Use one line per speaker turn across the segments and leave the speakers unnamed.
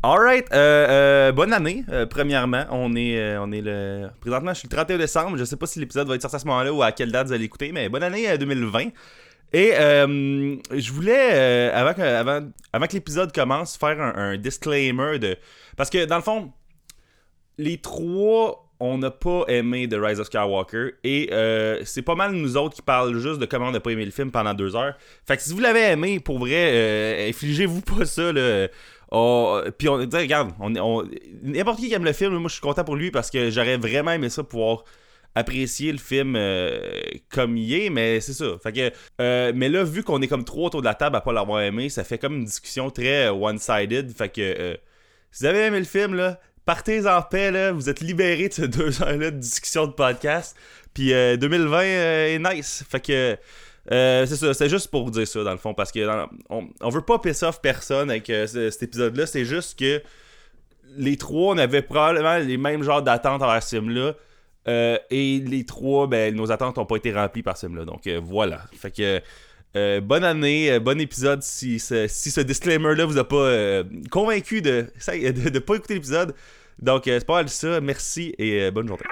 Alright, bonne année, premièrement. Présentement, je suis le 31 décembre. Je sais pas si l'épisode va être sorti à ce moment-là ou à quelle date vous allez écouter, mais bonne année 2020. Et je voulais, avant que l'épisode commence, faire un disclaimer de... Parce que, dans le fond, les trois, on n'a pas aimé The Rise of Skywalker. Et c'est pas mal nous autres qui parlent juste de comment on n'a pas aimé le film pendant 2 heures. Fait que si vous l'avez aimé, pour vrai, infligez-vous pas ça, là. Puis regarde, n'importe qui aime le film, moi je suis content pour lui parce que j'aurais vraiment aimé ça pouvoir apprécier le film comme il est, mais c'est ça. Fait que, mais là, vu qu'on est comme 3 autour de la table à pas l'avoir aimé, ça fait comme une discussion très one-sided. Fait que si vous avez aimé le film, là, partez en paix, là, vous êtes libérés de ces 2 heures-là de discussion de podcast. Puis 2020 est nice. Fait que c'est ça, c'est juste pour vous dire ça dans le fond, parce que on veut pas piss off personne avec cet épisode-là, c'est juste que les trois, on avait probablement les mêmes genres d'attentes envers ce film-là, et les trois, ben nos attentes n'ont pas été remplies par ce film-là, donc voilà. Fait que bonne année, bon épisode si ce disclaimer-là vous a pas convaincu de pas écouter l'épisode, donc c'est pas mal ça, merci et bonne journée.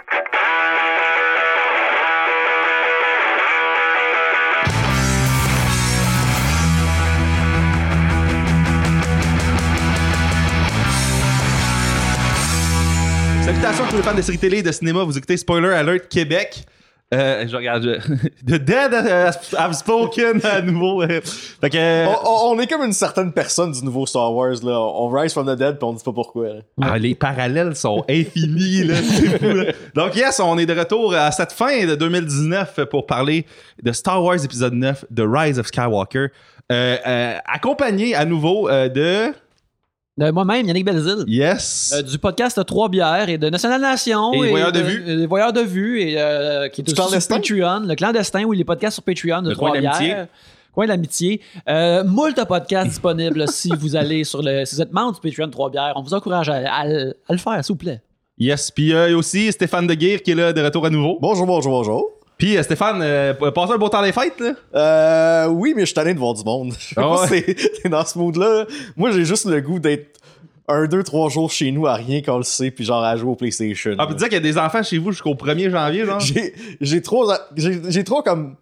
Salutations à tous les fans de séries télé et de cinéma, vous écoutez Spoiler Alert Québec. Je regarde. The Dead have spoken à nouveau. Fait que,
on est comme une certaine personne du nouveau Star Wars, là. On rise from the dead pis on dit pas pourquoi.
les parallèles sont infinis, là. C'est fou, là. Donc, yes, on est de retour à cette fin de 2019 pour parler de Star Wars épisode 9, The Rise of Skywalker. Accompagné à nouveau de
moi-même, Yannick Belzile.
Yes.
Du podcast 3 bières et de National Nation.
Et Voyeurs de Vue.
Les Voyeurs de Vue, et, qui est aussi sur Patreon. Le Clandestin, oui, les podcasts sur Patreon de
le
3
bières.
bières. Coin de l'amitié. Moult podcasts disponibles si vous allez si vous êtes membre du Patreon 3 bières. On vous encourage à le faire, s'il vous plaît.
Yes. Puis il y a aussi Stéphane Deguire qui est là de retour à nouveau.
Bonjour.
Puis Stéphane, passez un beau temps des fêtes, là?
Oui, mais je suis tanné de voir du monde.
Ah ouais.
C'est dans ce mood-là. Moi, j'ai juste le goût d'être 1, 2, 3 jours chez nous à rien qu'on le sait, puis genre à jouer au PlayStation.
Ah, puis dire qu'il y a des enfants chez vous jusqu'au 1er janvier, genre?
J'ai trop comme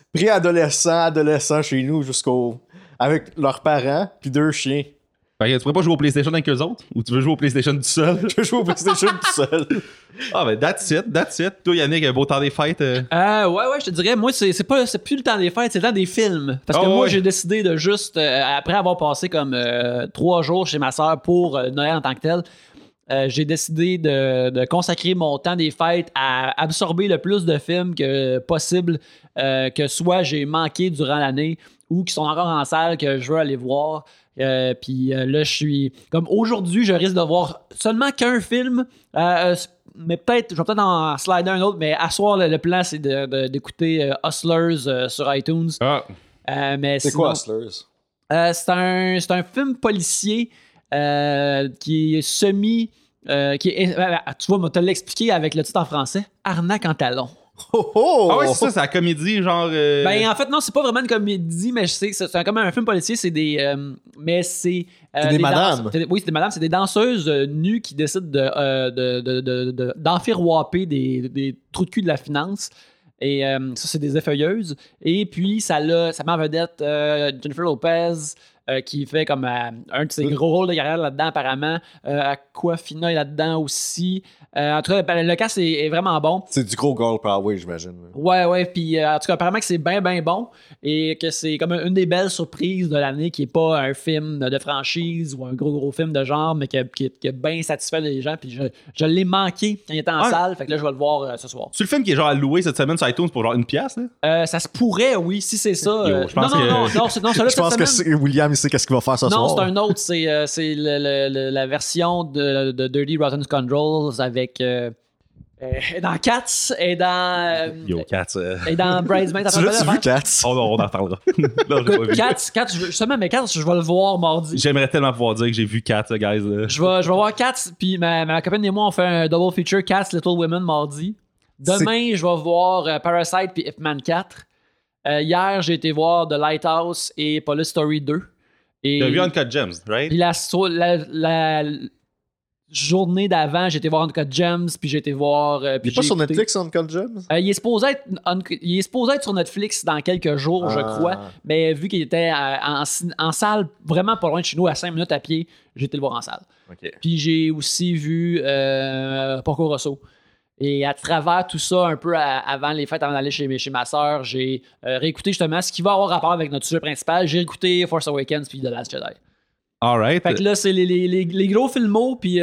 adolescents chez nous avec leurs parents, puis 2 chiens.
Fait que tu pourrais pas jouer au PlayStation avec eux autres? Ou tu veux jouer au PlayStation tout seul?
Je veux jouer au PlayStation tout seul.
Ah, ben, that's it. Toi, Yannick, un beau temps des fêtes.
Ouais, je te dirais, moi, c'est plus le temps des fêtes, c'est le temps des films. Parce que moi, j'ai décidé de juste, après avoir passé comme 3 jours chez ma soeur pour Noël en tant que tel, j'ai décidé de consacrer mon temps des fêtes à absorber le plus de films que possible, que soit j'ai manqué durant l'année ou qui sont encore en salle, que je veux aller voir. Puis là, je suis comme aujourd'hui, je risque de voir seulement qu'un film, mais je vais peut-être en slider un autre, mais à soir, le plan, c'est d'écouter Hustlers sur iTunes. Mais
c'est
sinon,
quoi Hustlers?
C'est un film policier qui est tu vas te l'expliquer avec le titre en français, Arnaque en talons.
Ah ouais, c'est ça, c'est la comédie, genre...
Ben, en fait, non, c'est pas vraiment une comédie, mais je sais que c'est comme un film policier, c'est des... mais c'est...
des madames.
Oui, c'est des madames, c'est des danseuses nues qui décident d'enfiroiper des trous de cul de la finance. Et ça, c'est des effeuilleuses. Et puis, ça met en vedette Jennifer Lopez, qui fait comme un de ses gros rôles de carrière là-dedans, apparemment. Aquafina est là-dedans aussi. En tout cas, le cast est vraiment bon.
C'est du gros girl power, j'imagine.
Ouais. Puis, en tout cas, apparemment que c'est bien bon et que c'est comme une des belles surprises de l'année qui est pas un film de franchise ou un gros film de genre, mais qui a bien satisfait les gens. Puis, je l'ai manqué quand il était en salle. Fait que là, je vais le voir ce soir.
C'est le film qui est genre à louer cette semaine sur iTunes pour genre 1$, là?
Ça se pourrait, oui, si c'est ça.
Je pense
je pense que William, il sait qu'est-ce qu'il va faire ce soir.
Non, c'est un autre. C'est la version de Dirty Rotten Scoundrels avec... dans Cats et dans...
Yo, Cats...
Et dans Bridesmaids.
Tu l'as-tu vu, Cats?
On en parlera. Non, j'ai pas vu.
Cats, justement, mais Cats, je vais le voir mardi.
J'aimerais tellement pouvoir dire que j'ai vu Cats, guys.
Je vais voir Cats, puis ma copine et moi, on fait un double feature Cats, Little Women mardi. Demain, je vais voir Parasite puis Ip Man 4. Hier, j'ai été voir The Lighthouse et Police Story 2. Et
T'as vu Uncut Gems, right?
puis la journée d'avant, j'ai été voir Uncut Gems, puis j'ai été voir...
Il est pas sur Netflix, Uncut Gems?
il est supposé être sur Netflix dans quelques jours, je crois. Mais vu qu'il était en salle, vraiment pas loin de chez nous, à 5 minutes à pied, j'ai été le voir en salle.
Okay.
Puis j'ai aussi vu Porco Rosso. Et à travers tout ça, un peu avant les fêtes, avant d'aller chez ma soeur, j'ai réécouté justement ce qui va avoir rapport avec notre sujet principal. J'ai réécouté Force Awakens puis The Last Jedi.
Alright.
Fait que là, c'est les gros filmos, puis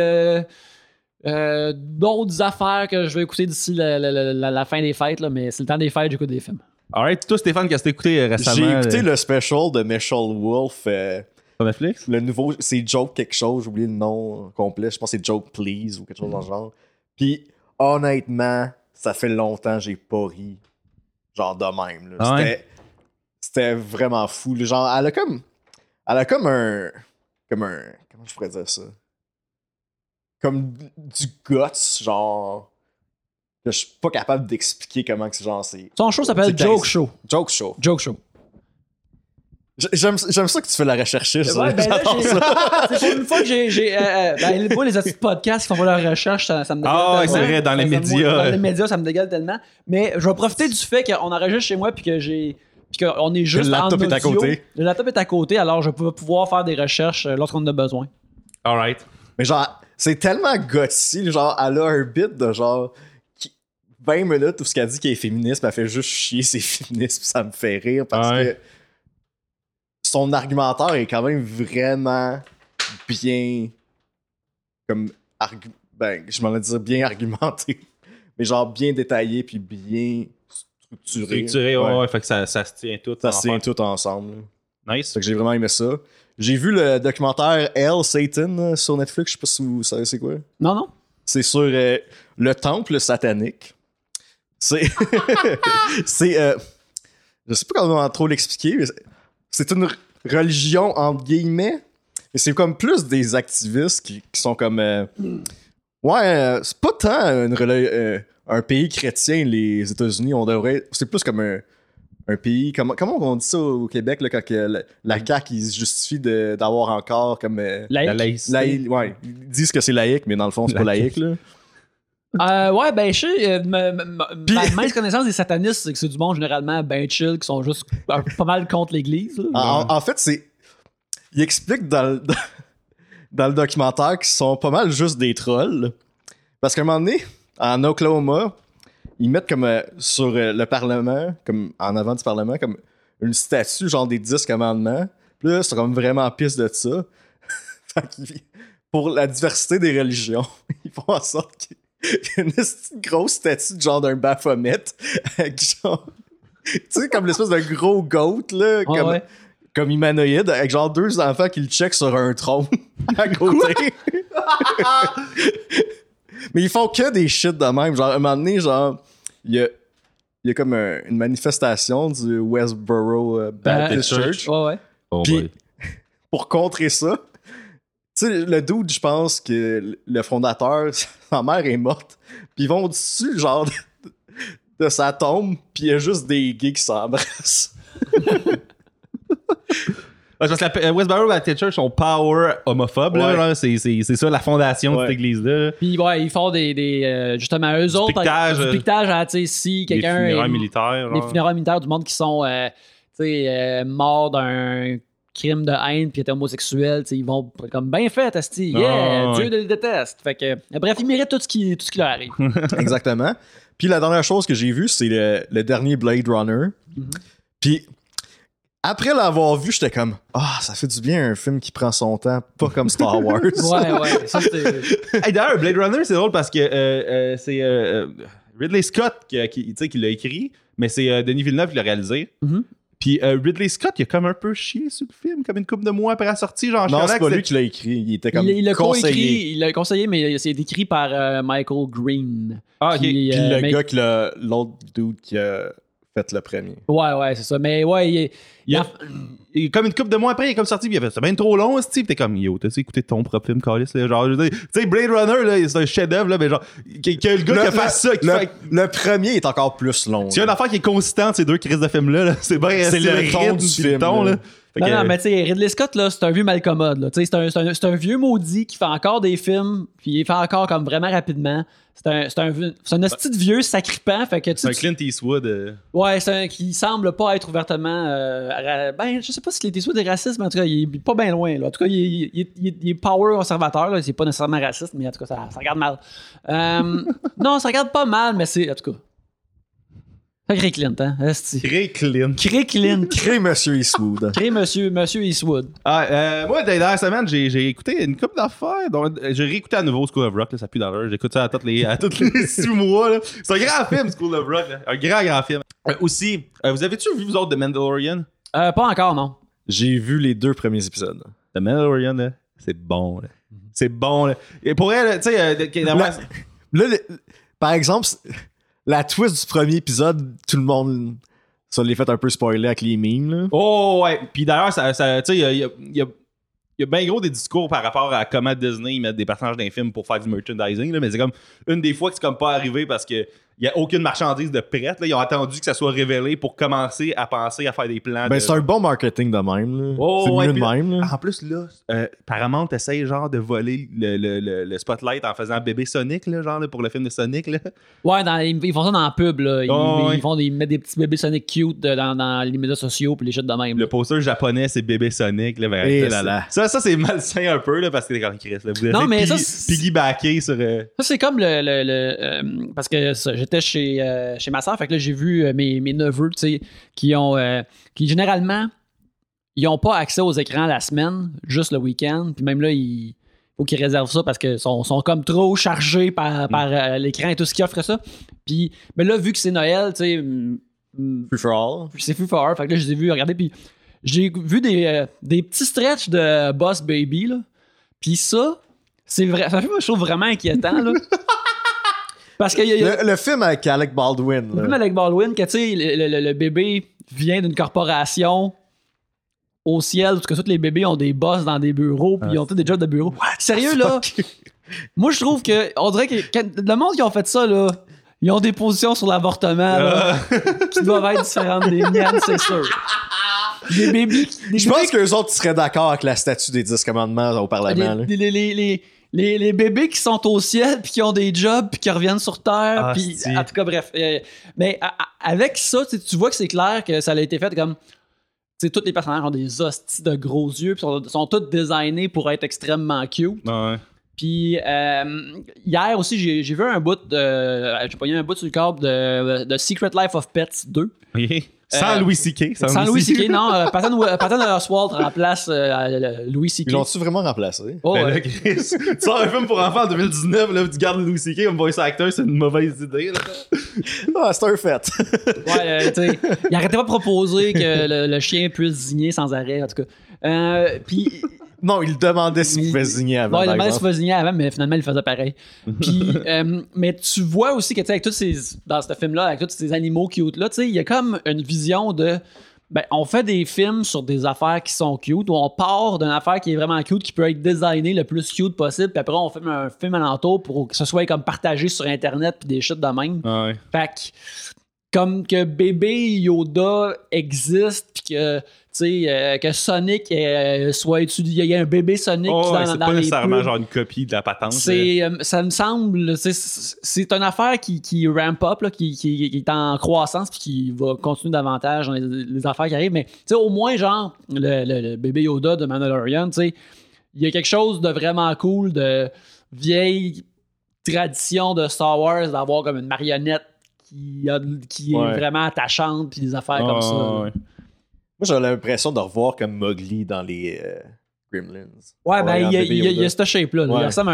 d'autres affaires que je vais écouter d'ici la fin des fêtes, là, mais c'est le temps des fêtes, j'écoute des films.
Alright. Toi, Stéphane, qu'est-ce que t'as écouté récemment?
J'ai écouté le special de Michelle Wolf.
Sur Netflix?
Le nouveau, c'est Joke quelque chose, j'ai oublié le nom complet. Je pense que c'est Joke Please ou quelque chose dans le genre. Puis honnêtement, ça fait longtemps que j'ai pas ri. Genre de même. Là.
Ah ouais?
C'était vraiment fou. Là. Genre, elle a comme un. Comment je pourrais dire ça? Comme du guts, genre. Que je suis pas capable d'expliquer comment que c'est genre.
Son show s'appelle Joke Show.
Joke Show.
Joke Show.
J'aime ça que tu fais la rechercher.
Ouais, ben là, c'est pour une fois que j'ai moi, les autres podcasts qui font leur recherche, ça me dégueule tellement.
C'est vrai, dans les médias.
Dans les médias, ça me dégueule tellement. Mais je vais profiter du fait qu'on enregistre chez moi puis qu'on est juste
le laptop
en audio.
est à côté.
Le laptop est à côté, alors je vais pouvoir faire des recherches lorsqu'on en a besoin.
Alright.
Mais genre, c'est tellement gutsy. Genre, elle a un bit de genre 20 minutes où ce qu'elle dit qu'elle est féministe, elle fait juste chier ses féministes, ça me fait rire parce que son argumentaire est quand même vraiment bien comme je m'en vais dire bien argumenté, mais genre bien détaillé puis bien structuré.
Ouais, fait que ça se tient tout.
Ça se tient tout ensemble.
Nice.
Fait que j'ai vraiment aimé ça. J'ai vu le documentaire Hell Satan sur Netflix, je sais pas si vous savez c'est quoi.
Non.
C'est sur le temple satanique. C'est je sais pas comment trop l'expliquer, mais c'est une religion entre guillemets, mais c'est comme plus des activistes qui sont comme c'est pas tant un pays chrétien, les États-Unis. C'est plus comme un pays, comment on dit ça au Québec là, quand la CAQ ils se justifient d'avoir encore comme
la
laïcité.
ouais, ils disent que c'est laïque, mais dans le fond c'est pas laïque là.
Ouais, ben, je sais, ma mince connaissance des satanistes, c'est que c'est du monde généralement ben chill, qui sont juste pas mal contre l'Église.
En fait, il explique dans le documentaire qu'ils sont pas mal juste des trolls. Parce qu'à un moment donné, en Oklahoma, ils mettent comme sur le Parlement, comme en avant du Parlement, comme une statue genre des 10 commandements. Puis là, c'est comme vraiment pisse de ça. Pour la diversité des religions, ils font en sorte qu'il y a une grosse statue de genre d'un Baphomet avec genre tu sais comme l'espèce de gros goat là comme humanoïde avec genre 2 enfants qui le checkent sur un trône à côté. Mais ils font que des shit de même, genre à un moment donné genre il y a comme une manifestation du Westboro Baptist Church.
Ouais.
Puis pour contrer ça, tu sais, le dude, je pense que le fondateur, sa mère est morte. Puis ils vont au-dessus, genre, de sa tombe, puis il y a juste des gays qui s'embrassent.
Parce que Westboro Baptist Church sont power homophobe, là, c'est ça la fondation de cette église-là.
Puis ils font des justement eux autres du piquetage à, tu sais, si quelqu'un
les funérailles militaires.
Les funérailles militaires du monde qui sont morts d'un crime de haine puis étaient homosexuels, ils vont comme bien fait, asti. Dieu le déteste. Fait que bref, ils méritent tout ce qui leur arrive.
Exactement. Puis la dernière chose que j'ai vue, c'est le dernier Blade Runner. Puis après l'avoir vu, j'étais comme ça fait du bien un film qui prend son temps, pas comme Star Wars.
ouais, ça c'était.
Hey, d'ailleurs, Blade Runner, c'est drôle parce que c'est Ridley Scott qui l'a écrit, mais c'est Denis Villeneuve qui l'a réalisé. Puis Ridley Scott, il a comme un peu chié sur le film, comme une couple de mois après la sortie. Genre,
non, c'est pas lui qui l'a écrit. Il était comme
il l'a
conseillé.
Il l'a conseillé, mais c'est écrit par Michael Green.
Ah, ok.
Puis le gars l'autre dude qui a fait le premier.
Ouais, c'est ça. Mais ouais,
comme une couple de mois après, il est comme sorti, puis il a fait c'est bien trop long, ce type. T'es comme, yo, t'as-tu écouté ton propre film, Carlis? Genre, tu sais, Blade Runner, là, c'est un chef-d'œuvre, là, mais genre, que le gars qui a fait ça.
Le premier est encore plus long.
S'il y a une affaire qui est consistante, ces deux crises de films-là, c'est bien
c'est le ton du film.
Là.
Non, mais tu sais, Ridley Scott, là, c'est un vieux malcommode. Là. C'est un vieux maudit qui fait encore des films, puis il fait encore comme vraiment rapidement. C'est un hostie de vieux sacripant. Fait que,
c'est un Clint Eastwood.
Ouais, qui semble pas être ouvertement. Ben, je sais pas si Clint Eastwood est raciste, mais en tout cas, il est pas bien loin. Là. En tout cas, il est power conservateur. Là. C'est pas nécessairement raciste, mais en tout cas, ça regarde mal. Non, ça regarde pas mal, mais c'est. En tout cas. Crée Clint, hein?
Crée Clint.
Crée Clint.
Crée Monsieur Eastwood.
Crée Monsieur Eastwood.
Moi, dernière semaine, j'ai écouté une couple d'affaires. J'ai réécouté à nouveau School of Rock, là, ça pue dans l'heure. J'écoute ça à tous les 6 mois. Là. C'est un grand film, School of Rock. Là. Un grand film. Aussi, vous avez-tu vu, vous autres, The Mandalorian?
Pas encore, non.
J'ai vu les 2 premiers épisodes.
The Mandalorian, là, c'est bon. Là. C'est bon. Là. Et pour elle, tu sais...
Par exemple... La twist du premier épisode, tout le monde ça l'est fait un peu spoiler avec les memes. Là.
Oh ouais, puis d'ailleurs, tu sais, il y a bien gros des discours par rapport à comment Disney ils mettent des personnages dans les films pour faire du merchandising, là, mais c'est comme une des fois que c'est comme pas arrivé parce que il n'y a aucune marchandise de prête. Là. Ils ont attendu que ça soit révélé pour commencer à penser à faire des plans.
Ben, c'est un bon marketing de même. Là.
Oh,
c'est
ouais,
mieux de même. Là.
En plus, là, Paramount essaye genre de voler le spotlight en faisant bébé Sonic, là, genre là, pour le film de Sonic. Là.
Ouais, ils font ça dans la pub. Là. Ils mettent des petits bébés Sonic cute dans les médias sociaux puis les shit de même.
Le poster japonais, c'est bébé Sonic. Là, ben, ça, c'est malsain un peu là, parce que t'es comme Chris. Là, vous
non, mais
piggybacké sur.
Ça, c'est comme parce que ça, j'étais chez ma soeur, fait que là, j'ai vu mes neveux, tu sais, qui généralement, ils n'ont pas accès aux écrans la semaine, juste le week-end. Puis même là, il faut qu'ils réservent ça parce qu'ils sont comme trop chargés par l'écran et tout ce qui offre ça. Puis, mais là, vu que c'est Noël, tu sais...
Free for all.
C'est free for all. Fait que là, je les ai vus regarder. Puis j'ai vu des petits stretches de Boss Baby, là. Puis ça, c'est vrai. Ça fait moi, je trouve vraiment inquiétant, là. Parce que
le film avec Alec Baldwin.
Le film avec Baldwin, que tu sais, le bébé vient d'une corporation au ciel, parce que tous les bébés ont des boss dans des bureaux, puis ils ont tous des jobs de bureau. Sérieux, là? Moi, je trouve que, on dirait que le monde qui ont fait ça, là, ils ont des positions sur l'avortement, là, qui doivent être différentes des miennes, c'est sûr. Des bébés.
Je pense qu'eux autres seraient d'accord avec la statue des 10 commandements au Parlement.
Les bébés qui sont au ciel puis qui ont des jobs puis qui reviennent sur Terre puis en tout cas bref mais avec ça tu vois que c'est clair que ça a été fait comme tous les personnages ont des hosties de gros yeux puis sont tous designés pour être extrêmement cute.
Ouais.
Puis hier aussi j'ai vu un bout j'ai pogné un bout sur le câble de Secret Life of Pets 2.
Oui. Sans Louis C.K.
Sans Louis C.K. Non, Patton Oswalt remplace Louis C.K.
Ils l'ont-tu vraiment remplacé?
Oh,
ben là, Chris, tu sors un film pour enfants en 2019, là, tu gardes Louis C.K. comme voice actor, c'est une mauvaise idée. Là.
Ah, c'est un fait.
Ouais, tu sais, il arrêtait pas de proposer que le chien puisse zigner sans arrêt, en tout cas. Puis...
Non, il demandait s'il pouvait zigner avant.
Ouais, il demandait s'il pouvait zigner avant, mais finalement, il faisait pareil. Puis, mais tu vois aussi que, tu sais, avec dans ce film-là, avec tous ces animaux cute-là, tu sais, il y a comme une vision de. Ben, on fait des films sur des affaires qui sont cute, où on part d'une affaire qui est vraiment cute, qui peut être designée le plus cute possible, puis après, on fait un film alentour pour que ce soit comme partagé sur Internet, puis des shit de même.
Ah ouais.
Fait que, comme que bébé Yoda existe, puis que. Que Sonic soit étudié. Il y a un bébé Sonic
c'est pas nécessairement genre une copie de la patente.
Ça me semble. C'est une affaire qui ramp up, là, qui est en croissance puis qui va continuer davantage dans les affaires qui arrivent. Mais au moins, genre, le bébé Yoda de Mandalorian, il y a quelque chose de vraiment cool, de vieille tradition de Star Wars, d'avoir comme une marionnette qui est vraiment attachante puis des affaires comme ça.
Ouais. Moi, j'ai l'impression de revoir comme Mowgli dans les Gremlins.
Ouais, ben, il y a cette shape-là. Ouais. Il ressemble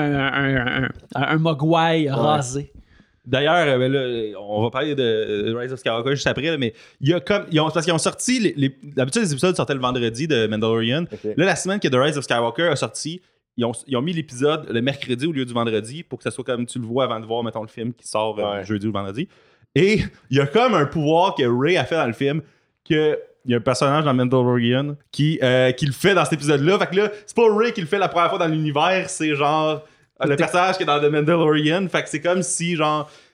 à un Mogwai rasé.
D'ailleurs, là, on va parler de Rise of Skywalker juste après, là, mais il y a comme. Parce qu'ils ont sorti. D'habitude, les épisodes sortaient le vendredi de Mandalorian. Okay. Là, la semaine que The Rise of Skywalker a sorti, ils ont mis l'épisode le mercredi au lieu du vendredi pour que ça soit comme tu le vois avant de voir, mettons, le film qui sort jeudi ou vendredi. Et il y a comme un pouvoir que Rey a fait dans le film que. Il y a un personnage dans Mandalorian qui le fait dans cet épisode-là. Fait que là, c'est pas Rey qui le fait la première fois dans l'univers, c'est genre le personnage qui est dans The Mandalorian. Fait que c'est comme si, genre,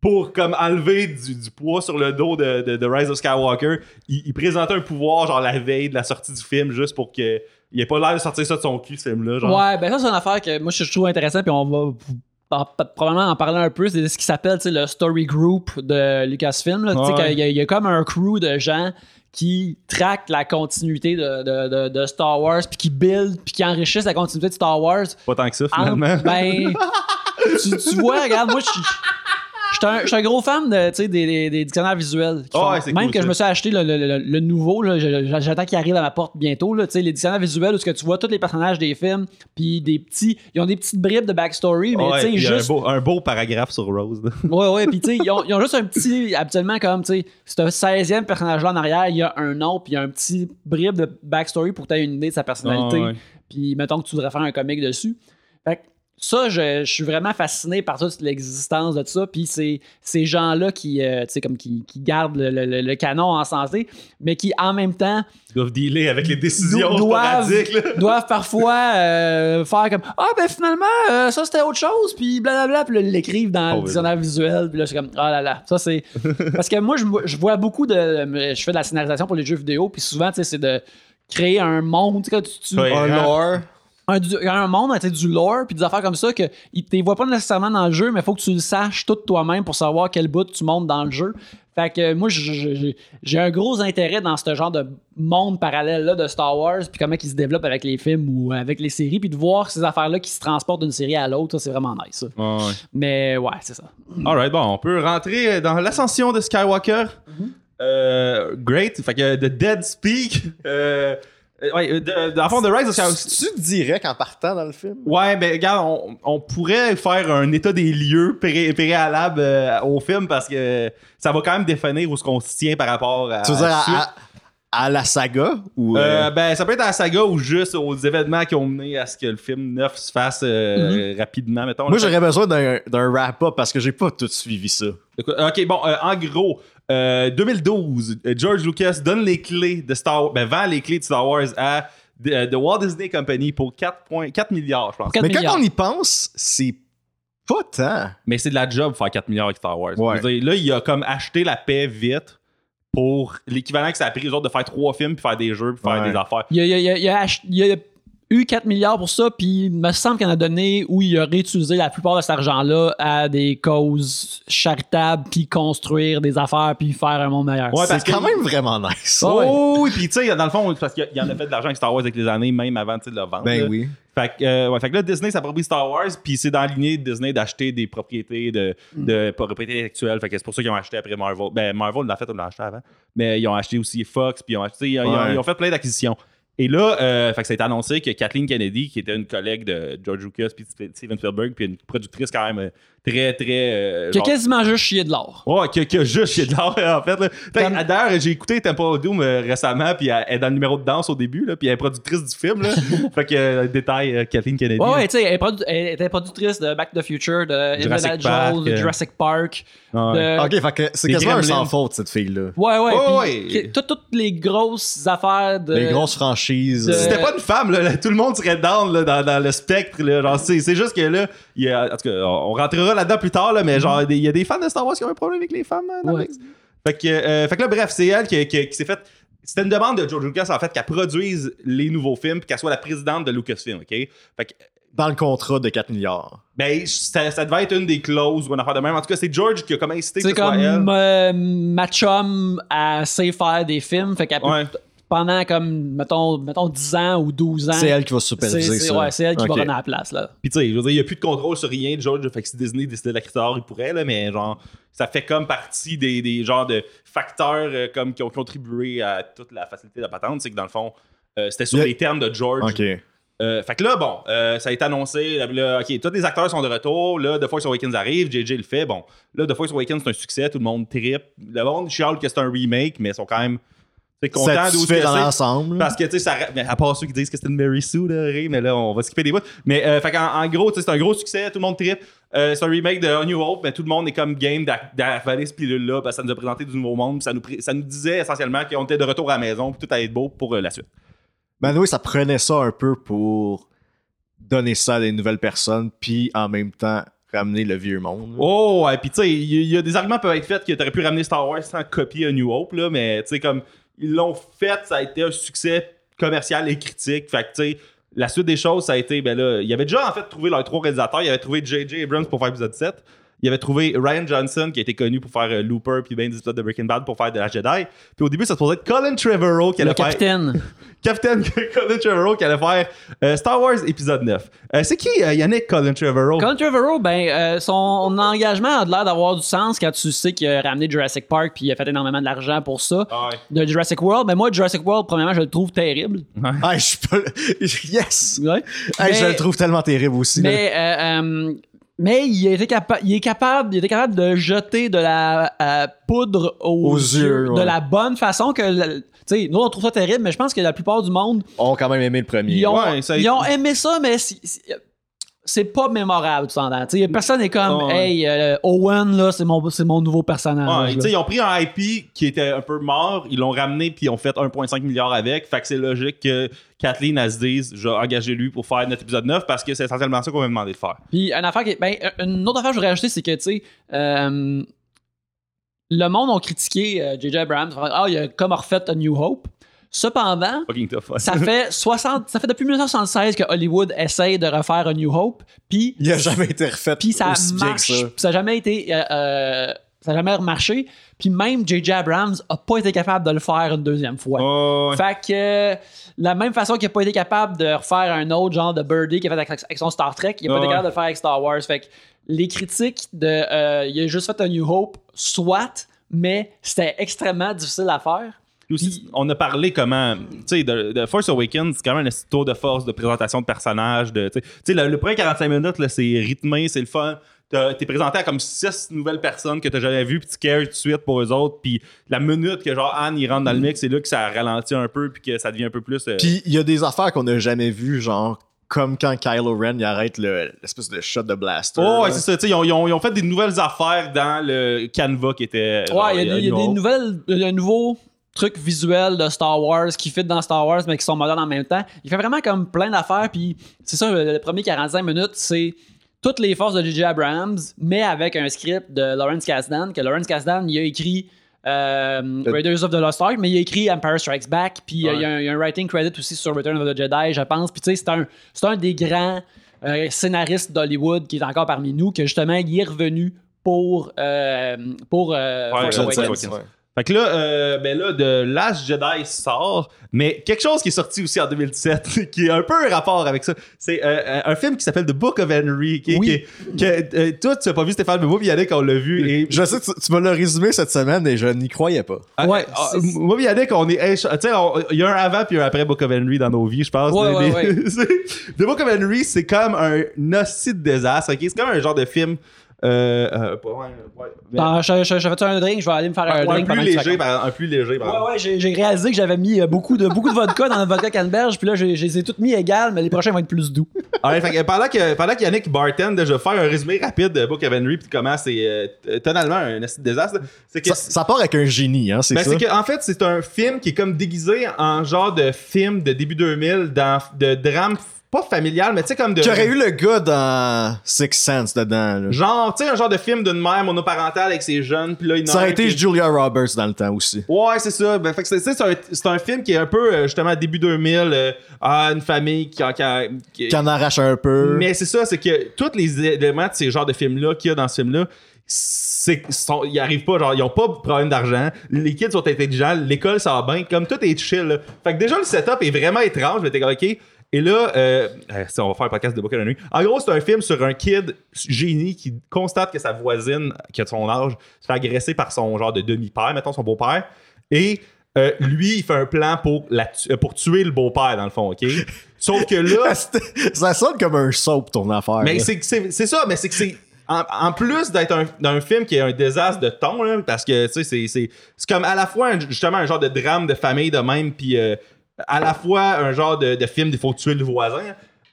pour comme enlever du poids sur le dos de Rise of Skywalker, il présentait un pouvoir genre la veille de la sortie du film juste pour que il ait pas l'air de sortir ça de son cul, ce film-là. Genre.
Ouais, ben ça, c'est une affaire que moi, je trouve intéressant, puis on va probablement en parler un peu. C'est ce qui s'appelle le Story Group de Lucasfilm. Là.
Ouais.
Il y a comme un crew de gens qui traquent la continuité de Star Wars, puis qui build, puis qui enrichissent la continuité de Star Wars.
Pas tant que ça, finalement.
Ben, tu vois, regarde, moi, je suis un gros fan des dictionnaires visuels.
C'est
Même
cool,
que
ça.
je me suis acheté le nouveau, là, j'attends qu'il arrive à ma porte bientôt. Là, les dictionnaires visuels où ce que tu vois tous les personnages des films, puis ils ont des petites bribes de backstory, mais
Il y a
juste.
un beau paragraphe sur Rose. Là.
Ouais, puis ils ont juste un petit, habituellement, comme, tu sais, c'est un 16e personnage-là en arrière, il y a un nom, puis il y a un petit bribe de backstory pour que tu aies une idée de sa personnalité. Puis mettons que tu voudrais faire un comic dessus. Fait que ça, je suis vraiment fasciné par toute l'existence de ça. Puis c'est ces gens-là qui gardent le canon en santé, mais qui en même temps
Ils doivent dealer avec les décisions
doivent
sporadiques. Là.
doivent parfois faire comme ben finalement ça c'était autre chose, puis blablabla, puis là, ils l'écrivent dans le dictionnaire visuel, puis là c'est comme là là, ça c'est parce que moi je vois beaucoup je fais de la scénarisation pour les jeux vidéo, puis souvent tu sais c'est de créer un monde,
Un lore.
un monde avec du lore puis des affaires comme ça que tu les vois pas nécessairement dans le jeu, mais il faut que tu le saches tout toi-même pour savoir quel bout tu montes dans le jeu. Fait que moi j'ai un gros intérêt dans ce genre de monde parallèle là de Star Wars, puis comment il se développe avec les films ou avec les séries, puis de voir ces affaires là qui se transportent d'une série à l'autre, ça c'est vraiment nice ça.
Ouais.
Mais ouais, c'est ça.
Alright, bon, on peut rentrer dans l'ascension de Skywalker. Great. Fait que The Dead Speak. En fond, The Rise of Skywalker.
Tu dirais qu'en partant dans le film?
Ouais, ben regarde, on pourrait faire un état des lieux préalable au film parce que ça va quand même définir où ce qu'on se tient par rapport à.
Tu veux dire à la saga? Ou,
Ben, ça peut être à la saga ou juste aux événements qui ont mené à ce que le film neuf se fasse rapidement, mettons.
Moi, j'aurais besoin d'un wrap-up parce que j'ai pas tout suivi ça.
Ok, bon, en gros, 2012, George Lucas donne les clés de Star Wars, vend les clés de Star Wars à The Walt Disney Company pour 4 milliards, je pense.
4
Mais
milliards.
quand on y pense, c'est pas tant.
Mais c'est de la job faire 4 milliards avec Star Wars.
Ouais.
Je veux dire, là, il a comme acheté la paix vite pour l'équivalent que ça a pris eux autres de faire 3 films, puis faire des jeux, puis faire
Ouais.
des affaires.
Il a eu 4 milliards pour ça, puis il me semble qu'il en a donné où il a réutilisé la plupart de cet argent-là à des causes charitables, puis construire des affaires, puis faire un monde meilleur.
Ouais, parce
C'est quand
que-
même vraiment nice.
Ouais.
Oh, oui, puis tu sais, dans le fond, parce qu'il en a fait de l'argent avec Star Wars avec les années, même avant de le vendre.
Ben
là.
oui.
Fait que là, Disney s'approprie Star Wars, puis c'est dans la lignée de Disney d'acheter des propriétés de propriétés intellectuelles. Fait que c'est pour ça qu'ils ont acheté après Marvel. Ben, Marvel, en fait, on l'a acheté avant. Mais ils ont acheté aussi Fox, puis ils ont fait plein d'acquisitions. Et là, fait que ça a été annoncé que Kathleen Kennedy, qui était une collègue de George Lucas puis Steven Spielberg, puis une productrice quand même très, très...
Qui a
genre-
quasiment juste chié de l'or.
Ouais, qui a juste chié de l'or, en fait. Là.
Comme-
D'ailleurs, j'ai écouté Temple Doom récemment, puis elle est dans le numéro de danse au début, là, puis elle est productrice du film. Là. Fait que, détail, Kathleen Kennedy.
Ouais, tu sais, elle était productrice de Back to the Future, de
Jurassic
Indiana Jones,
Park,
de Jurassic Park.
Ouais.
de-
Ok, fait que c'est
Des
quasiment un
Gremlins.
sans faute, cette fille-là.
Ouais,
Ouais.
puis toutes les grosses affaires de.
Les grosses franchises.
de-
C'était pas une femme, là, tout le monde serait down là, dans le spectre. Là, genre, c'est juste que là, en tout cas, on rentrera là-dedans plus tard, là, mais genre, il y a des fans de Star Wars qui ont un problème avec les femmes dans le
Ouais.
mix. Fait que là, bref, c'est elle qui s'est fait. C'était une demande de George Lucas, en fait, qu'elle produise les nouveaux films puis qu'elle soit la présidente de Lucasfilm, OK? Fait que,
Dans le contrat de 4 milliards.
ben, ça devait être une des clauses ou une affaire de même. En tout cas, c'est George qui a comme incité que
C'est
ce soit elle.
comme ma chum, elle sait faire des films, fait qu'elle peut,
Ouais.
pendant comme, mettons 10 ans ou 12 ans.
C'est elle qui va superviser ça.
Ouais, c'est elle qui
Ok.
va runner à la place, là.
Puis tu sais, je veux dire, il n'y a plus de contrôle sur rien de George. Fait que si Disney décidait de la quitter, il pourrait, là, mais genre, ça fait comme partie des genres de facteurs comme qui ont contribué à toute la facilité de la patente. C'est que dans le fond, c'était sur
Yeah.
les termes de George.
Ok.
Fait que là, bon, ça a été annoncé. Là, OK, tous les acteurs sont de retour. Là, The Force Awakens arrive. JJ le fait. Bon, là, The Force Awakens, c'est un succès. Tout le monde trippe. Le monde chiale que c'est un remake, mais ils sont quand même contents d'où
Satisfait dans
c'est.
l'ensemble.
Parce que, tu sais, ça. Mais à part ceux qui disent que c'est une Mary Sue, là, Ray, mais là, on va skipper des bouts. Mais, fait qu'en gros, tu sais, c'est un gros succès, tout le monde trippe. C'est un remake de A New Hope, mais tout le monde est comme game d'avaler cette pilule-là, parce que ça nous a présenté du nouveau monde, puis ça nous disait essentiellement qu'on était de retour à la maison, puis tout allait être beau pour la suite.
Ben oui, ça prenait ça un peu pour donner ça à des nouvelles personnes, puis en même temps ramener le vieux monde.
Oh, et puis tu sais, il y a des arguments peuvent être faits que t'aurais pu ramener Star Wars sans copier A New Hope, là, mais tu sais, comme ils l'ont fait, ça a été un succès commercial et critique. Fait que tu sais, la suite des choses, ça a été, ben là, il y avait déjà en fait trouvé leurs 3 réalisateurs. Il y avait trouvé J.J. Abrams pour faire épisode 7. Il avait trouvé Rian Johnson, qui a été connu pour faire Looper, puis ben des épisodes de Breaking Bad pour faire de la Jedi. Puis au début, ça se posait être Colin Trevorrow qui allait
Le capitaine.
Capitaine Colin Trevorrow qui allait faire Star Wars épisode 9. C'est qui Yannick Colin Trevorrow?
Colin Trevorrow, son engagement a l'air d'avoir du sens quand tu sais qu'il a ramené Jurassic Park puis il a fait énormément de l'argent pour ça.
Ah ouais.
De Jurassic World. Mais moi, Jurassic World, premièrement, je le trouve terrible.
Ah, je suis pas. Yes!
Ouais.
Hey, je le trouve tellement terrible aussi.
Mais il était capable de jeter de la poudre aux yeux de la bonne façon que. Tu sais, nous on trouve ça terrible, mais je pense que la plupart du monde
ont quand même aimé le premier.
Ils ont aimé ça, mais c'est pas mémorable, tu t'entends. Personne n'est comme hey, Owen, là, c'est mon nouveau personnage.
Ils ont pris un IP qui était un peu mort, ils l'ont ramené puis ils ont fait 1,5 milliard avec. Fait que c'est logique que Kathleen elle se dise j'ai engagé lui pour faire notre épisode 9 parce que c'est essentiellement ça qu'on m'a demandé de faire.
Puis une autre affaire que je voudrais ajouter, c'est que tu sais le monde a critiqué J.J. Abrams. Il a comme refait A New Hope. Cependant, ça fait depuis 1976 que Hollywood essaye de refaire A New Hope. Puis
il a jamais été refait.
Puis ça marche. Ça n'a jamais été. Ça n'a jamais marché. Puis même J.J. Abrams a pas été capable de le faire une deuxième fois. Fait que la même façon qu'il a pas été capable de refaire un autre genre de Birdie qu'il a fait avec son Star Trek, il a pas été capable de le faire avec Star Wars. Fait que les critiques de il a juste fait A New Hope, soit, mais c'était extrêmement difficile à faire.
Aussi, on a parlé comment, tu sais, de Force Awakens, c'est quand même un tour de force de présentation de personnages. Tu sais, le premier 45 minutes, là, c'est rythmé, c'est le fun. T'es présenté à comme 6 nouvelles personnes que t'as jamais vues, puis tu cares tout de suite pour eux autres. Puis la minute que genre Anne il rentre dans le mix, c'est là que ça ralentit un peu, puis que ça devient un peu plus.
Puis il y a des affaires qu'on n'a jamais vues, genre. Comme quand Kylo Ren il arrête l'espèce de shot de blaster.
Ouais, c'est ça. Ils ont fait des nouvelles affaires dans le canevas qui était.
Ouais, il y a des nouvelles. Il y a un nouveau truc visuel de Star Wars qui fit dans Star Wars, mais qui sont modernes en même temps. Il fait vraiment comme plein d'affaires. Puis c'est ça, le premier 45 minutes, c'est toutes les forces de J.J. Abrams, mais avec un script de Lawrence Kasdan, que Lawrence Kasdan, il a écrit Raiders of the Lost Ark, mais il a écrit Empire Strikes Back, puis il y a un writing credit aussi sur Return of the Jedi, je pense. Puis tu sais, c'est un des grands scénaristes d'Hollywood qui est encore parmi nous, que justement, il est revenu pour Force Awakens.
Fait que là, The Last Jedi sort, mais quelque chose qui est sorti aussi en 2017, qui a un peu un rapport avec ça, c'est un film qui s'appelle The Book of Henry, toi, tu n'as pas vu Stéphane, mais moi et Yannick, on l'a vu. Et
je sais, tu me l'as résumé cette semaine et je n'y croyais pas.
Moi et Yannick, on est... Tu sais, il y a un avant puis un après Book of Henry dans nos vies, je pense.
Ouais.
The Book of Henry, c'est comme un hostie de désastre, ok? C'est comme un genre de film...
je fais un drink, je vais aller me faire un drink.
Un plus léger.
Ouais, j'ai réalisé que j'avais mis beaucoup de vodka dans le vodka canneberge, puis là, je les ai toutes mis égales, mais les prochains vont être plus doux.
Pendant que Yannick bartend, je vais faire un résumé rapide de Book of Henry, puis comment c'est totalement un désastre. C'est que
ça part avec un génie, hein, c'est ça?
C'est qu'en fait, c'est un film qui est comme déguisé en genre de film de début 2000, de drame pas familial, mais tu sais, comme de...
Qui aurait eu le gars dans Six Sense dedans, là.
Genre, tu sais, un genre de film d'une mère monoparentale avec ses jeunes, puis là, il
ça aurait été Julia Roberts dans le temps aussi.
Ouais, c'est ça. Fait que c'est un film qui est un peu, justement, début 2000, une famille qui
en arrache un peu.
Mais c'est ça, c'est que tous les éléments de ces genres de films-là qu'il y a dans ce film-là, ils arrivent pas, genre, ils ont pas de problème d'argent, les kids sont intelligents, l'école ça va bien, comme tout est chill, là. Fait que déjà, le setup est vraiment étrange, mais t'es comme, ok. Et là, on va faire un podcast de Book of Henry. En gros, c'est un film sur un kid génie qui constate que sa voisine, qui a son âge, se fait agresser par son genre de demi-père, mettons son beau-père. Et lui, il fait un plan pour tuer le beau-père, dans le fond, OK? Sauf que là...
ça sonne comme un soap, ton affaire.
Mais c'est ça, mais c'est que c'est... En plus d'être un film qui est un désastre de ton, là, parce que, tu sais, c'est comme à la fois, justement, un genre de drame de famille de même, puis... à la fois un genre de film il faut tuer le voisin.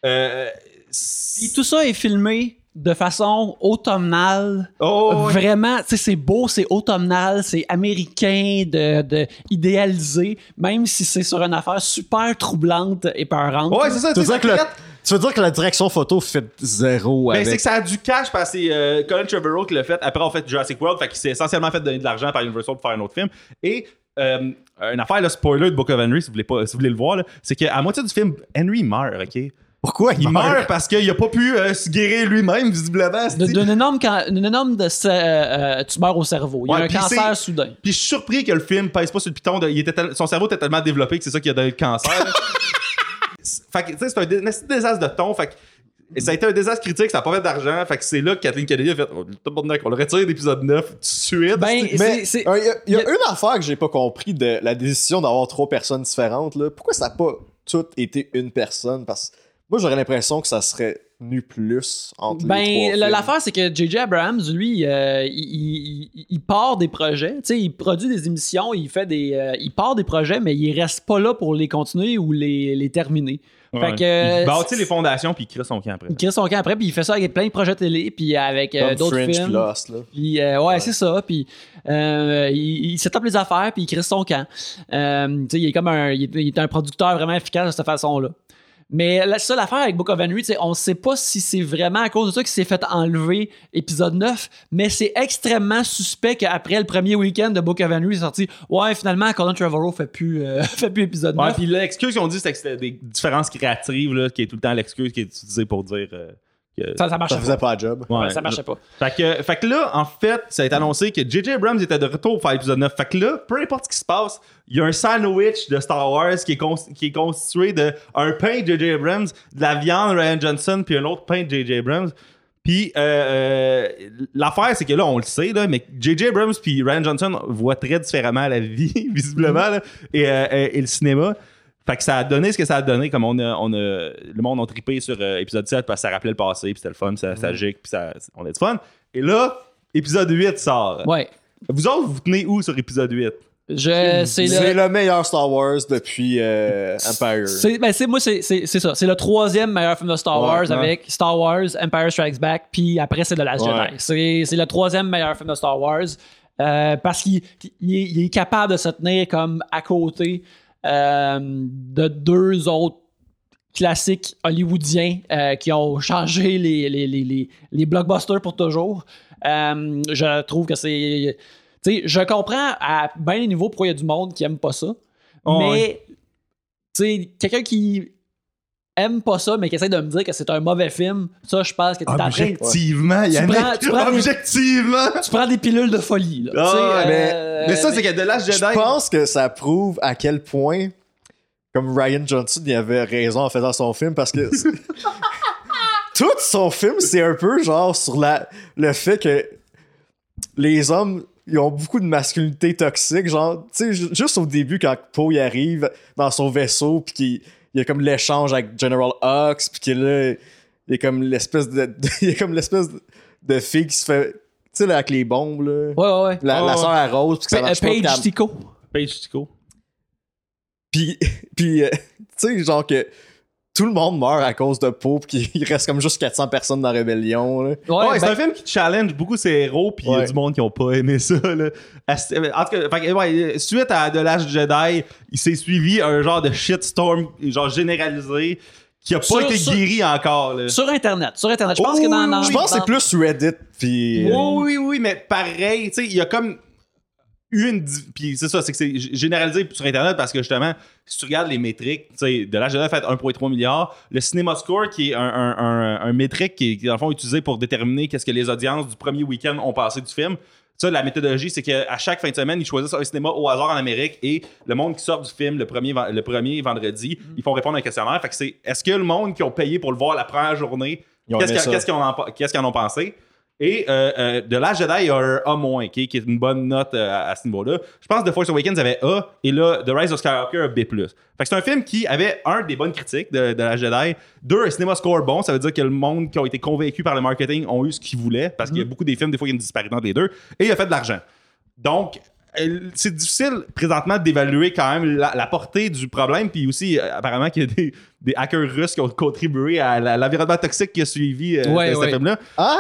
Puis tout ça est filmé de façon automnale. Vraiment, tu sais, c'est beau, c'est automnal, c'est américain, de idéalisé, même si c'est sur une affaire super troublante et peurante.
Ouais, c'est ça.
Tu veux dire que la direction photo fait 0
Ben,
avec...
c'est que ça a du cash parce que c'est Colin Trevorrow qui l'a fait. Après, on fait Jurassic World. Fait qu'il s'est essentiellement fait donner de l'argent par Universal pour faire un autre film. Et une affaire, là, spoiler de Book of Henry, si vous voulez le voir, là, c'est qu'à moitié du film, Henry meurt, OK?
Pourquoi
Il meurt parce qu'il a pas pu se guérir lui-même, visiblement.
D'une énorme tumeur au cerveau. Il y a
Ouais,
un
puis
cancer soudain.
Puis je suis surpris que le film pèse pas sur le piton. Son cerveau était tellement développé que c'est ça qui a donné le cancer. Fait que, tu sais, c'est un désastre de ton. Fait que, et ça a été un désastre critique, ça n'a pas fait d'argent. Fait que c'est là que Kathleen Kennedy a fait on le retire d'épisode 9 tout de suite.
Ben,
Mais
c'est-
il y a une affaire que j'ai pas compris de la décision d'avoir 3 personnes différentes. Là. Pourquoi ça n'a pas tout été une personne? Parce que moi, j'aurais l'impression que ça serait nu plus entre les 3 films.
l'affaire, c'est que J.J. Abrams, lui, il part des projets. Tu sais, il produit des émissions, il part des projets, mais il reste pas là pour les continuer ou les terminer. Fait que,
il bâtit les fondations puis il crée son camp après.
il crée son camp après, puis il fait ça avec plein de projets télé, puis avec
Comme
d'autres
French
films.
puis Lost, là.
Puis, c'est ça. Puis, il set-up les affaires, puis il crée son camp. Tu sais, il est un producteur vraiment efficace de cette façon-là. Mais ça, l'affaire avec Book of Henry, on ne sait pas si c'est vraiment à cause de ça qu'il s'est fait enlever épisode 9, mais c'est extrêmement suspect qu'après le premier week-end de Book of Henry, c'est sorti « Ouais, finalement, Colin Trevorrow fait plus épisode 9. »
Ouais, puis l'excuse qu'ils ont dit, c'était que c'était des différences créatives, là, qui est tout le temps l'excuse qui est utilisée pour dire que...
Ça marchait
Ça faisait pas la job.
pas. Ça marchait pas.
Fait que là, en fait, ça a été annoncé que J.J. Abrams était de retour pour faire l'épisode 9. Fait que là, peu importe ce qui se passe, il y a un sandwich de Star Wars qui est constitué de un pain de J.J. Abrams, de la viande Rian Johnson, puis un autre pain de J.J. Abrams. Puis l'affaire, c'est que là, on le sait, là, mais J.J. Abrams puis Rian Johnson voient très différemment la vie, visiblement, là, et le cinéma. Fait que ça a donné ce que ça a donné, comme le monde a trippé sur épisode 7 parce que ça rappelait le passé, puis c'était le fun, ça gigue, puis on a du fun. Et là, épisode 8 sort.
Ouais.
Vous autres, vous tenez où sur épisode 8?
C'est le meilleur Star Wars depuis Empire.
Moi, c'est ça. C'est le 3e meilleur film de Star Wars avec Star Wars, Empire Strikes Back, puis après, c'est The Last Jedi. C'est le 3e meilleur film de Star Wars parce qu'il est capable de se tenir comme à côté de 2 autres classiques hollywoodiens qui ont changé les blockbusters pour toujours. Je trouve que c'est... Tu sais, je comprends à bien des niveaux pourquoi il y a du monde qui aime pas ça. Mais, tu sais, quelqu'un qui aime pas ça, mais qui essaie de me dire que c'est un mauvais film, ça, je pense que t'es en train...
Objectivement, Yannick! Objectivement!
Tu prends des pilules de folie, là.
Mais ça, c'est que de l'âge Jedi...
Je pense que ça prouve à quel point, comme Rian Johnson, il avait raison en faisant son film, parce que... tout son film, c'est un peu genre sur le fait que les hommes... Ils ont beaucoup de masculinité toxique, genre, tu sais, juste au début, quand Poe il arrive dans son vaisseau, puis qu'il y a comme l'échange avec General Hux, puis qu'il là, il y a comme l'espèce de fille qui se fait, tu sais, là, avec les bombes, là.
Ouais.
La sœur à Rose, puis que ça marche
Paige
pas.
Tico.
Paige Tico.
Puis tu sais, genre que tout le monde meurt à cause de Poe, puis qu'il reste comme juste 400 personnes dans la rébellion, là.
Ouais, c'est un film qui challenge beaucoup ses héros, puis il y a du monde qui ont pas aimé ça, là. En tout cas, suite à The Last Jedi, il s'est suivi un genre de shitstorm, genre généralisé, qui a pas été guéri encore, là.
Sur Internet. Je pense que dans...
Je pense que c'est plus Reddit, puis...
Oui, mais pareil, tu sais, il y a comme... Puis c'est ça, c'est que c'est généralisé sur Internet parce que justement, si tu regardes les métriques, tu sais, de l'âge de fait 1,3 milliard, le Cinema Score qui est un métrique qui est dans le fond utilisé pour déterminer qu'est-ce que les audiences du premier week-end ont passé du film. Ça, la méthodologie, c'est qu'à chaque fin de semaine, ils choisissent un cinéma au hasard en Amérique et le monde qui sort du film le premier vendredi, ils font répondre à un questionnaire. Fait que c'est, est-ce que le monde qui ont payé pour le voir la première journée, qu'est-ce qu'ils en ont pensé? Et de l'âge Jedi, il y a un A-, qui est une bonne note à ce niveau-là. Je pense que The Force Awakens avait A, et là, The Rise of Skywalker a B+. Fait que c'est un film qui avait, des bonnes critiques de l'âge Jedi, 2, un cinéma score bon, ça veut dire que le monde qui a été convaincu par le marketing ont eu ce qu'ils voulaient, parce qu'il y a beaucoup des films, des fois, il y a une disparité entre les deux, et il a fait de l'argent. Donc, c'est difficile présentement d'évaluer quand même la portée du problème, puis aussi, apparemment, qu'il y a des hackers russes qui ont contribué à l'environnement toxique qui a suivi ce film-là.
Ah!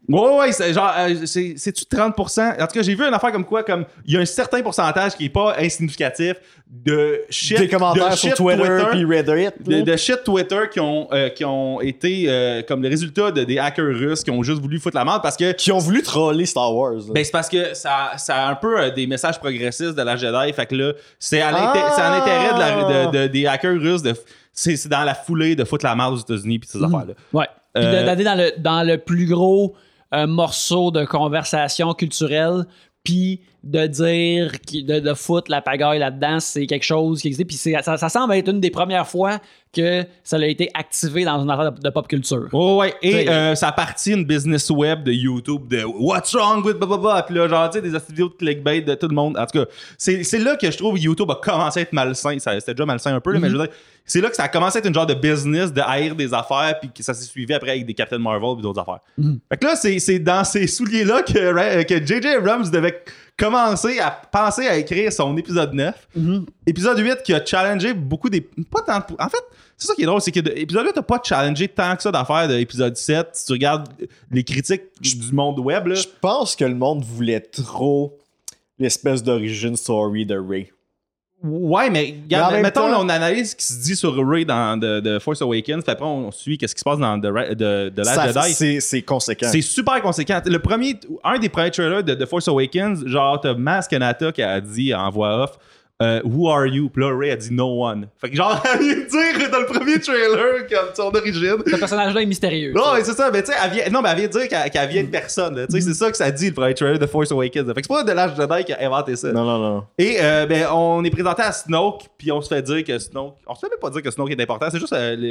Ouais, c'est genre, c'est-tu 30%? En tout cas, j'ai vu une affaire comme quoi, comme il y a un certain pourcentage qui est pas insignificatif de shit.
Des commentaires
de
sur
shit
Twitter puis Reddit.
de shit Twitter qui ont été comme le résultat de des hackers russes qui ont juste voulu foutre la merde parce que.
Qui ont voulu troller Star Wars. Là.
Ben, c'est parce que ça a un peu des messages progressistes de la Jedi. Fait que là, c'est à l'intérêt des hackers russes de. C'est dans la foulée de foutre la merde aux États-Unis puis ces affaires-là.
Ouais. Puis d'aller dans le plus gros morceau de conversation culturelle, puis de dire de foutre la pagaille là-dedans, c'est quelque chose qui existe. Puis ça semble être une des premières fois que ça a été activé dans une affaire de pop culture.
Oh ouais, et ça a parti une business web de YouTube de What's wrong with blah. Puis là, genre, tu sais, des vidéos de clickbait de tout le monde. En tout cas, c'est là que je trouve YouTube a commencé à être malsain. C'était déjà malsain un peu, là, mais je veux dire, c'est là que ça a commencé à être une genre de business de haïr des affaires, puis que ça s'est suivi après avec des Captain Marvel et d'autres affaires. Fait que là, c'est dans ces souliers-là que J.J. Abrams devait commencer à penser à écrire son épisode 9. Épisode 8 qui a challengé beaucoup des... Pas tant... En fait, c'est ça qui est drôle, c'est que l'épisode 8 n'a pas challengé tant que ça d'affaires de l'épisode 7. Si tu regardes les critiques du monde web, là...
Je pense que le monde voulait trop l'espèce d'origin story de Rey.
Ouais, mais regarde, mettons,
temps,
on analyse ce qui se dit sur Rey dans The Force Awakens, puis après on suit qu'est-ce qui se passe dans The Last Jedi.
C'est conséquent.
C'est super conséquent. Un des premiers trailers de The Force Awakens, genre t'as Maz Kanata qui a dit en voix off Who are you? Puis là, Rey a dit No one. Fait que genre, elle vient de dire dans le premier trailer comme son origine.
Ce personnage-là est mystérieux.
Non, c'est ça, mais tu sais, elle vient de dire qu'elle vient de personne. Tu sais, c'est ça que ça dit le premier trailer de Force Awakens. Fait que c'est pas The Last Jedi qui a inventé ça.
Non.
Et ben, on est présenté à Snoke, puis on se fait dire que Snoke. On se fait même pas dire que Snoke est important, c'est juste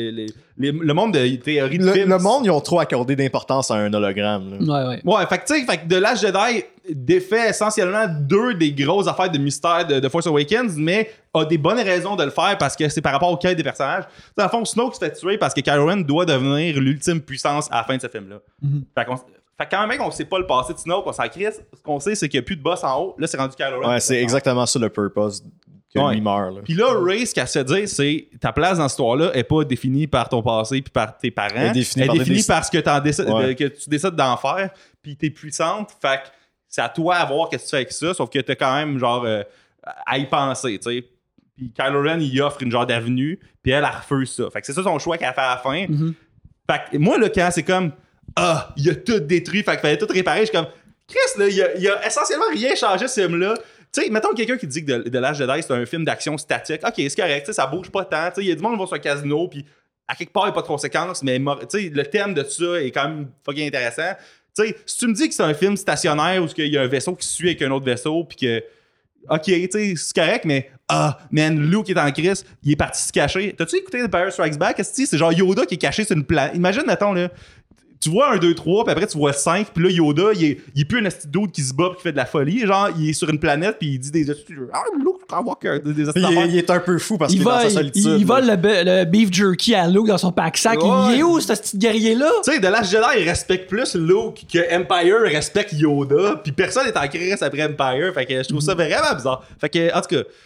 le monde de théorie de film.
Le monde, ils ont trop accordé d'importance à un hologramme. Là.
Ouais, fait que tu sais, The Last Jedi défait essentiellement deux des grosses affaires de mystère de Force Awakens, mais a des bonnes raisons de le faire parce que c'est par rapport au quête des personnages. Dans le fond, Snoke se fait tuer parce que Kylo Ren doit devenir l'ultime puissance à la fin de ce film-là. Fait que quand même, on sait pas le passé de Snoke, on s'en crisse. Ce qu'on sait, c'est qu'il n'y a plus de boss en haut. Là, c'est rendu Kylo Ren.
Ouais, c'est exactement ça le purpose que lui meurt. Là.
Puis là, Rey, ce qu'elle se dit, c'est ta place dans cette histoire-là est pas définie par ton passé puis par tes parents. Elle est définie par ce que, que tu décides d'en faire, puis t'es puissante. Fait que c'est à toi à voir qu'est-ce que tu fais avec ça, sauf que t'as quand même genre à y penser, tu sais. Puis Kylo Ren, il offre une genre d'avenue, puis elle refuse ça. Fait que c'est ça son choix qu'elle a fait à la fin. Fait que moi, là, quand c'est comme il a tout détruit, fait qu'il fallait tout réparer, je suis comme Chris, là, il a essentiellement rien changé ce film-là. Tu sais, mettons quelqu'un qui dit que The Last Jedi, c'est un film d'action statique. Ok, c'est correct, ça bouge pas tant. Tu sais, il y a du monde qui va sur un casino, puis à quelque part, il n'y a pas de conséquences, mais tu sais, le thème de ça est quand même fucking intéressant. Tu sais, si tu me dis que c'est un film stationnaire où il y a un vaisseau qui se suit avec un autre vaisseau, puis que, ok, tu sais, c'est correct, mais man, Luke est en crise, il est parti se cacher. T'as-tu écouté The Empire Strikes Back? C'est genre Yoda qui est caché sur une planète. Imagine, mettons, là, tu vois 1, 2, 3, puis après tu vois 5, puis là, Yoda, il est plus un esti dude qui se bat puis qui fait de la folie. Genre, il est sur une planète, puis il dit des Luke Skywalker, des
il est un peu fou parce qu'il est dans sa solitude.
Il vole le beef jerky à Luke dans son pack-sac. Il est où, ce petit guerrier-là?
Tu sais, The Last Jedi, il respecte plus Luke que Empire respecte Yoda, puis personne n'est en crise après Empire. Fait que je trouve ça vraiment bizarre. Fait que, en tout cas...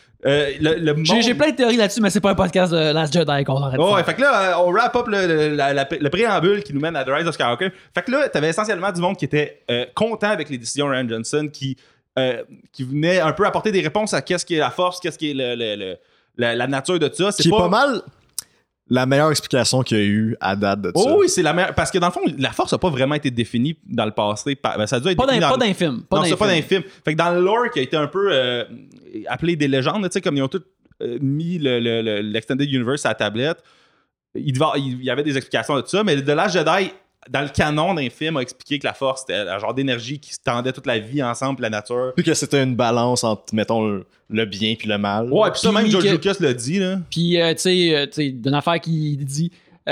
J'ai plein de théories là-dessus, mais c'est pas un podcast de Last Jedi qu'on arrête.
Ouais, fait que là, on wrap up le préambule qui nous mène à The Rise of Skywalker. Fait que là, t'avais essentiellement du monde qui était content avec les décisions de Rian Johnson, qui venait un peu apporter des réponses à qu'est-ce qui est la force, qu'est-ce qui est la nature de ça.
C'est pas mal la meilleure explication qu'il y a eu à date de ça.
Oui, c'est la meilleure. Parce que dans le fond, la force n'a pas vraiment été définie dans le passé. Ça a dû être
pas dans un film.
Pas dans un film. Fait que dans le lore qui a été un peu appelé des légendes, tu sais, comme ils ont tous mis l'Extended Universe à la tablette, il y avait des explications de tout ça, mais The Last Jedi, dans le canon d'un film, a expliqué que la force, c'était un genre d'énergie qui se tendait toute la vie ensemble, la nature.
Puis que c'était une balance entre, mettons, le bien puis le mal.
Ouais, puis ça, même George Lucas l'a dit, là.
Puis, tu sais, d'une affaire qu'il dit,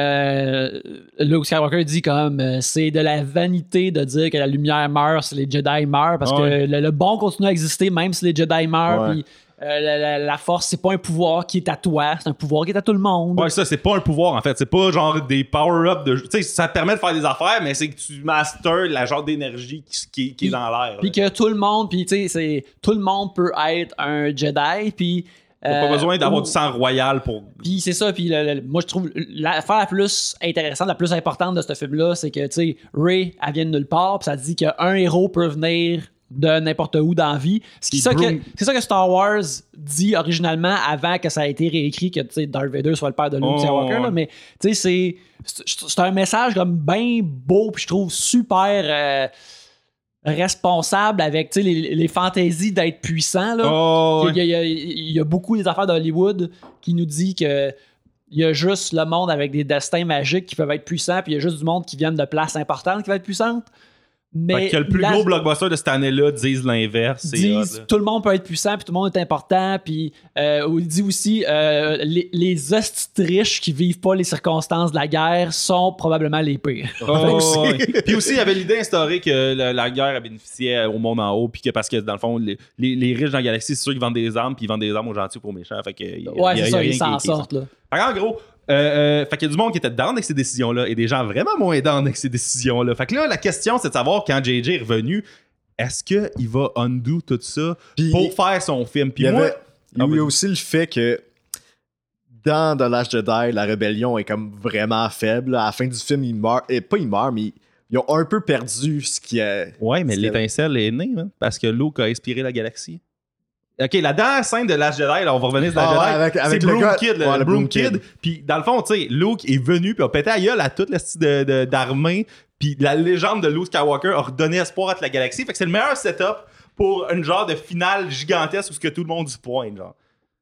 Luke Skywalker dit comme c'est de la vanité de dire que la lumière meurt si les Jedi meurent, parce que le bon continue à exister même si les Jedi meurent. Puis, la force, c'est pas un pouvoir qui est à toi, c'est un pouvoir qui est à tout le monde.
Ouais, ça, c'est pas un pouvoir en fait. C'est pas genre des power-ups de. Tu sais, ça te permet de faire des affaires, mais c'est que tu masters la genre d'énergie qui est dans l'air.
Puis que tout le monde, puis tu sais, tout le monde peut être un Jedi, puis
T'as pas besoin d'avoir du sang royal pour.
Puis c'est ça, puis moi je trouve l'affaire la plus intéressante, la plus importante de ce film-là, c'est que, tu sais, Rey, elle vient de nulle part, puis ça dit qu'un héros peut venir de n'importe où dans la vie. C'est ça que Star Wars dit originalement avant que ça a été réécrit, que, tu sais, Darth Vader soit le père de Luke Skywalker, là, mais tu sais, c'est un message comme bien beau, puis je trouve super responsable avec, tu sais, les fantaisies d'être puissant, là. Il y a beaucoup des affaires d'Hollywood qui nous dit que il y a juste le monde avec des destins magiques qui peuvent être puissants, puis il y a juste du monde qui viennent de places importantes qui va être puissante. Mais
fait que le plus gros blockbuster de cette année-là disent l'inverse.
Tout le monde peut être puissant, puis tout le monde est important, puis il dit aussi les hosties riches qui vivent pas les circonstances de la guerre sont probablement les pires.
Puis aussi, il y avait l'idée instaurée que la guerre bénéficiait au monde en haut, puis que parce que dans le fond, les riches dans la galaxie, c'est sûr qu'ils vendent des armes, puis ils vendent des armes aux gentils ou aux méchants. Fait que,
c'est ça, ils s'en sortent, là.
En gros, fait qu'il y a du monde qui était down avec ces décisions-là et des gens vraiment moins down avec ces décisions-là. Fait que là, la question, c'est de savoir quand JJ est revenu, est-ce qu'il va undo tout ça pour faire son film? Puis moi,
il y a aussi le fait que dans The Last Jedi, la rébellion est comme vraiment faible. À la fin du film, il meurt. Et pas il meurt, mais ils ont un peu perdu ce qui est.
Ouais, mais l'étincelle est née, hein, parce que Luke a inspiré la galaxie. OK, la dernière scène de Last Jedi, là, on va revenir sur Last Jedi, c'est Broom Kid, le Broom Kid. Puis dans le fond, tu sais, Luke est venu puis a pété à gueule à toute la style d'armée. Puis la légende de Luke Skywalker a redonné espoir à la galaxie. Fait que c'est le meilleur setup pour une genre de finale gigantesque où ce que tout le monde se pointe, genre.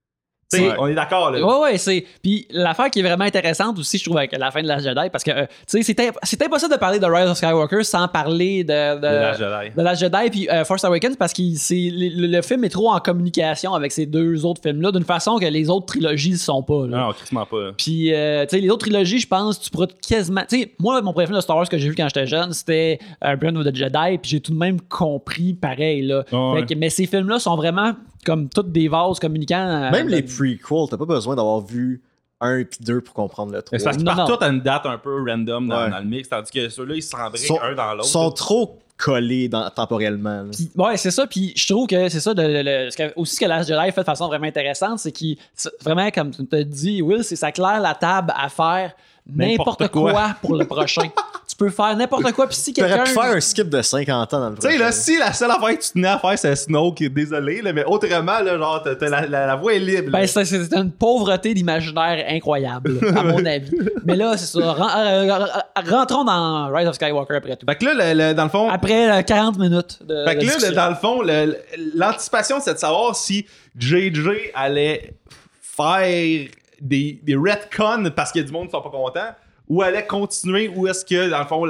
On est d'accord, là.
Ouais, c'est. Puis l'affaire qui est vraiment intéressante aussi, je trouve, avec la fin de Last Jedi, parce que, tu sais, c'est impossible de parler de Rise of Skywalker sans parler de Last Jedi puis Force Awakens, parce que le film est trop en communication avec ces deux autres films-là, d'une façon que les autres trilogies ne sont pas, là.
Non, quasiment pas.
Puis, tu sais, les autres trilogies, je pense, tu pourras quasiment. Tu sais, moi, mon préféré de Star Wars que j'ai vu quand j'étais jeune, c'était Return of the Jedi, puis j'ai tout de même compris pareil, là. Mais ces films-là sont vraiment comme toutes des vases communicants.
Même les prequels, t'as pas besoin d'avoir vu 1 et 2 pour comprendre le 3.
C'est parce qu'ils partent tous à une date un peu random dans le mix, tandis que ceux-là, ils se rendraient un dans l'autre.
Ils sont trop collés temporellement.
Pis, ouais, c'est ça. Puis je trouve que c'est ça. Aussi, ce que Last Jedi fait de façon vraiment intéressante, c'est qu'il, vraiment, comme tu t'as dit, Will, c'est ça claire la table à faire n'importe quoi pour le prochain. Tu peux faire n'importe quoi. Puis si quelqu'un.
T'aurais pu faire un skip de 50 ans dans le prochain.
Tu sais, là, si la seule affaire que tu tenais à faire, c'est Snoke, désolé, là, mais autrement, là, genre, la voie est libre.
Ben, c'est une pauvreté d'imaginaire incroyable, à mon avis. Mais là, c'est ça. Rentrons dans Rise of Skywalker après tout.
Fait que là, dans le fond.
Après 40 minutes de.
Fait que là, dans le fond, l'anticipation, c'est de savoir si JJ allait faire des retcons parce qu'il y a du monde qui sont pas contents, ou allait continuer, ou est-ce que, dans le fond,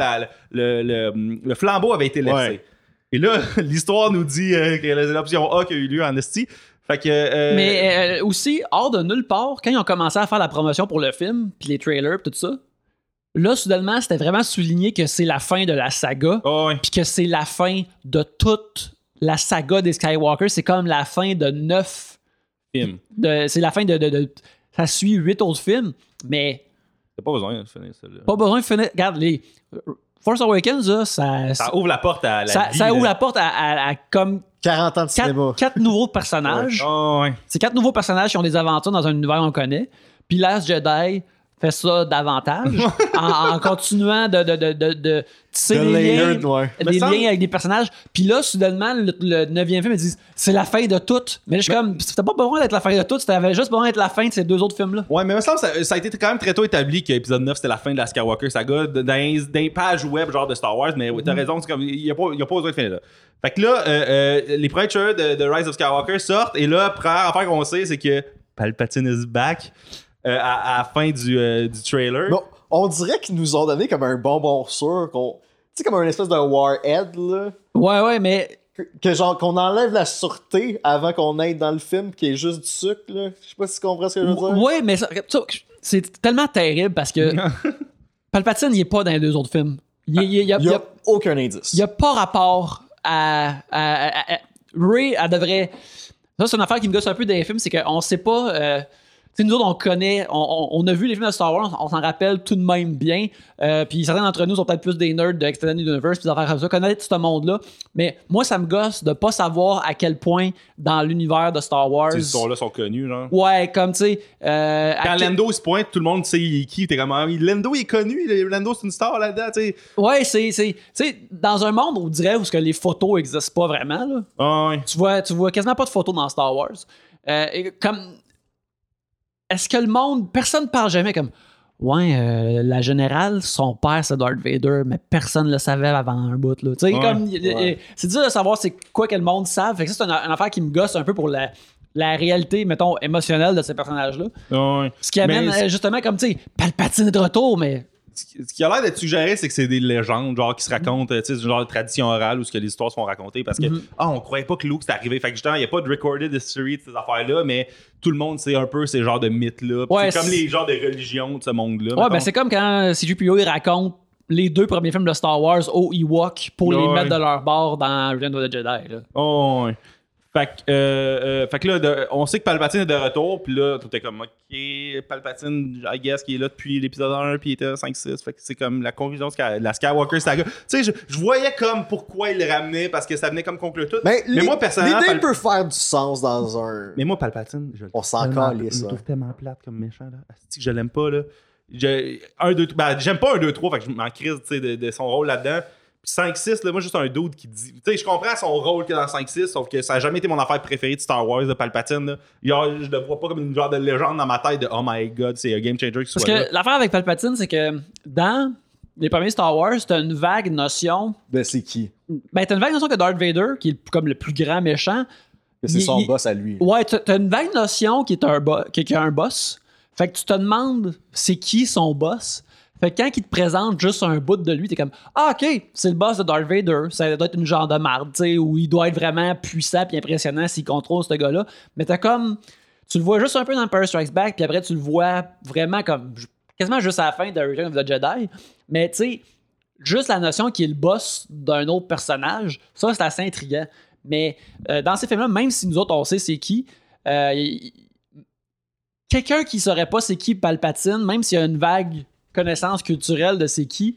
le flambeau avait été laissé. Ouais. Et là, l'histoire nous dit que l'option A qui a eu lieu en esti. Fait que,
mais aussi, hors de nulle part, quand ils ont commencé à faire la promotion pour le film, puis les trailers, puis tout ça, là, soudainement, c'était vraiment souligné que c'est la fin de la saga, puis que c'est la fin de toute la saga des Skywalker. C'est comme la fin de 9
films.
C'est la fin de ça suit 8 autres films, mais
t'as pas besoin de finir ça, là.
Pas besoin de finir. Regarde, les Force Awakens, là,
ça ouvre la porte à la vie.
Ça ouvre la porte à comme
40 ans de cinéma.
4 nouveaux personnages. C'est 4 nouveaux personnages qui ont des aventures dans un univers qu'on connaît. Puis Last Jedi fait ça davantage en continuant de tisser des liens avec des personnages. Puis là, soudainement, le 9e film, ils disent c'est la fin de tout. Mais là, je suis comme, c'était pas besoin d'être la fin de tout, c'était juste besoin d'être la fin de ces deux autres films-là.
Ouais, mais il me semble que ça a été quand même très tôt établi que l'épisode 9 c'était la fin de la Skywalker saga dans les pages web genre de Star Wars. Mais t'as raison, c'est comme, il n'y a pas besoin de finir là. Fait que là, les premiers trailers de Rise of Skywalker sortent, et là, première affaire qu'on sait, c'est que Palpatine is back. À la fin du trailer.
Bon, on dirait qu'ils nous ont donné comme un bonbon sûr, tu sais, comme un espèce de warhead, là.
Ouais, mais.
Genre, qu'on enlève la sûreté avant qu'on aille dans le film, qui est juste du sucre, là. Je sais pas si tu comprends ce que je veux dire.
Ouais, mais c'est tellement terrible parce que Palpatine, il est pas dans les deux autres films. Il y a
aucun indice.
Il y a pas rapport à Rey, elle devrait. Ça, c'est une affaire qui me gosse un peu dans les films, c'est qu'on sait pas. sais, nous autres, on connaît, on a vu les films de Star Wars, on s'en rappelle tout de même bien. Puis certains d'entre nous sont peut-être plus des nerds de Extended Universe, puis des affaires comme ça, connaître ce monde-là. Mais moi, ça me gosse de pas savoir à quel point dans l'univers de Star Wars.
Ces histoires-là sont connues, genre.
Ouais, comme tu sais.
Quand Lando se pointe, tout le monde sait il est qui. T'es comme, Lando il est connu, Lando c'est une star là-dedans, tu sais.
Ouais, tu sais, dans un monde, on dirait où les photos existent pas vraiment, là.
Ah ouais.
Tu vois quasiment pas de photos dans Star Wars. Est-ce que le monde, personne ne parle jamais comme ouais, la générale, son père c'est Darth Vader, mais personne ne le savait avant un bout, là. Tu sais, comme c'est dur de savoir c'est quoi que le monde savent. Fait que ça, c'est une affaire qui me gosse un peu pour la réalité, mettons, émotionnelle de ces personnages-là.
Ouais.
Ce qui amène justement comme, tu sais, Palpatine de retour, mais.
Ce qui a l'air d'être suggéré, c'est que c'est des légendes, genre, qui se racontent, tu sais, genre de tradition orale où ce que les histoires se font raconter parce que, on croyait pas que Luke c'était arrivé. Fait que justement, il n'y a pas de recorded history de ces affaires-là, mais tout le monde sait un peu ces genres de mythes-là.
Ouais,
c'est comme les genres de religions de ce monde-là.
Ouais, ben c'est comme quand C-3PO il raconte les 2 premiers films de Star Wars aux Ewoks pour les mettre de leur bord dans Return of the Jedi, là.
Oh, ouais. Fait que là, on sait que Palpatine est de retour, puis là, tout est comme, OK, Palpatine, I guess, qui est là depuis l'épisode 1, puis il était 5-6. Fait que c'est comme la conclusion de la Skywalker saga. Tu sais, je voyais comme pourquoi il le ramenait, parce que ça venait comme conclure tout.
Mais
moi, personnellement.
L'idée peut faire du sens dans un.
Mais moi, Palpatine,
on s'en calisse,
je le
ça.
trouve tellement plate comme méchant, là. Asti que je l'aime pas, là. J'aime pas 1, 2, 3, fait que je m'en crise, tu sais, de son rôle là-dedans. 5-6, là, moi, juste un dude qui dit. Tu sais, je comprends son rôle qu'il y a dans 5-6, sauf que ça n'a jamais été mon affaire préférée de Star Wars, de Palpatine. Là. Genre, je le vois pas comme une genre de légende dans ma tête de oh my god, c'est un game changer qui soit là.
Parce que l'affaire avec Palpatine, c'est que dans les premiers Star Wars, t'as une vague notion.
Ben, c'est qui?
Ben, t'as une vague notion que Darth Vader, qui est comme le plus grand méchant.
C'est son boss à lui.
Ouais, t'as une vague notion qui a un boss. Fait que tu te demandes c'est qui son boss. Fait que quand il te présente juste un bout de lui, t'es comme ah ok, c'est le boss de Darth Vader, ça doit être une genre de marde, tu sais, où il doit être vraiment puissant puis impressionnant s'il contrôle ce gars-là. Mais t'as comme, tu le vois juste un peu dans Empire Strikes Back, puis après tu le vois vraiment comme quasiment juste à la fin de Return of the Jedi. Mais tu sais, juste la notion qu'il est le boss d'un autre personnage, ça c'est assez intriguant. Mais dans ces films-là, même si nous autres on sait c'est qui, quelqu'un qui saurait pas c'est qui Palpatine, même s'il y a une vague connaissance culturelle de c'est qui,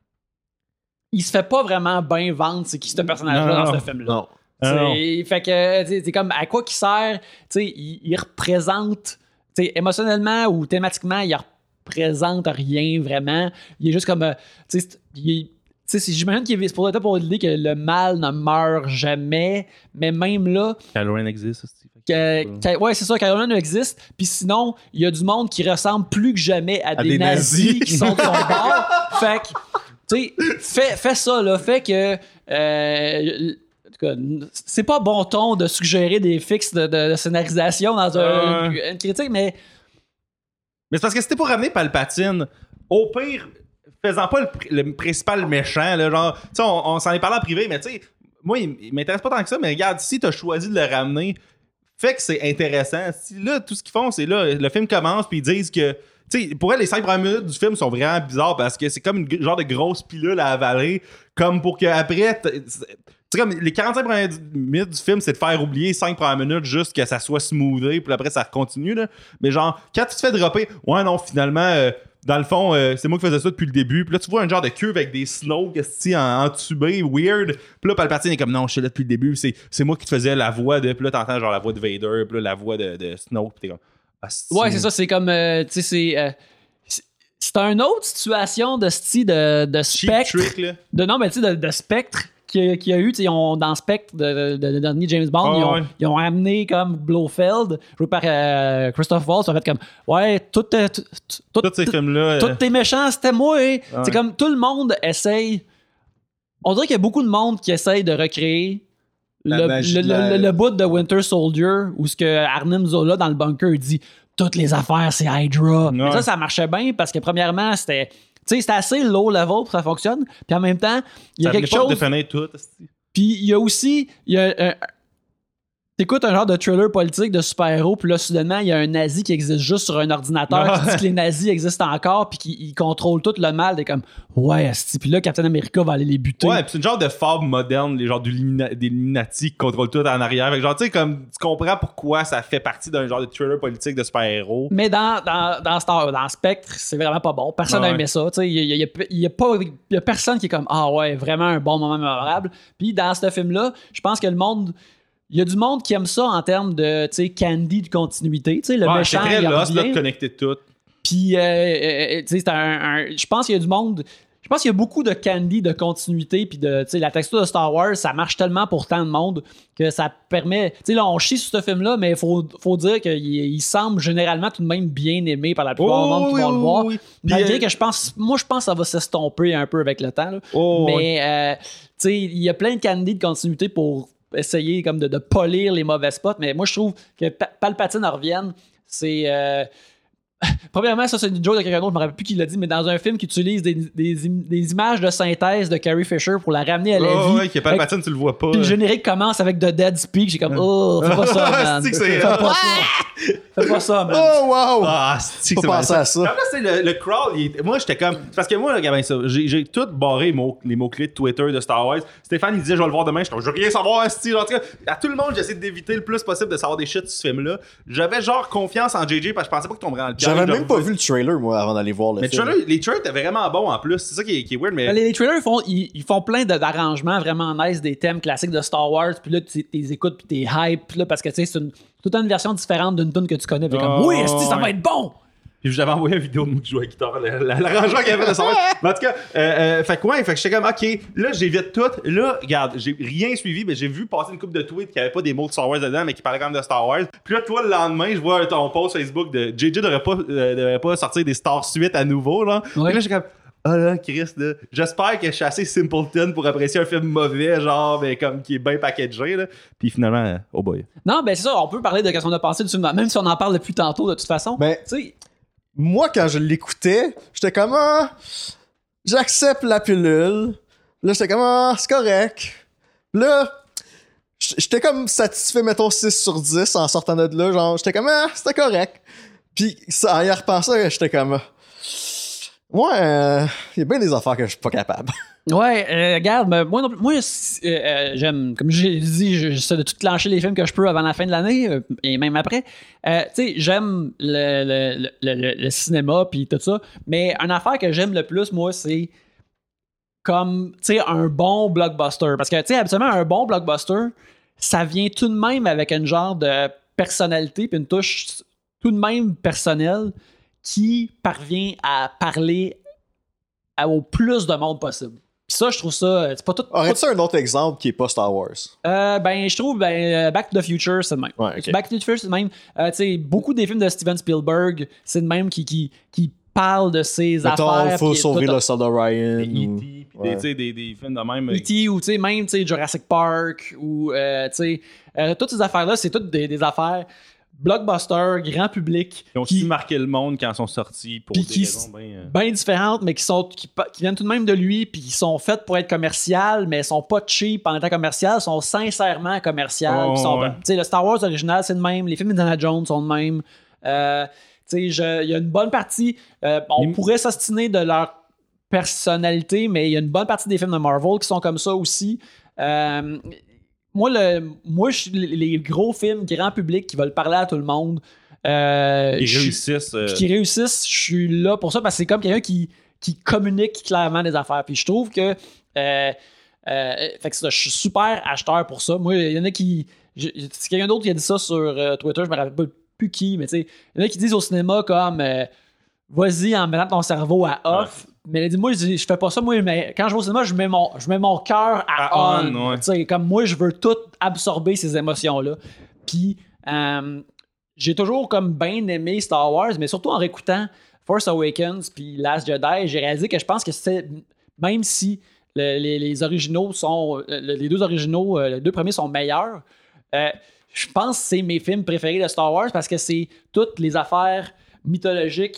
il se fait pas vraiment bien vendre c'est qui ce personnage-là dans ce film-là.
Non.
Fait que c'est comme à quoi qu'il sert, il représente émotionnellement ou thématiquement, il représente rien vraiment. Il est juste comme j'imagine qu'il est pour l'idée que le mal ne meurt jamais, mais même là.
Kylo Ren existe aussi.
Ouais, c'est ça, Kylo Ren existe. Puis sinon, il y a du monde qui ressemble plus que jamais à des nazis qui sont de son bord. Fait que, tu sais, fais ça, là. Fait que. En tout cas, c'est pas bon ton de suggérer des fixes de scénarisation dans une critique, mais.
Mais c'est parce que c'était pour ramener Palpatine, au pire, faisant pas le principal méchant, là, genre, tu sais, on s'en est parlé en privé, mais tu sais, moi, il m'intéresse pas tant que ça, mais regarde, si t'as choisi de le ramener, fait que c'est intéressant. Si là, tout ce qu'ils font, c'est là, le film commence, puis ils disent que, tu sais, pour elle, les 5 premières minutes du film sont vraiment bizarres parce que c'est comme une genre de grosse pilule à avaler, comme pour qu'après, c'est comme les 45 premières minutes du film, c'est de faire oublier 5 premières minutes juste que ça soit smoothé, puis après ça continue, là. Mais genre, quand tu te fais dropper, ouais, non, finalement, dans le fond, c'est moi qui faisais ça depuis le début. Puis là, tu vois un genre de cuve avec des Snoke entubés, weird. Puis là, Palpatine est comme non, je suis là depuis le début. C'est moi qui te faisais la voix de. Puis là, t'entends genre la voix de Vader. Puis là, la voix de Snoke. Puis t'es comme.
Ouais, c'est ça. C'est comme. Tu sais, c'est une autre situation de style de spectre.
Trick, là.
Non, mais tu sais, de spectre qu'il y a eu, dans Spectre de dernier James Bond, ils ont amené comme Blofeld, joué par Christophe Waltz, en fait comme ouais, tous
ces films-là.
Tous tes méchants, c'était moi. C'est comme tout le monde essaye. On dirait qu'il y a beaucoup de monde qui essaye de recréer le bout de Winter Soldier où ce que Arnim Zola dans le bunker dit toutes les affaires c'est Hydra. Mais ça marchait bien parce que premièrement c'était assez low level pour que ça fonctionne. Puis en même temps, il y a quelque chose.
Tout,
puis il y a aussi t'écoutes un genre de thriller politique de super-héros, puis là, soudainement, il y a un nazi qui existe juste sur un ordinateur qui dit que les nazis existent encore, puis qui contrôle tout le mal. T'es comme, ouais, asti. Puis là, Captain America va aller les buter.
Ouais, pis c'est une genre de fable moderne, les genres des Illuminati qui contrôlent tout en arrière. Fait que genre, tu sais, comme, tu comprends pourquoi ça fait partie d'un genre de thriller politique de super-héros.
Mais dans Spectre, c'est vraiment pas bon. Personne n'a aimé ça. Il y a personne qui est comme, ah ouais, vraiment un bon moment mémorable. Puis dans ce film-là, je pense que il y a du monde qui aime ça en termes de, tu sais, candy de continuité. Tu sais, le méchant,
c'est très
il
lost, là,
revient.
de connecter tout.
Puis, tu sais, c'est je pense qu'il y a du monde. Je pense qu'il y a beaucoup de candy de continuité. Puis, tu sais, la texture de Star Wars, ça marche tellement pour tant de monde que ça permet. Tu sais, là, on chie sur ce film-là, mais il faut dire qu'il semble généralement tout de même bien aimé par la plupart du monde qui vont le voir. Malgré que je pense que ça va s'estomper un peu avec le temps. Là. Mais, tu sais, il y a plein de candy de continuité pour essayer comme de polir les mauvais spots, mais moi je trouve que Palpatine revienne, c'est premièrement, ça c'est une joke de quelqu'un d'autre, je me rappelle plus qui l'a dit, mais dans un film qui utilise des images de synthèse de Carrie Fisher pour la ramener à la vie.
Ouais, qui est Palpatine, tu le vois pas.
Puis le générique commence avec The Dead Speak, j'ai comme fais pas ça, man. Fais pas ça, man.
Oh, wow!
C'est
pas penser à ça.
En plus, le crawl, moi j'étais comme. Parce que moi, regarde ça, j'ai tout barré les mots-clés de Twitter de Star Wars. Stéphane, il disait, je vais le voir demain. Je veux rien savoir, style. En tout cas, à tout le monde, j'essaie d'éviter le plus possible de savoir des shit sur ce film-là. J'avais genre confiance en JJ parce que je pensais pas que tomberait dans le piège.
J'avais même pas vu le trailer, moi, avant d'aller voir le film.
Mais les trailers étaient vraiment bons en plus. C'est ça qui est weird. Mais
les trailers, ils font plein d'arrangements vraiment nice des thèmes classiques de Star Wars. Puis là, tu les écoutes, puis t'es hype. Là, parce que tu sais, c'est toute une version différente d'une tune que tu connais. Puis comme, oui, ça va être bon!
Puis j'avais envoyé une vidéo de moi qui jouait à la guitare, l'arrangement qu'il y avait de Star Wars. Mais en tout cas, fait que j'étais comme, ok, là, j'évite tout. Là, regarde, j'ai rien suivi, mais j'ai vu passer une couple de tweets qui avait pas des mots de Star Wars dedans, mais qui parlaient quand même de Star Wars. Puis là, toi, le lendemain, je vois ton post Facebook de JJ devrait pas sortir des Star Suite à nouveau, là.
Ouais.
Puis là, j'étais comme, ah là, Chris, là, j'espère que je suis assez simpleton pour apprécier un film mauvais, genre, mais comme qui est bien packagé, là. Puis finalement, oh boy.
Non, ben c'est ça, on peut parler de ce qu'on a pensé du film, même si on en parle depuis tantôt, de toute façon.
Ben,
tu sais.
Moi, quand je l'écoutais, j'étais comme, j'accepte la pilule. Là, j'étais comme, c'est correct. Là, j'étais comme satisfait, mettons 6 sur 10 en sortant de là. Genre, j'étais comme, c'était correct. Puis, en y repensant, j'étais comme, il y a bien des affaires que je suis pas capable.
Ouais, regarde, moi j'aime, comme j'ai dit, j'essaie de tout clencher les films que je peux avant la fin de l'année et même après. Tu sais, j'aime le cinéma puis tout ça, mais une affaire que j'aime le plus, moi, c'est comme, tu sais, un bon blockbuster. Parce que, tu sais, habituellement, un bon blockbuster, ça vient tout de même avec un genre de personnalité puis une touche tout de même personnelle qui parvient à parler au plus de monde possible. Pis ça, je trouve ça. C'est pas tout.
Aurais-tu un autre exemple qui est pas Star Wars?
Je trouve Back to the Future, c'est le même.
Ouais, okay.
Back to the Future, c'est le même. Tu sais, beaucoup des films de Steven Spielberg, c'est le même qui parle de ses affaires.
Il faut sauver le soldat Ryan.
E.T. Puis des films de même.
E.T. ou même Jurassic Park ou toutes ces affaires-là, c'est toutes des affaires blockbuster, grand public.
Ils ont aussi marqué le monde quand ils sont sortis pour des raisons
bien différentes, mais qui viennent tout de même de lui, puis qui sont faites pour être commerciales, mais sont pas cheap en étant commerciales, sont sincèrement commerciales. Le Star Wars original, c'est le même. Les films Indiana Jones sont le même. Il y a une bonne partie. On pourrait s'ostiner de leur personnalité, mais il y a une bonne partie des films de Marvel qui sont comme ça aussi. Moi, les gros films, grand public qui veulent parler à tout le monde.
Qui réussissent.
Je suis là pour ça parce que c'est comme quelqu'un qui communique clairement des affaires. Puis je trouve que. Fait que je suis super acheteur pour ça. Moi, il y en a qui. C'est quelqu'un d'autre qui a dit ça sur Twitter, je me rappelle plus qui, mais tu sais, il y en a qui disent au cinéma comme vas-y en mettant ton cerveau à off. Ouais. Mais dis-moi, je fais pas ça, moi, mais quand je vais au cinéma, je mets mon cœur à on. Ouais. Tu sais, comme moi, je veux tout absorber ces émotions-là. Puis, j'ai toujours comme bien aimé Star Wars, mais surtout en réécoutant Force Awakens puis Last Jedi, j'ai réalisé que je pense que c'est, même si les originaux sont, les deux originaux, les deux premiers sont meilleurs, je pense que c'est mes films préférés de Star Wars parce que c'est toutes les affaires mythologiques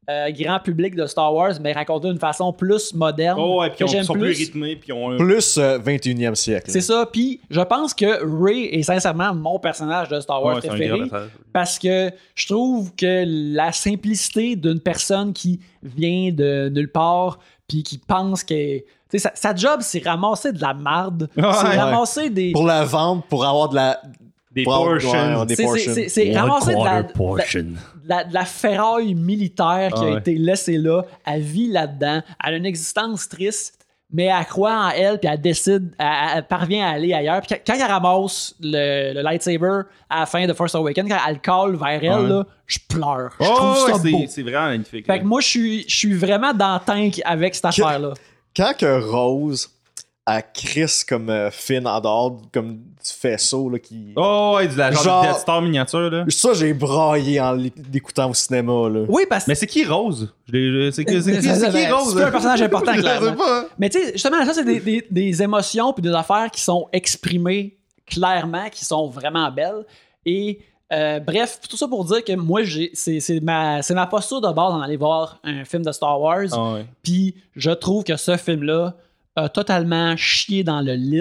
grand public de Star Wars, mais raconté d'une façon plus moderne.
Oh, ouais, puis
que j'aime
sont
plus.
plus rythmés, puis ont un...
Plus 21e siècle.
C'est ça, puis je pense que Rey est sincèrement mon personnage de Star Wars
Ouais, c'est un
préféré.
grand personnage.
Parce que je trouve que la simplicité d'une personne qui vient de nulle part puis qui pense que... Tu sais, sa job, c'est ramasser de la marde.
Ouais.
C'est ramasser des...
Pour la vendre, pour avoir de la...
Des
pour avoir-
portions.
ouais, des
C'est-
portions.
c'est ramasser de
portion.
la ferraille militaire qui a
Ouais.
été laissée là. Elle vit là-dedans. Elle a une existence triste, mais elle croit en elle, puis elle décide, elle parvient à aller ailleurs. Puis quand elle ramasse le lightsaber à la fin de Force Awakens, quand elle le colle vers elle,
Ouais.
là, je pleure. Je
Oh,
trouve ça
ouais,
beau.
c'est vraiment magnifique.
Fait que moi, je suis vraiment dans le tank avec cette affaire-là.
Quand que Rose a Chris comme Finn en dehors comme du faisceau là, qui...
Oh, ouais, de la genre
Genre-
de Death Star miniature, là.
Ça, j'ai braillé en l'écoutant au cinéma. Là.
Oui, parce que
Mais c'est qui Rose? C'est qui
c'est
Rose?
un personnage important,
Je sais
clairement.
pas.
Mais tu sais, justement, ça, c'est des émotions puis des affaires qui sont exprimées clairement, qui sont vraiment belles. Et bref, tout ça pour dire que moi, c'est ma posture de base d'en aller voir un film de Star Wars.
Ah ouais.
Puis je trouve que ce film-là a totalement chié dans le lit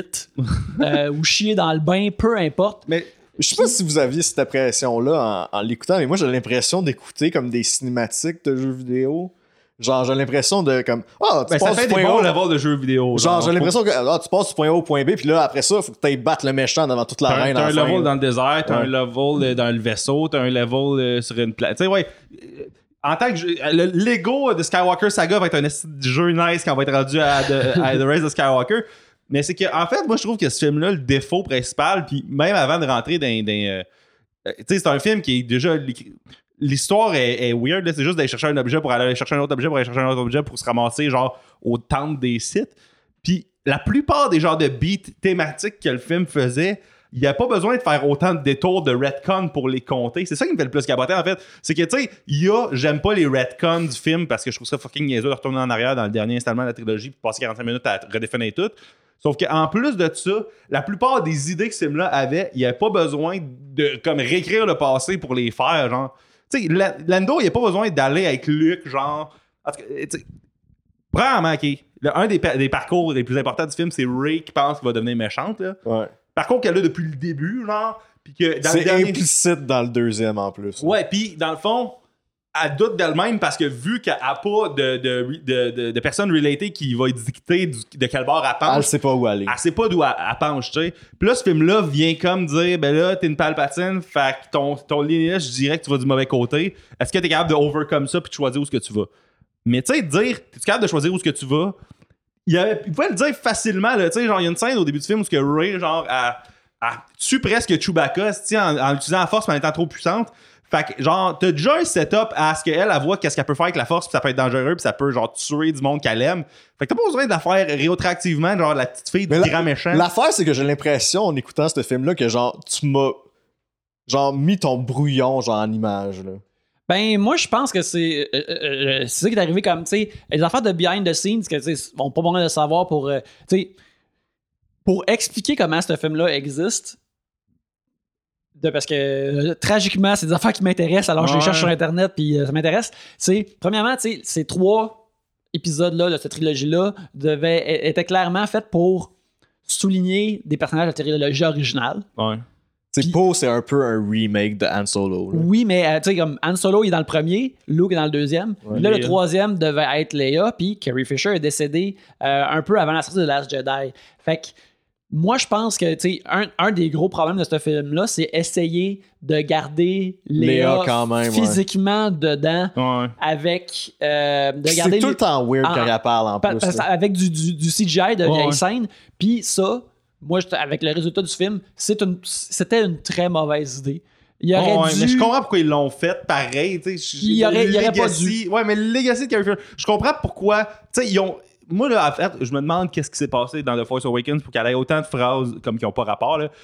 ou chié dans le bain, peu importe.
Mais
Je sais pas si vous aviez cette impression-là en l'écoutant, mais moi, j'ai l'impression d'écouter comme des cinématiques de jeux vidéo. Genre, j'ai l'impression de comme... Ah, tu
ben, ça
passes
fait
du
des
point
bons
A...
levels de jeux vidéo.
Genre, j'ai l'impression que tu passes du point A au point B, puis là, après ça, faut que tu ailles battre le méchant devant toute la
T'as
reine.
un
à la fin,
level
là.
dans le désert, t'as un
Ouais.
level dans le vaisseau, t'as un level sur une planète. Tu sais, ouais. En tant que le Lego de Skywalker Saga va être un esti de jeu nice quand on va être rendu à The Rise of Skywalker. Mais c'est que, en fait, moi, je trouve que ce film-là, le défaut principal, puis même avant de rentrer dans. Tu sais, c'est un film qui est déjà. L'histoire est weird, là. C'est juste d'aller chercher un objet pour aller chercher un autre objet pour aller chercher un autre objet pour se ramasser, genre, au temple des Sith. Puis la plupart des genres de beats thématiques que le film faisait, il n'y a pas besoin de faire autant de détours de retcon pour les compter. C'est ça qui me fait le plus capoter, en fait. C'est que, tu sais, j'aime pas les retcons du film parce que je trouve ça fucking niaiseux de retourner en arrière dans le dernier installement de la trilogie puis passer 45 minutes à redéfinir tout. Sauf qu'en plus de ça, la plupart des idées que ce film-là avait, il n'y avait pas besoin de comme réécrire le passé pour les faire, genre. Tu sais, Lando, il n'y a pas besoin d'aller avec Luke, genre. En tout cas, tu sais, premièrement, OK, un des parcours les plus importants du film, c'est Rey qui pense qu'il va devenir méchante, là.
Ouais.
Parcours qu'elle a depuis le début, genre. Puis que dans le
C'est
dernier...
implicite dans le deuxième, en plus.
Ouais, puis dans le fond, elle doute d'elle-même parce que vu qu'elle n'a pas de personne relatée qui va dicter de quel bord elle
Elle
penche,
sait pas où aller.
elle sait pas d'où elle penche, tu sais. Puis là, ce film-là vient comme dire, ben là, t'es une Palpatine, fait que ton linéage, je dirais que tu vas du mauvais côté. Est-ce que t'es capable de overcome ça puis de choisir où est-ce que tu vas? Mais tu sais, dire, t'es capable de choisir où est-ce que tu vas? Il pouvait le dire facilement, là, tu sais, genre, il y a une scène au début du film où ce que Rey, genre, elle tue presque Chewbacca, en l'utilisant la force mais en étant trop puissante. Fait que, genre, t'as déjà un setup à ce qu'elle voit qu'est-ce qu'elle peut faire avec la force, puis ça peut être dangereux, puis ça peut, genre, tuer du monde qu'elle aime. Fait que t'as pas besoin de la faire rétroactivement, genre, la petite fille du
Mais
grand méchant.
L'affaire, c'est que j'ai l'impression, en écoutant ce film-là, que genre, tu m'as genre mis ton brouillon, genre, en image, là.
Ben, moi, je pense que c'est ça qui est arrivé comme, tu sais, les affaires de behind the scenes, que, tu sais, on pas besoin de savoir pour, tu sais, pour expliquer comment ce film-là existe. Parce que, tragiquement, c'est des affaires qui m'intéressent, alors je les
Ouais.
cherche sur Internet, puis ça m'intéresse. C'est, premièrement, tu sais, ces 3 épisodes-là, de cette trilogie-là, étaient clairement faits pour souligner des personnages de la trilogie originale.
Ouais.
C'est c'est un peu un remake de Han Solo, là.
Oui, mais tu sais, comme Han Solo est dans le premier, Luke est dans le deuxième.
Ouais.
Là, le
Leia.
troisième devait être Leia, puis Carrie Fisher est décédée un peu avant la sortie de Last Jedi. Fait que moi, je pense que tu sais, un des gros problèmes de ce film-là, c'est essayer de garder Leia
quand même,
physiquement dedans
Ouais.
avec
C'est
garder
tout le temps weird
Ah,
quand elle parle, en plus. là.
avec du CGI de vieille
ouais.
scène. Puis ça, moi, avec le résultat du film, c'était une très mauvaise idée. Il aurait
Ouais,
dû...
mais je comprends pourquoi ils l'ont fait pareil.
Il y aurait pas dû.
Ouais, mais le Legacy de Carrie Fisher, je comprends pourquoi. Tu sais, ils ont. Moi, là, en fait, je me demande qu'est-ce qui s'est passé dans The Force Awakens pour qu'elle ait autant de phrases comme qui n'ont pas rapport. Là.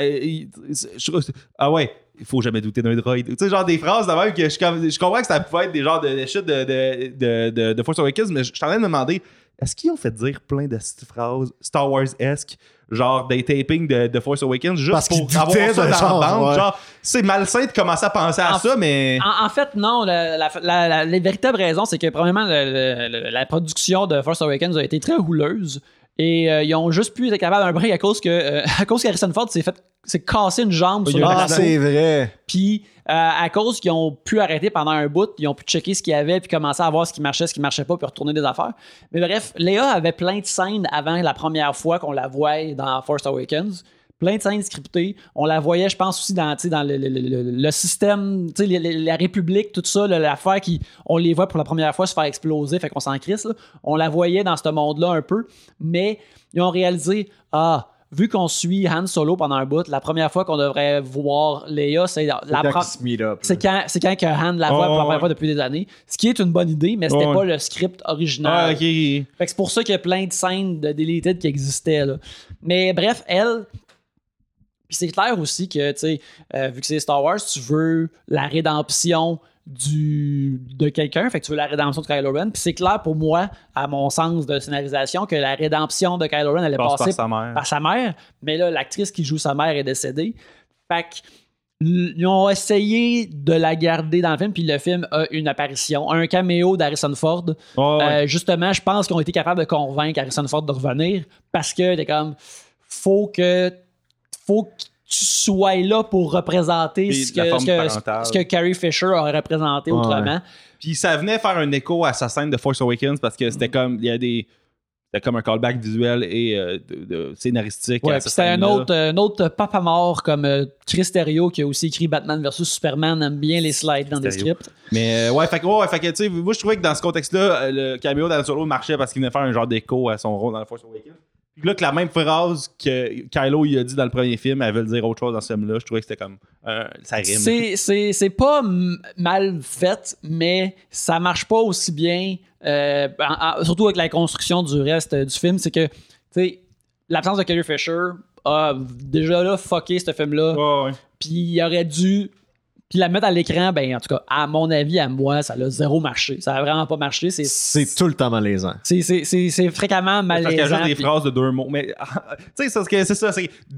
Ah ouais, il faut jamais douter d'un droïde. Tu sais, genre des phrases de même que je comprends que ça pouvait être des genres de shit de Force Awakens, mais je suis en train de me demander est-ce qu'ils ont fait dire plein de petites phrases Star Wars-esque, genre des tapings de Force Awakens, juste
parce
pour avoir ça dans la bande? Genre, c'est malsain de commencer à penser à ça, mais...
En fait, non. Les véritables raisons, c'est que, premièrement, la production de Force Awakens a été très houleuse. Et ils ont juste pu être capables d'un break à cause qu'Harrison Ford s'est cassé une jambe sur le plateau.
C'est vrai.
Puis à cause qu'ils ont pu arrêter pendant un bout, ils ont pu checker ce qu'il y avait, puis commencer à voir ce qui marchait pas, puis retourner des affaires. Mais bref, Léa avait plein de scènes avant la première fois qu'on la voyait dans Force Awakens. Plein de scènes scriptées. On la voyait, je pense, aussi dans le système, la République, tout ça, l'affaire on les voit pour la première fois se faire exploser, fait qu'on s'en crisse. Là. On la voyait dans ce monde-là un peu, mais ils ont réalisé, vu qu'on suit Han Solo pendant un bout, la première fois qu'on devrait voir Leia, c'est quand que Han la voit pour la première fois depuis des années. Ce qui est une bonne idée, mais c'était pas le script original. Fait que c'est pour ça qu'il y a plein de scènes de deleted qui existaient. Là. Mais bref, elle... Puis c'est clair aussi que, tu sais, vu que c'est Star Wars, tu veux la rédemption de quelqu'un, fait que tu veux la rédemption de Kylo Ren. Puis c'est clair pour moi, à mon sens de scénarisation, que la rédemption de Kylo Ren, elle est passée par sa mère. Mais là, l'actrice qui joue sa mère est décédée. Fait qu'ils ont essayé de la garder dans le film, puis le film a une apparition, un caméo d'Harrison Ford. Justement, je pense qu'ils ont été capables de convaincre Harrison Ford de revenir parce que t'es comme, faut que tu sois là pour représenter ce que Carrie Fisher aurait représenté autrement.
Puis ça venait faire un écho à sa scène de Force Awakens parce que c'était comme c'était comme un callback visuel et scénaristique.
Ouais, c'était un autre papa mort comme Chris Terrio qui a aussi écrit Batman vs Superman, aime bien les slides dans des scripts.
Mais fait que tu sais, moi je trouvais que dans ce contexte-là, le caméo d'Han Solo marchait parce qu'il venait faire un genre d'écho à son rôle dans Force Awakens. Puis là, que la même phrase que Kylo il a dit dans le premier film, elle veut dire autre chose dans ce film-là. Je trouvais que c'était comme... ça rime.
C'est pas mal fait, mais ça marche pas aussi bien, surtout avec la construction du reste du film. C'est que, tu sais, l'absence de Carrie Fisher a déjà là fucké ce film-là. Puis il aurait dû... Puis la mettre à l'écran, ben en tout cas, à mon avis, à moi, ça a zéro marché. Ça a vraiment pas marché.
C'est tout le temps malaisant.
C'est fréquemment malaisant.
Parce qu'il y a juste des phrases de 2 mots. Mais tu sais, c'est ça.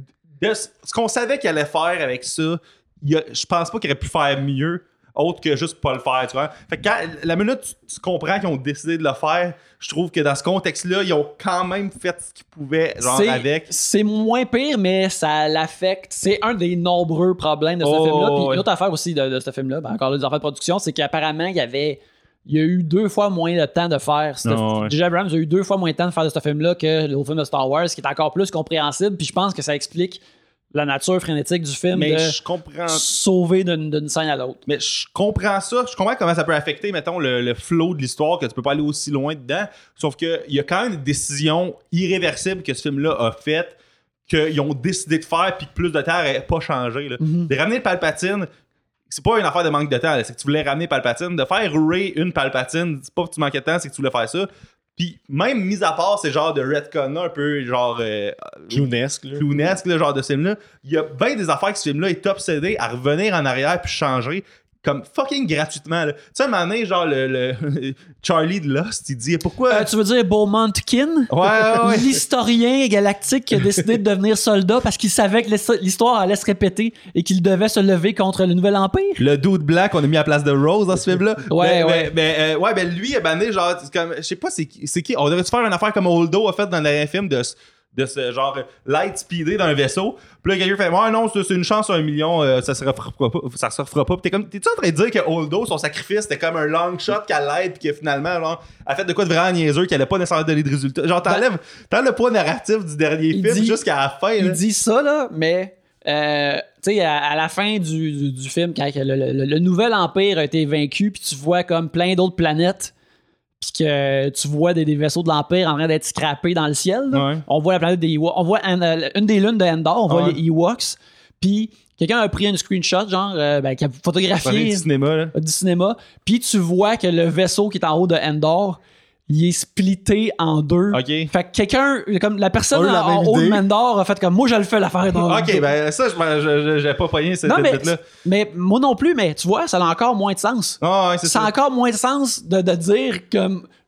Ce qu'on savait qu'il allait faire avec ça, je pense pas qu'il aurait pu faire mieux autre que juste pas le faire, tu vois. Fait que la minute tu comprends qu'ils ont décidé de le faire, je trouve que dans ce contexte-là, ils ont quand même fait ce qu'ils pouvaient, avec. C'est
moins pire, mais ça l'affecte. C'est un des nombreux problèmes de ce film-là. Puis une autre affaire aussi de ce film-là, encore là, des affaires de production, c'est qu'apparemment, il y a eu 2 fois moins de temps de faire. J.J. Abrams a eu 2 fois moins de temps de faire de ce film-là que le film de Star Wars, qui est encore plus compréhensible. Puis je pense que ça explique la nature frénétique du film,
mais
je comprends sauver d'une scène à l'autre.
Mais je comprends ça. Je comprends comment ça peut affecter, mettons, le flow de l'histoire, que tu peux pas aller aussi loin dedans. Sauf qu'il y a quand même une décision irréversible que ce film-là a faite, qu'ils ont décidé de faire, puis que plus de temps n'aurait pas changé. Là. De ramener Palpatine, c'est pas une affaire de manque de temps, là. C'est que tu voulais ramener Palpatine. De faire Rey une Palpatine, c'est pas que tu manquais de temps, c'est que tu voulais faire ça. Puis même mis à part ces genres de retcon un peu genre
clownesque
là, genre de film là, il y a bien des affaires que ce film là est obsédé à revenir en arrière puis changer comme fucking gratuitement là. Tu sais, à un moment donné, genre le Charlie de Lost, il dit pourquoi
tu veux dire Beaumont Kin?
Ouais.
L'historien galactique qui a décidé de devenir soldat parce qu'il savait que l'histoire allait se répéter et qu'il devait se lever contre le nouvel empire.
Le dude blanc qu'on a mis à la place de Rose dans ce film là. Mais lui a banné genre comme je sais pas c'est qui. On devrait-tu faire une affaire comme Holdo a fait dans le dernier film de ce genre light speedé dans un vaisseau. Puis là, quelqu'un fait ouais, non, c'est une chance sur 1 million, ça se refera pas. Puis t'es-tu en train de dire que Holdo, son sacrifice, c'était comme un long shot qu'elle l'aide, puis que finalement, genre, elle fait de quoi de vraiment niaiseux, qu'elle allait pas nécessairement donner de résultats. Genre, t'enlèves le poids narratif du dernier film jusqu'à la fin.
Il dit ça, là, mais. Tu sais, à la fin du film, quand le nouvel empire a été vaincu, puis tu vois comme plein d'autres planètes. Puis que tu vois des vaisseaux de l'Empire en train d'être scrappés dans le ciel. On voit la planète des Ewoks. On voit une des lunes de Endor. On voit les Ewoks. Puis quelqu'un a pris un screenshot, genre, qui a photographié du cinéma. Puis tu vois que le vaisseau qui est en haut de Endor, il est splitté en 2. Fait que quelqu'un, comme la personne en haut de Endor a fait comme moi, je le fais l'affaire.
Ben ça, j'ai pas pogné cette bête-là.
Mais moi non plus, mais tu vois, ça a encore moins de sens. Ça a encore moins de sens de dire comme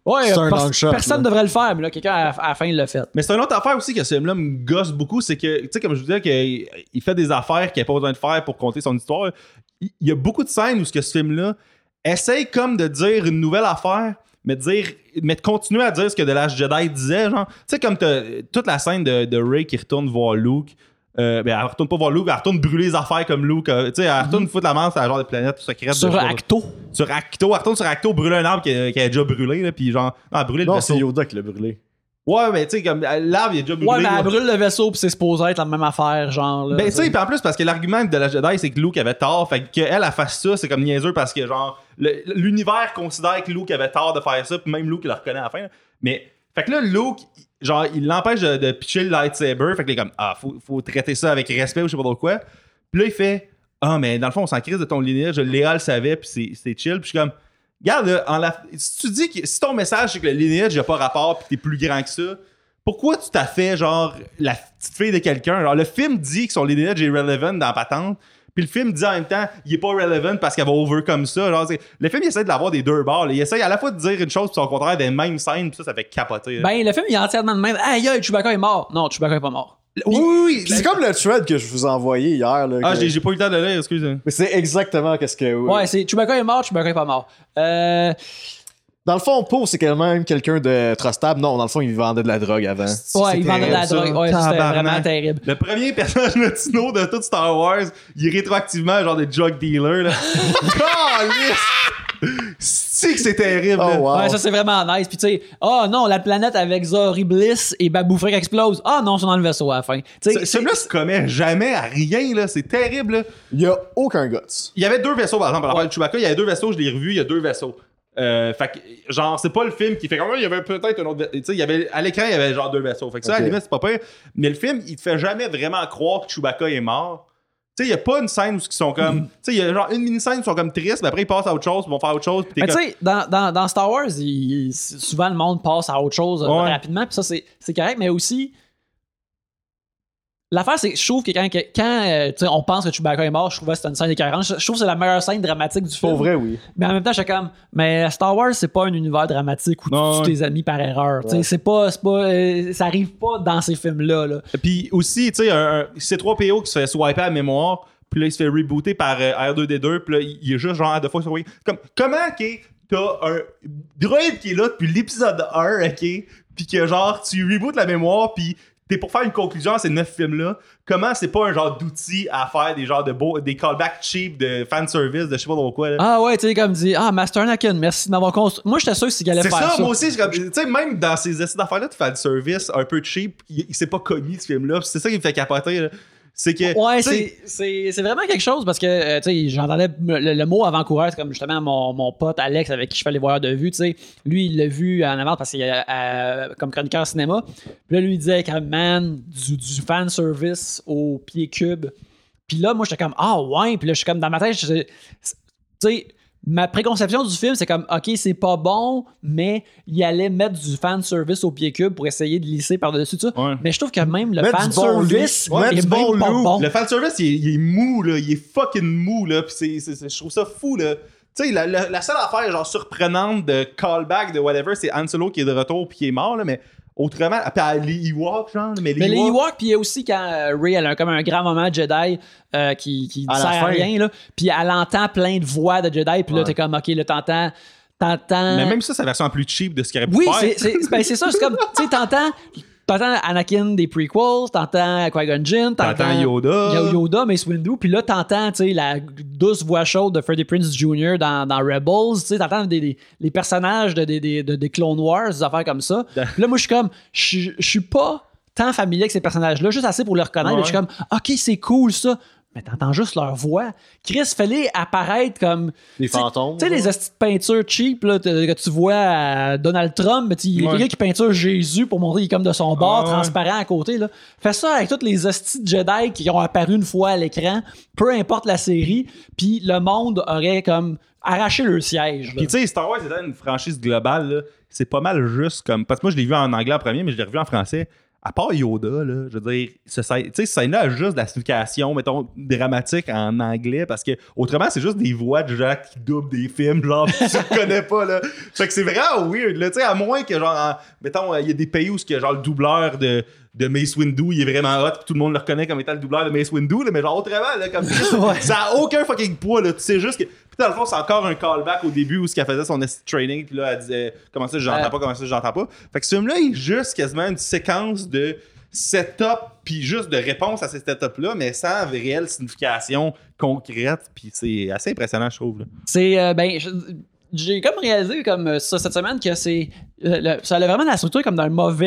Ouais,
C'est un long shot,
personne ne
là.
devrait le faire, mais là, quelqu'un à la fin l'a fait.
Mais c'est une autre affaire aussi que ce film-là me gosse beaucoup, c'est que, tu sais, comme je vous disais, qu'il fait des affaires qu'il n'a pas besoin de faire pour conter son histoire. Il y a beaucoup de scènes où ce film-là essaye comme de dire une nouvelle affaire, mais de continuer à dire ce que The Last Jedi disait, genre. Tu sais, comme toute la scène de Rey qui retourne voir Luke. Ben, elle retourne pas voir Luke, elle retourne brûler les affaires comme Luke. Tu sais, elle retourne foutre la merde sur la genre de planète secrète.
Sur Acto.
Sur Acto, elle retourne sur Acto, brûler un arbre qui a déjà brûlé, là, puis genre, elle a brûlé le
Non,
vaisseau.
c'est Yoda qui l'a brûlé.
Ouais, mais tu sais, comme l'arbre, il a déjà brûlé.
Ouais, mais
là.
elle brûle le vaisseau pis c'est supposé être la même affaire, genre. Là,
Ben, tu sais, pis en plus, parce que l'argument de la Jedi, c'est que Luke avait tort. Fait qu'elle, elle fasse ça, c'est comme niaiseux parce que, genre, l'univers considère que Luke avait tort de faire ça, pis même Luke, il le reconnaît à la fin. Là. Mais, fait que là, Luke, genre, il l'empêche de pitcher le lightsaber. Fait que là, comme, faut traiter ça avec respect ou je sais pas trop quoi. Pis là, il fait, mais dans le fond, on s'en crise de ton linéage. Léa le savait, pis c'est chill. Pis je suis comme, regarde, là, si tu dis que si ton message, c'est que le linéage n'a pas rapport, pis t'es plus grand que ça. Pourquoi tu t'as fait, genre, la petite fille de quelqu'un? Alors, le film dit que son lineage est relevant dans la patente, puis le film dit en même temps, il est pas relevant parce qu'elle va over comme ça. Genre, le film, il essaie de l'avoir des deux bords. Là. Il essaie à la fois de dire une chose, puis au contraire, des mêmes scènes, puis ça fait capoter. Là.
Ben, le film, il est entièrement de même. Aïe, Chewbacca est mort. Non, Chewbacca est pas mort.
Oui.
C'est comme le thread que je vous ai envoyé hier. Là,
Ah,
que-
j'ai pas eu le temps de le lire, excuse.
Mais c'est exactement qu'est-ce que.
Ouais, c'est Chewbacca est mort, Chewbacca est pas mort.
Dans le fond, Poe, c'est quand même quelqu'un de trustable. Non, dans le fond, il vendait de la drogue avant.
Ouais, il vendait de la drogue. Ouais, c'était
Tabarnak.
vraiment terrible.
Le premier personnage latino de tout Star Wars, il est rétroactivement genre des drug dealers. Là. C'est que c'est terrible.
Oh,
là.
wow.
Ouais, ça c'est vraiment nice. Puis tu sais, oh non, la planète avec Zori Bliss et Babu Frick explose. Ah non, ils sont dans le vaisseau à la fin. Tu sais,
Celui-là se commet jamais à rien, là. C'est terrible, là.
Il y a aucun guts.
Il y avait deux vaisseaux, par exemple, à la fin de Chewbacca, il y avait deux vaisseaux, je l'ai revu, il y a deux vaisseaux. Fait que, genre, c'est pas le film qui fait comme il y avait peut-être un autre. Tu sais, il y avait, à l'écran, il y avait genre deux vaisseaux. Fait que ça, à la limite, c'est pas pire. Mais le film, il te fait jamais vraiment croire que Chewbacca est mort. Tu sais, il y a pas une scène où ils sont comme. Tu sais, il y a genre une mini-scène où ils sont comme tristes, mais après ils passent à autre chose, ils vont faire autre chose. Puis
mais
t'es
tu
comme.
sais, dans Star Wars, souvent le monde passe à autre chose rapidement. Puis ça, c'est correct, mais aussi. L'affaire, c'est que je trouve que quand tu sais, on pense que Chewbacca est mort, je trouve que c'est une scène écœurante. Je trouve que c'est la meilleure scène dramatique du film.
Pour vrai, oui.
Mais en même temps, je suis comme, mais Star Wars, c'est pas un univers dramatique où tu
Non,
tues tes amis par erreur. Tu sais, c'est pas ça arrive pas dans ces films-là. Là.
Puis aussi, tu sais, un C3PO qui se fait swiper à la mémoire, puis là, il se fait rebooter par R2D2, puis là, il est juste genre deux fois sur comme comment, ok, t'as un droïde qui est là depuis l'épisode 1, ok, puis que genre, tu rebootes la mémoire, puis t'es pour faire une conclusion à ces 9 films-là, comment c'est pas un genre d'outil à faire des genres des callbacks cheap de fanservice, de je sais pas trop quoi, là.
Ah ouais, tu sais, comme dit, Master Anakin, merci de m'avoir construit. Moi, j'étais sûr qu'il allait
C'est
faire ça.
ça, moi aussi, tu sais, même dans ces essais d'affaires-là de fanservice un peu cheap, il s'est pas commis ce film-là, c'est ça qui me fait capoter, là. C'est que.
Ouais,
t'sais,
c'est vraiment quelque chose parce que, tu sais, j'entendais le mot avant-coureur, c'est comme justement mon pote Alex avec qui je fais les voyeurs de vue, tu sais. Lui, il l'a vu en avant parce qu'il est comme chroniqueur cinéma. Puis là, lui, il disait quand man, du fanservice au pied cube. Puis là, moi, j'étais comme, ouais. Puis là, je suis comme dans ma tête, tu sais. Ma préconception du film, c'est comme, OK, c'est pas bon, mais il allait mettre du fanservice au pied cube pour essayer de lisser par-dessus ça.
Ouais.
Mais je trouve que même le
Mettre du bon
fanservice
loup. Mettre
est
du
même
bon
pas
loup.
bon.
Le fanservice, il est mou, là. Il est fucking mou, là. Pis je trouve ça fou, là. Tu sais, la seule affaire, genre, surprenante de callback, de whatever, c'est Han Solo qui est de retour pis qui est mort, là. Mais autrement, puis les Ewoks, genre. Mais
les Ewoks, puis il y a aussi quand Rey, elle a comme un grand moment Jedi qui
À
sert
la
à
fin.
rien, là. Puis elle entend plein de voix de Jedi, puis là, t'es comme, OK, là, t'entends.
Mais même ça, c'est la version plus cheap de ce qu'il aurait pu
Oui,
faire.
c'est ça, c'est comme, tu sais, t'entends Anakin des prequels, t'entends Qui-Gon Jinn,
T'entends Yoda.
Yoda, Mace Windu, puis là, t'entends, tu sais, la douce voix chaude de Freddie Prinze Jr. dans Rebels, tu sais, t'entends les personnages de Clone Wars, des affaires comme ça. Puis là, moi, je suis comme, je suis pas tant familier avec ces personnages-là, juste assez pour les reconnaître,
Ouais.
mais je suis comme, OK, c'est cool, ça. Mais t'entends juste leur voix. Chris, fallait apparaître comme...
Des fantômes.
Tu sais, les astuces de peinture cheap là, que tu vois à Donald Trump, mais il y a
Ouais.
quelqu'un qui peinture Jésus pour montrer qu'il est comme de son bord,
Ah, ouais.
transparent à côté. Là. Fais ça avec toutes les hosties de Jedi qui ont apparu une fois à l'écran, peu importe la série, puis le monde aurait comme arraché leur siège. là.
Puis tu sais, Star Wars étant une franchise globale, là, c'est pas mal juste comme. Parce que moi, je l'ai vu en anglais en premier, mais je l'ai revu en français. à part Yoda, là, je veux dire, tu sais, cette scène-là a juste de la signification, mettons, dramatique en anglais, parce que autrement, c'est juste des voix de gens qui doublent des films, genre, tu ne connais pas, là. Fait que c'est vraiment weird, là, tu sais, à moins que, genre, mettons, il y a des pays où, genre, le doubleur de Mace Windu, il est vraiment hot, pis tout le monde le reconnaît comme étant le doubleur de Mace Windu, là, mais genre, autrement, là, comme ça a aucun fucking poids, là, tu sais juste que. Puis dans le fond, c'est encore un callback au début où elle faisait son training, puis là, elle disait comment ça, j'entends pas. Fait que ce film-là est juste quasiment une séquence de setup, puis juste de réponse à ces setups-là, mais sans réelle signification concrète, puis c'est assez impressionnant, je trouve. Là.
C'est, j'ai comme réalisé comme ça cette semaine que c'est ça a vraiment la structure comme d'un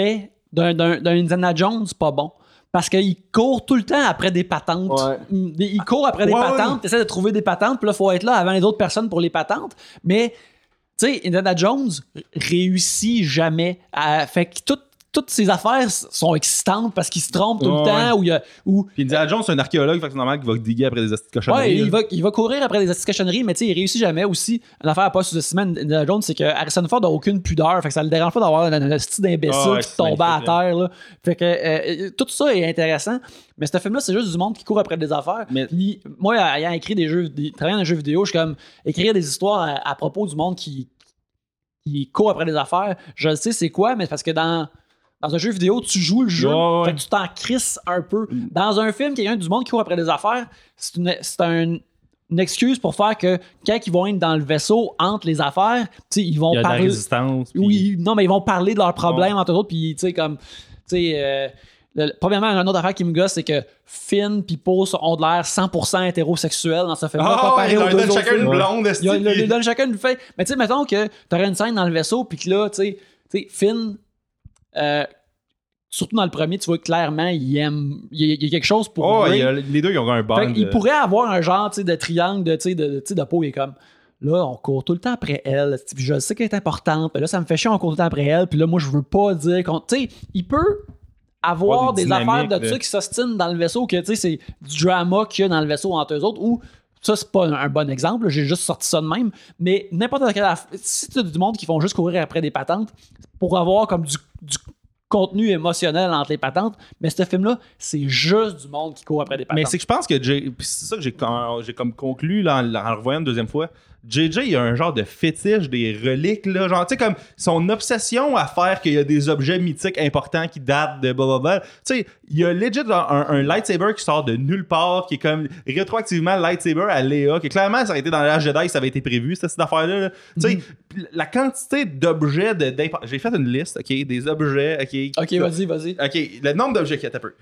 Indiana Jones pas bon. Parce qu'il court tout le temps après des patentes.
Ouais.
Il court après des patentes, essaie de trouver des patentes, puis là, il faut être là avant les autres personnes pour les patentes. Mais, tu sais, Indiana Jones réussit jamais. Fait que toutes ses affaires sont existantes parce qu'il se trompe tout le temps.
Puis Indiana Jones, c'est un archéologue, fait que c'est normal qu'il va diguer après des astuces de cochonneries.
Ouais, il va courir après des astuces de cochonneries, mais tu sais, il réussit jamais aussi. Une affaire à pas sous-estimer Indiana Jones, c'est que Harrison Ford n'a aucune pudeur, fait que ça le dérange pas d'avoir un style d'imbécile qui tombait à terre. Là. Fait que tout ça est intéressant, mais ce film-là, c'est juste du monde qui court après des affaires. Mais moi, ayant écrit travaillant dans des jeux vidéo, je suis comme écrire des histoires à propos du monde qui court après des affaires. Je le sais c'est quoi, mais parce que dans un jeu vidéo, tu joues le jeu, fait que tu t'en crisses un peu. Dans un film, quelqu'un du monde qui court après des affaires, c'est une excuse pour faire que quand ils vont être dans le vaisseau entre les affaires, ils vont parler.
Il y a de la résistance. Puis...
Oui, non, mais ils vont parler de leurs problèmes entre autres, puis tu sais, comme. Premièrement, une autre affaire qui me gosse, c'est que Finn et Poe ont de l'air 100% hétérosexuels dans ce film-là.
Comparé aux deux autres chacun une blonde.
Ils donnent chacun une fille. Mais tu sais, mettons que t'aurais une scène dans le vaisseau, puis que là, tu sais, Finn. Surtout dans le premier, tu vois clairement, il y a quelque chose pour Rey.
Les deux, ils ont un bond.
Il pourrait avoir un genre de triangle de peau. Il est comme, là, on court tout le temps après elle. Puis je sais qu'elle est importante. Puis là, ça me fait chier, on court tout le temps après elle. Puis là, moi, je veux pas dire qu'on... Tu sais, il peut avoir des affaires de ça qui s'ostinent dans le vaisseau, que tu sais, c'est du drama qu'il y a dans le vaisseau entre eux autres, ou... Ça, c'est pas un bon exemple. J'ai juste sorti ça de même. Mais n'importe quelle... Si tu as du monde qui font juste courir après des patentes pour avoir comme du contenu émotionnel entre les patentes, mais ce film-là, c'est juste du monde qui court après des patentes.
Mais c'est que je pense que c'est ça que j'ai comme conclu là, en le revoyant une deuxième fois. JJ, il a un genre de fétiche des reliques, là, genre, tu sais, comme son obsession à faire qu'il y a des objets mythiques importants qui datent de blablabla. Tu sais, il y a legit un lightsaber qui sort de nulle part, qui est comme rétroactivement lightsaber à Léa, qui clairement, ça aurait été dans l'âge Jedi, ça avait été prévu, cette affaire-là. Là. Tu sais, la quantité d'objets j'ai fait une liste, OK, des objets, OK.
OK, vas-y.
OK, le nombre d'objets qu'il y a, un peu.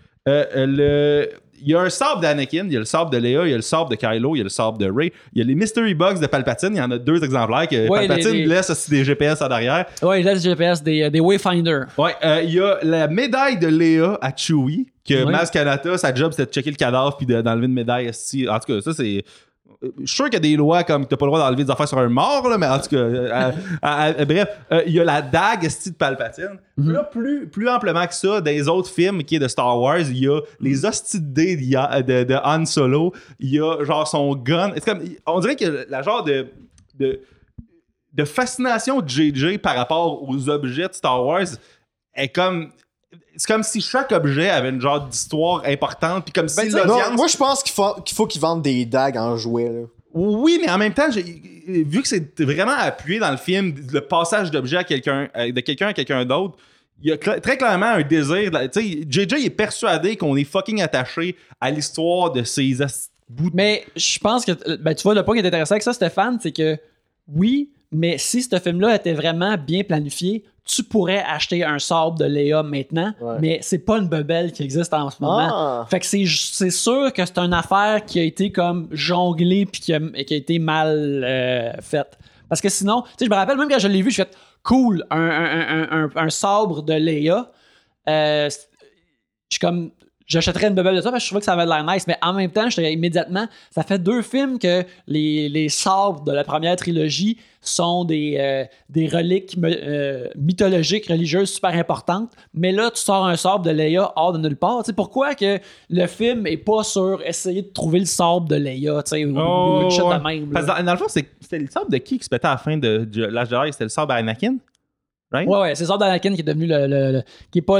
Il y a un sabre d'Anakin, il y a le sabre de Leia, il y a le sabre de Kylo, il y a le sabre de Rey, il y a les Mystery Box de Palpatine, il y en a 2 exemplaires que Palpatine laisse aussi des GPS en arrière.
Ouais, il laisse des GPS, des Wayfinder.
Ouais, il y a la médaille de Leia à Chewie, que Maz Kanata, sa job c'était de checker le cadavre puis d'enlever une médaille. En tout cas, ça c'est... Je suis sûr qu'il y a des lois comme que t'as pas le droit d'enlever des affaires sur un mort, là, mais en tout cas, bref, il y a la dague de Palpatine. Là, plus amplement que ça, dans les autres films qui est de Star Wars, il y a les hosties de dés de Han Solo, il y a genre son gun. C'est comme, on dirait que la genre de fascination de JJ par rapport aux objets de Star Wars est comme... C'est comme si chaque objet avait une genre d'histoire importante, puis comme si l'audience...
Moi, je pense qu'il faut qu'ils vendent des dagues en jouets, là.
Oui, mais en même temps, vu que c'est vraiment appuyé dans le film, le passage d'objet à quelqu'un, de quelqu'un à quelqu'un d'autre, il y a très clairement un désir... Tu sais, JJ est persuadé qu'on est fucking attaché à l'histoire de ces bouts de...
Mais je pense que... Ben, tu vois, le point qui est intéressant avec ça, Stéphane, c'est que oui, mais si ce film-là était vraiment bien planifié, tu pourrais acheter un sabre de Léa maintenant, mais c'est pas une bebelle qui existe en ce moment. Fait que c'est sûr que c'est une affaire qui a été comme jonglée puis qui a été mal faite. Parce que sinon, tu sais, je me rappelle même quand je l'ai vu, je fais cool, un sabre de Léa. Je suis comme... J'achèterais une bebelle de ça parce que je trouvais que ça avait l'air nice, mais en même temps, j'étais immédiatement, ça fait 2 films que les sabres de la première trilogie sont des reliques mythologiques, religieuses super importantes, mais là, tu sors un sabre de Leia hors de nulle part. Tu sais, pourquoi que le film est pas sur essayer de trouver le sabre de Leia, tu sais, ou une shit de même.
Parce que dans le fond, c'était le sabre de qui se pétait à la fin de l'âge de l'air? C'était le sabre à Anakin? Right?
Ouais, c'est le sabre d'Anakin qui est devenu qui est pas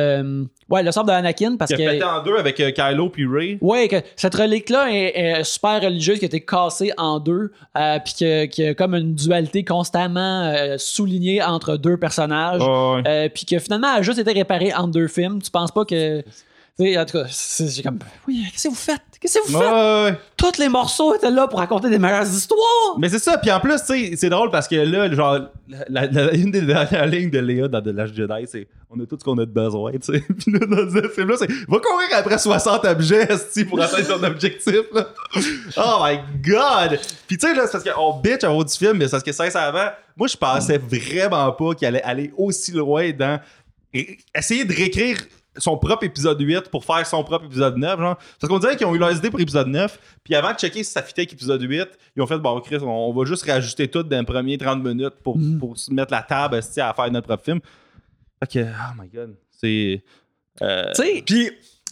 le sabre d'Anakin parce
Qui a pété
que.
en deux avec Kylo puis Rey.
Ouais, que cette relique-là est super religieuse, qui a été cassée en deux, puis qui a comme une dualité constamment soulignée entre deux personnages, puis que finalement a juste été réparée entre deux films. Tu penses pas que. T'sais, en tout cas, j'ai comme. Oui, qu'est-ce que vous faites? Qu'est-ce que vous faites?
Ouais.
Tous les morceaux étaient là pour raconter des meilleures histoires!
Mais c'est ça, puis en plus, tu sais, c'est drôle parce que là, genre, une des dernières lignes de Léa dans The Last Jedi, c'est on a tout ce qu'on a de besoin, tu sais. Puis là, dans ce film-là, c'est va courir après 60 objets, esti, pour atteindre ton objectif, là. Oh my god! Puis tu sais, là, c'est parce qu'on bitch à propos du film, mais c'est parce que sincèrement, moi, je pensais vraiment pas qu'il allait aller aussi loin dans essayer de réécrire son propre épisode 8 pour faire son propre épisode 9, genre. Parce qu'on dirait qu'ils ont eu leur idée pour épisode 9, puis avant de checker si ça fitait avec épisode 8, ils ont fait, bon, Chris, on va juste réajuster tout dans les premiers 30 minutes pour se mettre la table, à faire notre propre film. Fait que, oh my god, c'est...
Tu sais,
Puis,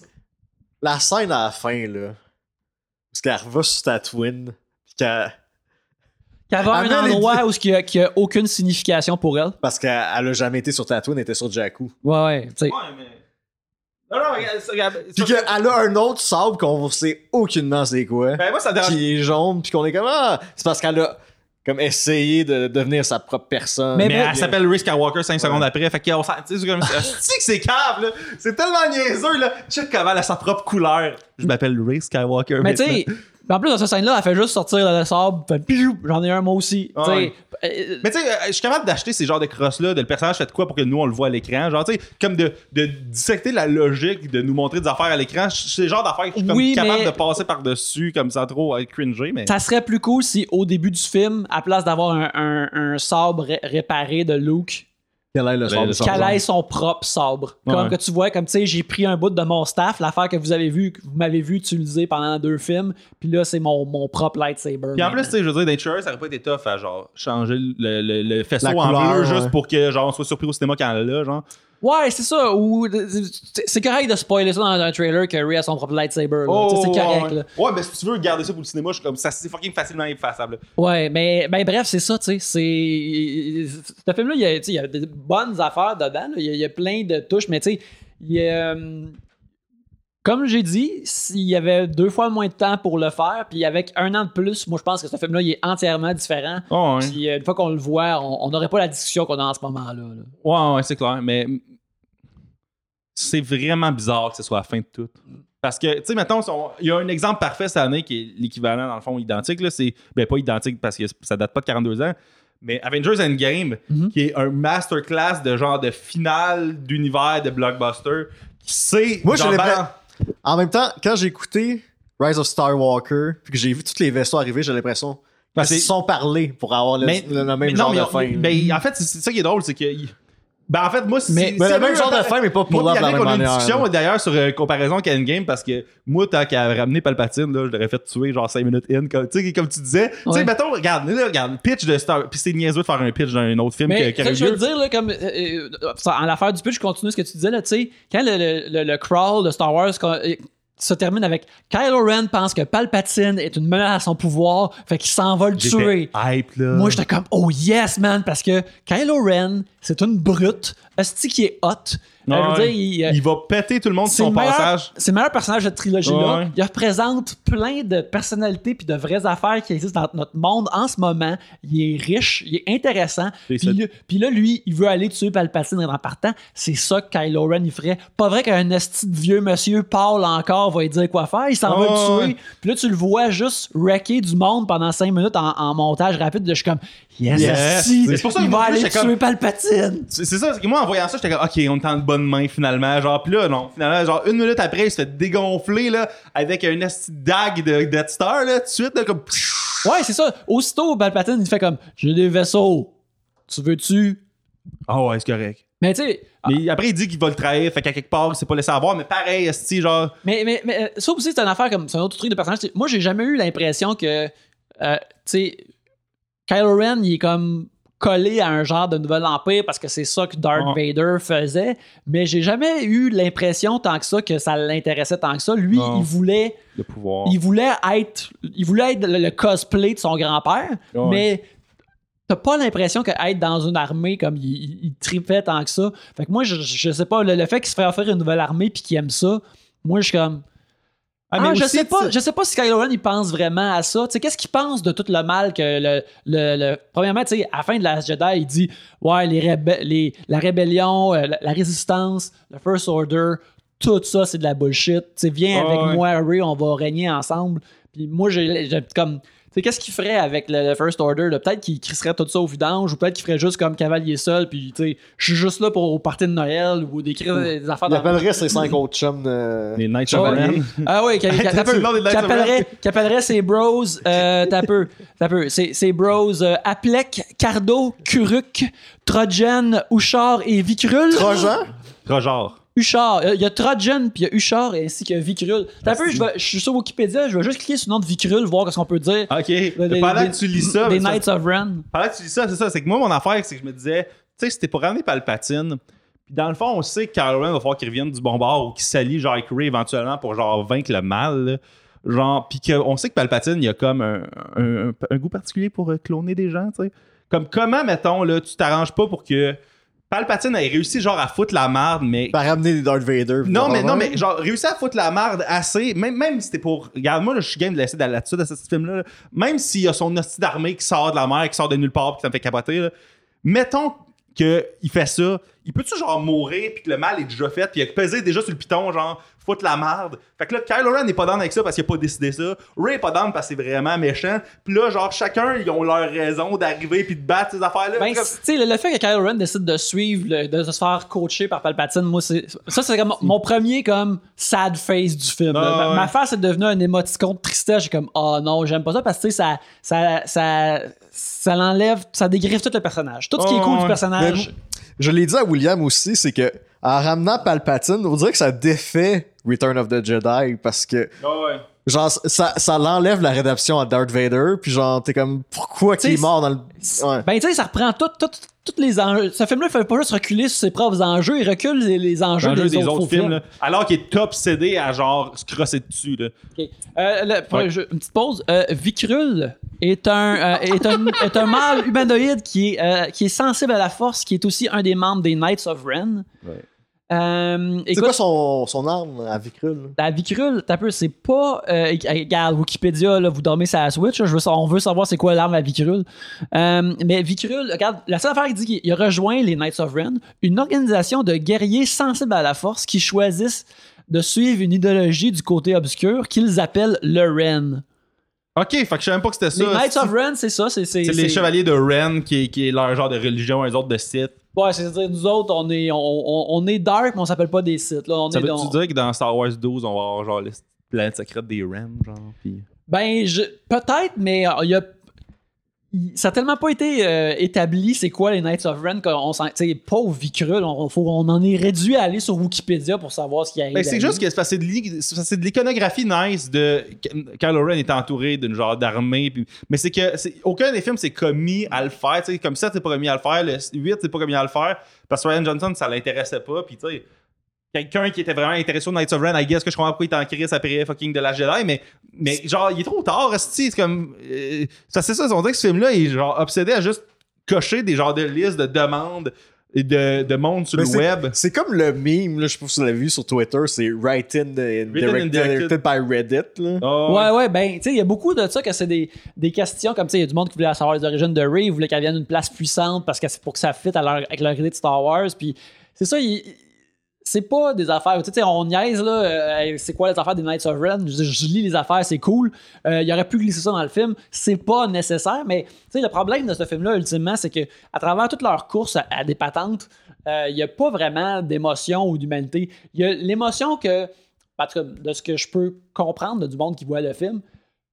la scène à la fin, là, parce qu'elle revient sur Tatooine, puis qu'elle...
qu'il y avait un
Amel
endroit où il y a aucune signification pour elle.
Parce qu'elle a jamais été sur Tatooine, elle était sur Jakku.
Ouais, tu sais.
Ouais, mais... Non, regarde...
Puis qu'elle a un autre sabre qu'on sait aucunement c'est quoi,
Ben moi, ça dérange...
qui est jaune, puis qu'on est comme, c'est parce qu'elle a comme essayé de devenir sa propre personne.
Mais
Mais elle s'appelle Rey Skywalker 5 secondes après. Fait qu'on s'en. Tu sais, c'est comme. C'est que c'est cave, là. C'est tellement niaiseux, là. Check comment elle a sa propre couleur. Je m'appelle Rey Skywalker.
Mais tu sais, en plus, dans cette scène-là, elle fait juste sortir le sabre, fait piou, j'en ai un moi aussi. Tu sais,
Ouais. Mais tu sais, je suis capable d'acheter ces genres de crosses-là, de le personnage fait de quoi pour que nous on le voit à l'écran. Genre, tu sais, comme de dissecter la logique, de nous montrer des affaires à l'écran. C'est le genre d'affaires que je suis comme
Oui,
capable
mais-
de passer par-dessus, comme ça, trop être cringé. Mais...
ça serait plus cool si, au début du film, à place d'avoir un sabre réparé de Luke,
Quel est le sabre de
qu'elle ait son propre sabre.
Ouais.
Comme que tu vois, comme tu sais, j'ai pris un bout de mon staff, l'affaire que vous m'avez vu utiliser pendant 2 films, puis là, c'est mon propre lightsaber.
Puis en plus, tu
maintenant.
sais, je veux dire, dans Trailer, ça aurait pas été tough à genre changer le faisceau
La
en
couleur,
bleu juste
ouais.
pour que genre on soit surpris au cinéma quand elle est là, genre.
Ouais, c'est ça. Ou c'est correct de spoiler ça dans un trailer que Rey a son propre lightsaber. Là. Tu sais, c'est correct.
ouais.
Là.
Ouais, mais si tu veux garder ça pour le cinéma, je suis comme ça, c'est fucking facilement effaçable.
Ouais, mais ben, bref, c'est ça, tu sais. Ce film-là, il y a des bonnes affaires dedans. Là. Il y a plein de touches, mais tu sais, il y a. Comme j'ai dit, s'il y avait 2 fois moins de temps pour le faire, puis avec 1 an de plus, moi je pense que ce film-là, il est entièrement différent.
Oh, ouais.
Puis une fois qu'on le voit, on n'aurait pas la discussion qu'on a en ce moment-là. là.
Ouais, c'est clair, mais c'est vraiment bizarre que ce soit la fin de tout. Parce que, tu sais, mettons, il y a un exemple parfait cette année qui est l'équivalent, dans le fond, identique. Là, c'est, ben, pas identique parce que ça date pas de 42 ans, mais Avengers Endgame, qui est un masterclass de genre de finale d'univers de blockbuster, qui sait.
Moi, j'ai
genre,
l'impression. En même temps, quand j'ai écouté Rise of Skywalker, puis que j'ai vu tous les vaisseaux arriver, j'ai l'impression
Ben,
qu'ils
c'est-
se sont parlé pour avoir le même
mais
genre
non,
de fin.
mais en fait, c'est ça qui est drôle, c'est que. Ben, en fait, moi,
Mais
le même genre de fin, mais pas pour
moi,
là de la
Yannick,
même
on a une
manière.
discussion d'ailleurs sur comparaison avec Endgame parce que moi, tant qu'à ramener Palpatine, là, je l'aurais fait tuer genre 5 minutes in. Comme tu disais. Tu sais,
Ouais.
mettons, regarde, pitch de Star. Puis c'est niaiseux de faire un pitch d'un autre film
Mais
qui
ça,
aurait
je veux
lieu.
te dire, là, comme en l'affaire du pitch, je continue ce que tu disais, là, tu sais, quand le crawl de Star Wars se termine avec Kylo Ren pense que Palpatine est une menace à son pouvoir, fait qu'il s'en va le tuer.
J'étais hype, là.
Moi, j'étais comme, oh yes, man, parce que Kylo Ren, c'est une brute, esti qui est hot. Je veux
Ouais.
dire,
Il va péter tout le monde sur
c'est
son
le meilleur-
passage.
C'est le meilleur personnage de cette trilogie-là.
Ouais.
Il représente plein de personnalités puis de vraies affaires qui existent dans notre monde en ce moment. Il est riche, il est intéressant.
C'est
Puis là, lui, il veut aller tuer Palpatine en partant. C'est ça que Kylo Ren, il ferait. Pas vrai qu'un esti de vieux monsieur Paul encore va lui dire quoi faire. Il s'en va le
Ouais.
tuer. Puis là, tu le vois juste wrecker du monde pendant 5 minutes en montage rapide. Je suis comme, yes,
Yes.
esti,
C'est pour ça que
il
moi,
va aller
j'étais
tuer
comme-
Palpatine.
C'est ça, c'est que moi en voyant ça, j'étais comme OK, on est en bonne main finalement. Genre, pis là, non, finalement, genre 1 minute après, il se fait dégonfler là, avec un esti dague de Death Star là, tout de suite, là, comme.
Ouais, c'est ça. Aussitôt, Palpatine, il fait comme, j'ai des vaisseaux. Tu veux-tu?
Ah ouais, c'est correct.
Mais tu sais,
Mais après, il dit qu'il va le trahir, fait qu'à quelque part, il s'est pas laissé avoir, mais pareil, esti, genre.
mais ça aussi, c'est une affaire comme. C'est un autre truc de personnage. Moi, j'ai jamais eu l'impression que. Tu sais, Kylo Ren, il est comme collé à un genre de nouvel empire parce que c'est ça que Darth Vader faisait. Mais j'ai jamais eu l'impression tant que ça l'intéressait tant que ça. Lui,
Non.
il voulait.
Le pouvoir.
Il voulait être le cosplay de son grand-père,
Ouais.
mais t'as pas l'impression qu'être dans une armée comme il tripait tant que ça. Fait que moi, je sais pas, le fait qu'il se fait offrir une nouvelle armée puis qu'il aime ça, moi, je suis comme.
mais
je
aussi,
sais pas si Kylo Ren il pense vraiment à ça. Tu sais, qu'est-ce qu'il pense de tout le mal que premièrement, tu sais, à la fin de la Jedi, il dit ouais, la rébellion, la résistance, le First Order, tout ça, c'est de la bullshit. Tu sais, viens avec moi, Rey, on va régner ensemble. Puis moi, j'ai comme. Tu sais, qu'est-ce qu'il ferait avec le First Order? Là? Peut-être qu'il crisserait tout ça au vidange, ou peut-être qu'il ferait juste comme cavalier seul, puis tu sais, je suis juste là pour partir de Noël, ou d'écrire des affaires
Il appellerait ses 5 autres chums
Les Knights of Ren.
Ah oui, qui appellerait ses bros, t'as peu. Ses bros Aplek, Cardo, Kuruk, Trojan, Ushar et Vikrul.
Trojar.
Ushar. Il y a Trojan, puis il y a Ushar, ainsi que Vikrul. T'as peu, je suis sur Wikipédia, je vais juste cliquer sur le nom de Vikrul, voir ce qu'on peut dire.
OK. Pendant que tu lis ça...
Des Knights of Ren.
Pendant que tu lis ça, c'est ça. C'est que moi, mon affaire, c'est que je me disais, tu sais, c'était pour ramener Palpatine. Puis dans le fond, on sait que Kylo Ren va falloir qu'il revienne du bon bord ou qu'il s'allie genre avec Rey éventuellement pour genre vaincre le mal. Là. Genre, puis on sait que Palpatine, il a comme un goût particulier pour cloner des gens, tu sais. Comme comment, mettons, là, tu t'arranges pas pour que Palpatine ait réussi genre à foutre la marde, mais...
Par ramener des Darth Vader.
Non, mais genre, réussi à foutre la marde assez, même si c'était pour... Regarde, moi, là, je suis game de laisser là-dessus, dans ce film-là. Là. Même s'il y a son hostie d'armée qui sort de la mer, qui sort de nulle part, puis que ça me fait capoter, là. Mettons qu'il fait ça, il peut-tu genre mourir, puis que le mal est déjà fait, puis il a pesé déjà sur le piton, genre, foutre la marde. Fait que là, Kylo Ren n'est pas down avec ça parce qu'il a pas décidé ça. Rey est pas down parce que c'est vraiment méchant. Puis là, genre, chacun, ils ont leur raison d'arriver puis de battre ces affaires-là.
Ben, tu sais, le fait que Kylo Ren décide de suivre, de se faire coacher par Palpatine, moi, c'est comme mon premier, comme, sad face du film. Ma face est devenue un émoticône de tristesse. J'ai comme, oh non, j'aime pas ça parce que, tu sais, ça l'enlève, ça dégriffe tout le personnage. Tout ce qui est cool du personnage.
Je l'ai dit à William aussi, c'est que en ramenant Palpatine, on dirait que ça défait Return of the Jedi parce que genre ça l'enlève la rédemption à Darth Vader, puis genre t'es comme pourquoi qu'il est mort dans le
Ben tu sais, ça reprend tous les enjeux. Ce film-là, il fait pas juste reculer sur ses propres enjeux, il recule les enjeux des autres films. Là,
alors qu'il est top cédé à genre se crosser dessus. Là.
Okay. Une petite pause. Vikrul est un mâle humanoïde qui est sensible à la force, qui est aussi un des membres des Knights of Ren.
Ouais.
C'est quoi son arme à Vikrul?
La Vikrul, t'as peu, c'est pas. Regarde, Wikipédia, là, vous dormez sur la Switch. Là, on veut savoir c'est quoi l'arme à Vikrul. Mais Vikrul, regarde, la seule affaire, il dit qu'il a rejoint les Knights of Ren, une organisation de guerriers sensibles à la force qui choisissent de suivre une idéologie du côté obscur qu'ils appellent le Ren.
Ok, fait que je savais même pas que c'était ça.
Les Knights of Ren, c'est ça. C'est
les chevaliers de Ren qui est leur genre de religion, eux autres de Sith.
Ouais, c'est-à-dire, nous autres, on est dark, mais on s'appelle pas des Sith. Là.
Ça veut-tu dire que dans Star Wars 12, on va avoir genre les planètes secrètes des Ren, genre? Pis...
Ben, peut-être, mais ça a tellement pas été établi c'est quoi les Knights of Ren qu'on s'en... pauvre Vikrul, on en est réduit à aller sur Wikipédia pour savoir ce qui arrive.
Ben, c'est juste que c'est de l'iconographie nice de Kylo Ren est entouré d'une genre d'armée. Mais c'est que aucun des films s'est commis à le faire. T'sais, comme ça, t'es pas commis à le faire. Le 8, t'es pas commis à le faire. Parce que Ryan Johnson, ça l'intéressait pas. Puis tu sais, quelqu'un qui était vraiment intéressé aux Knights of Ren, I guess que je comprends pourquoi il est en crise après fucking de la Jedi, mais genre, il est trop tard, c'est comme... c'est ça, on dirait que ce film-là, il est genre obsédé à juste cocher des genres de listes de demandes et de monde sur le web.
C'est comme le meme, là, je sais pas si vous l'avez vu sur Twitter, c'est Written and Directed by Reddit. Là.
Oh, ouais, ben, tu sais, il y a beaucoup de ça que c'est des questions comme, tu sais, il y a du monde qui voulait savoir les origines de Rey, ils voulaient qu'elle vienne d'une place puissante parce que c'est pour que ça fitte avec leur idée de Star Wars, puis c'est ça, c'est pas des affaires, tu sais, on niaise, là, c'est quoi les affaires des Knights of Ren? Je lis les affaires, c'est cool. Il aurait pu glisser ça dans le film. C'est pas nécessaire, mais, tu sais, le problème de ce film-là, ultimement, c'est que à travers toutes leurs courses à des patentes, il y a pas vraiment d'émotion ou d'humanité. Il y a l'émotion que, en tout cas, de ce que je peux comprendre du monde qui voit le film,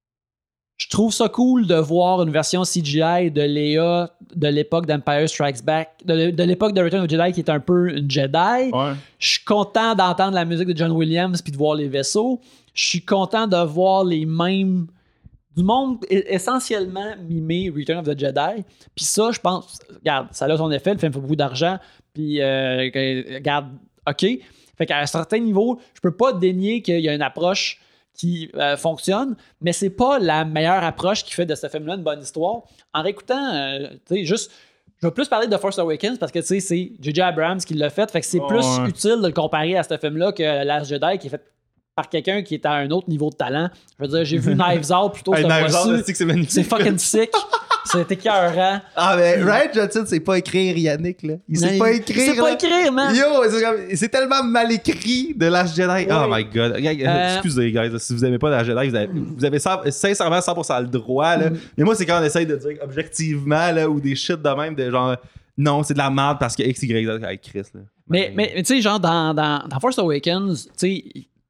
je trouve ça cool de voir une version CGI de Leia de l'époque d'Empire Strikes Back, de l'époque de Return of the Jedi qui est un peu une Jedi.
Ouais.
Je suis content d'entendre la musique de John Williams puis de voir les vaisseaux. Je suis content de voir les mêmes du monde essentiellement mimé Return of the Jedi. Puis ça, je pense, regarde, ça a son effet, le film fait beaucoup d'argent. Puis, regarde, OK. Fait qu'à un certain niveau, je peux pas dénier qu'il y a une approche qui fonctionne, mais c'est pas la meilleure approche qui fait de ce film-là une bonne histoire. En réécoutant, tu sais, juste... Je vais plus parler de Force Awakens parce que, tu sais, c'est J.J. Abrams qui l'a fait, fait que c'est plus utile de le comparer à ce film-là que Last Jedi qui est fait par quelqu'un qui est à un autre niveau de talent. Je veux dire, j'ai vu Knives Out plutôt cette fois-ci.
C'est magnifique.
C'est fucking sick. C'était écœurant.
Ah, mais Rian Johnson, c'est pas écrire Yannick, là. Il sait pas écrire.
C'est pas écrire, man.
Yo, c'est tellement mal écrit de Last Jedi. Oui. Oh my god. Excusez, guys, si vous aimez pas Last Jedi, vous avez sincèrement 100% le droit, là. Mais moi, c'est quand on essaye de dire objectivement, là, ou des shit de même, de genre, non, c'est de la merde parce que X, Y, Z avec Chris, là.
Mais tu sais, genre, dans Force Awakens, tu sais,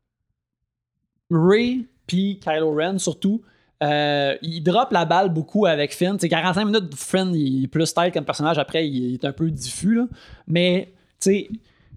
Rey puis Kylo Ren, surtout, il drop la balle beaucoup avec Finn. T'sais, 45 minutes, Finn, il est plus tight comme personnage. Après, il est un peu diffus. Là. Mais, tu sais,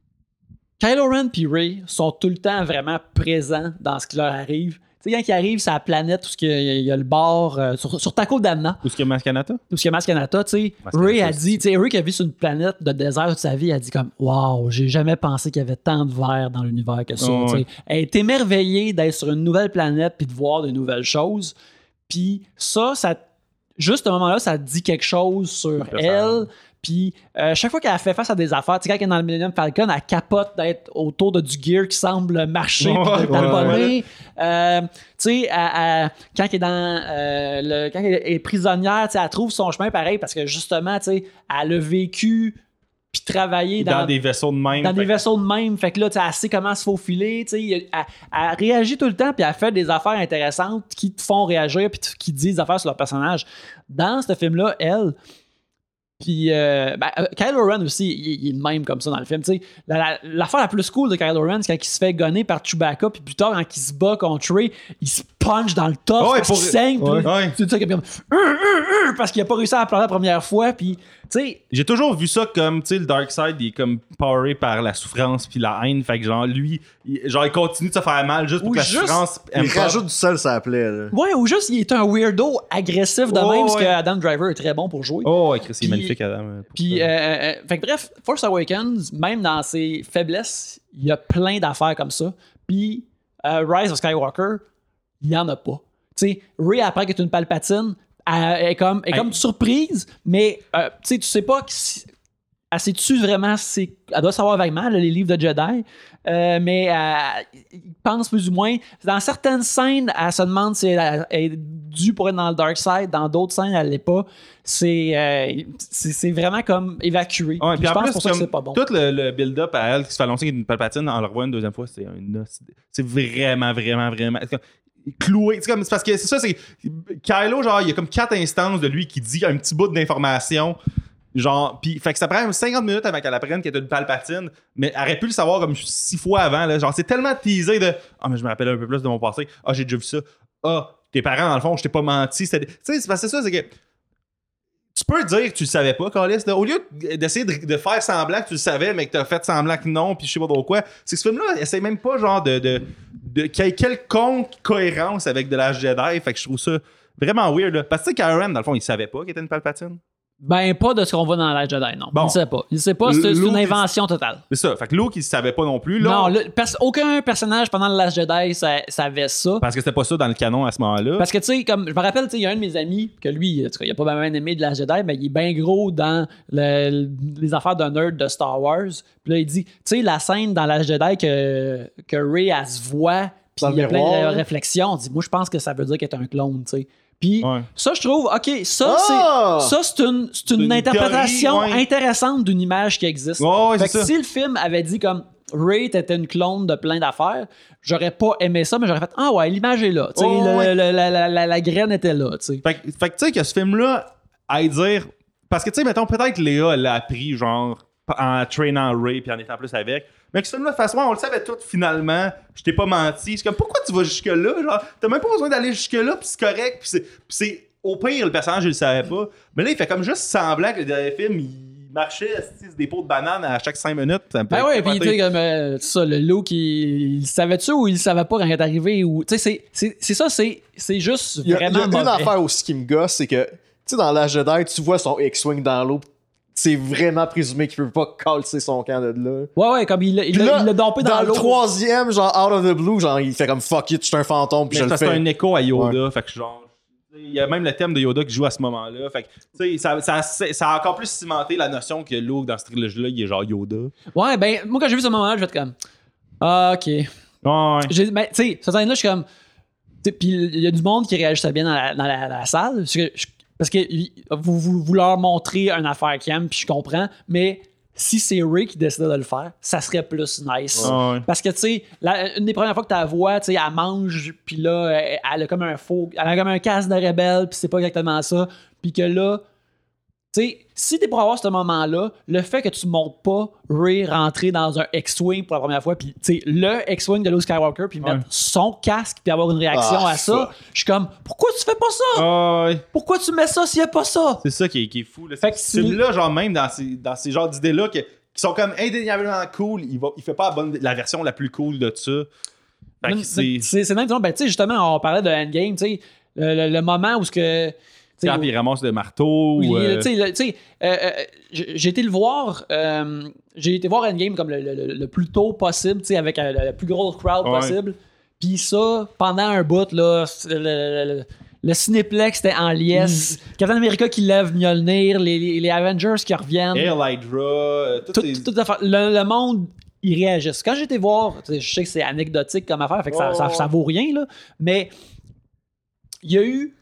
Kylo Ren et Rey sont tout le temps vraiment présents dans ce qui leur arrive. Tu sais, quand ils arrivent sur la planète, où il y a le bar sur Taco Damna.
Où est-ce qu'il y a Maskanata?
Où est-ce qu'il y a Maskanata, tu sais. Rey a dit, tu sais, Rey qui a vu sur une planète de désert toute sa vie, a dit comme, waouh, j'ai jamais pensé qu'il y avait tant de verre dans l'univers que ça. Oh, ouais. Elle est émerveillée d'être sur une nouvelle planète puis de voir de nouvelles choses. Puis ça, juste à ce moment-là, ça dit quelque chose sur elle. Puis chaque fois qu'elle fait face à des affaires, tu sais, quand elle est dans le Millennium Falcon, elle capote d'être autour de du gear qui semble marcher puis d'être talbonné. Tu sais, quand elle est quand elle est prisonnière, tu sais, elle trouve son chemin pareil parce que justement, tu sais, elle a vécu puis travaillé
dans des vaisseaux de même.
Dans des vaisseaux de même. Fait que là, tu sais, elle sait comment se faufiler. Tu sais, elle réagit tout le temps puis elle fait des affaires intéressantes qui te font réagir puis qui disent des affaires sur leur personnage. Dans ce film-là, elle... Puis, Kylo Ren aussi, il est de même comme ça dans le film. Tu sais, l'affaire la plus cool de Kylo Ren, c'est quand il se fait gonner par Chewbacca, puis plus tard, quand il se bat contre Rey, il se punch dans le top parce qu'il saigne. C'est ça qu'il a parce qu'il a pas réussi à appeler la première fois. Puis, tu sais.
J'ai toujours vu ça comme, tu sais, le Darkseid, il est comme poweré par la souffrance puis la haine. Fait que, genre, lui, il continue de se faire mal juste pour que la souffrance.
Il rajoute du sel, ça appelait. Là.
Ouais, ou juste, il est un weirdo agressif de même, parce que Adam Driver est très bon pour jouer.
Oh, ouais, Chris, il est magnifique, Adam.
Puis, fait que bref, Force Awakens, même dans ses faiblesses, il y a plein d'affaires comme ça. Puis, Rise of Skywalker, il n'y en a pas. Tu sais, Rey apprend qu'elle est une Palpatine, elle est comme surprise, mais tu sais pas elle sait-tu vraiment, elle doit savoir vaguement les livres de Jedi, mais il pense plus ou moins. Dans certaines scènes, elle se demande si elle est due pour être dans le Dark Side, dans d'autres scènes, elle l'est pas. C'est vraiment comme évacué.
Ouais, puis
je pense
plus,
pour ça que c'est pas bon.
Tout le build-up à elle qui se fait annoncer qu'elle est une Palpatine, en le revoyant une deuxième fois, c'est vraiment, vraiment, vraiment... cloué. C'est parce que c'est ça, c'est Kylo, genre, il y a comme 4 instances de lui qui dit un petit bout d'information. Genre, pis, fait que ça prend 50 minutes avant qu'elle apprenne qu'elle est une Palpatine, mais elle aurait pu le savoir comme 6 fois avant, là. Genre, c'est tellement teasé de mais je me rappelle un peu plus de mon passé. J'ai déjà vu ça. Tes parents, dans le fond, je t'ai pas menti. Tu sais, c'est parce que c'est ça, c'est que tu peux dire que tu le savais pas, Carlis. Au lieu d'essayer de faire semblant que tu le savais, mais que t'as fait semblant que non, puis je sais pas trop quoi, c'est que ce film-là, essaie même pas, genre, qu'il y ait quelconque cohérence avec de la Jedi. Fait que je trouve ça vraiment weird, là. Parce que Kylo Ren, dans le fond, il savait pas qu'il était une Palpatine.
Ben, pas de ce qu'on voit dans la Jedi, non.
Bon.
Il sait pas. Il sait pas, c'est une invention totale.
C'est ça. Fait que Luke, il savait pas non plus. Là,
non, aucun personnage pendant le Last Jedi savait ça.
Parce que c'était pas ça dans le canon à ce moment-là.
Parce que, tu sais, comme je me rappelle, il y a un de mes amis, que lui, en tout cas, il a pas vraiment aimé de Last Jedi, mais il est bien gros dans les affaires de nerd de Star Wars. Puis là, il dit, tu sais, la scène dans Last Jedi que Rey, elle se voit, puis il y a plein de réflexions. On dit, moi, je pense que ça veut dire qu'elle est un clone, tu sais. Puis ça, je trouve, OK, c'est une interprétation intéressante d'une image qui existe. Fait que si le film avait dit comme Rey était une clone de plein d'affaires, j'aurais pas aimé ça, mais j'aurais fait l'image est là. La graine était là. T'sais.
Fait que tu sais que ce film-là, à dire. Parce que tu sais, mettons, peut-être Léa l'a appris, genre, en traînant Rey puis en étant plus avec. Mais que ce film-là, de toute façon, on le savait tout finalement. Je t'ai pas menti. C'est comme, pourquoi tu vas jusque-là? Genre, t'as même pas besoin d'aller jusque-là, puis c'est correct. Puis c'est au pire, le personnage, il le savait pas. Mais là, il fait comme juste semblant que le dernier film, il marchait des pots de bananes à chaque 5 minutes.
Ben ouais, puis tu sais, comme ça, le Luke, il savait-tu ou il savait pas quand il est arrivé? Tu sais, c'est ça, c'est juste vraiment mauvais.
Il y a une affaire aussi qui me gosse, c'est que, tu sais, dans la Jedi, tu vois son X-Wing dans l'eau. c'est vraiment présumé qu'il peut pas calcer son camp de là.
Ouais, comme il
Puis là,
l'a dompé dans
le
l'eau.
troisième, genre out of the blue, genre il fait comme fuck it, je suis un fantôme, puis
Mais
je le
c'est
fais.
un écho à Yoda, fait que genre. Il y a même le thème de Yoda qui joue à ce moment-là. Fait que, tu sais, ça a encore plus cimenté la notion que Luke, dans cette trilogie-là, il est genre Yoda.
Ouais, ben, moi, quand j'ai vu ce moment-là, je vais être comme. Ah, ok.
Ouais.
Ben, tu sais, cette scène-là, je suis comme. Puis il y a du monde qui réagissait bien dans la salle. Parce que vous leur montrez une affaire qu'ils aiment, puis je comprends. Mais si c'est Rey qui décidait de le faire, ça serait plus nice.
Ouais.
Parce que, tu sais, une des premières fois que tu la vois, tu sais, elle mange, puis là, elle a comme un casque de rebelle, puis c'est pas exactement ça. Puis que là, tu sais, si t'es pour avoir ce moment-là, le fait que tu montes pas Rey rentrer dans un X-Wing pour la première fois, puis tu sais, le X-Wing de Luke Skywalker, puis mettre son casque, puis avoir une réaction à ça, je suis comme, pourquoi tu fais pas ça?
Ouais.
Pourquoi tu mets ça s'il y a pas ça?
C'est ça qui est fou. Là.
Fait que
Celui-là, genre, même dans ces genres d'idées-là qui sont comme indéniablement cool, il fait pas la version la plus cool de ça. Fait que
C'est même, ben, tu sais, justement, on parlait de Endgame, tu sais, le moment où ce que.
Quand il ramasse le marteau.
J'ai été le voir. J'ai été voir Endgame comme le plus tôt possible, tu sais, avec le plus gros crowd possible. Puis ça, pendant un bout, là, le Cinéplex était en liesse. Captain America qui lève Mjolnir, les Avengers qui reviennent.
Hail Hydra,
le monde, ils réagissent. Quand j'ai été voir, je sais que c'est anecdotique comme affaire, fait que ça vaut rien, là, mais il y a eu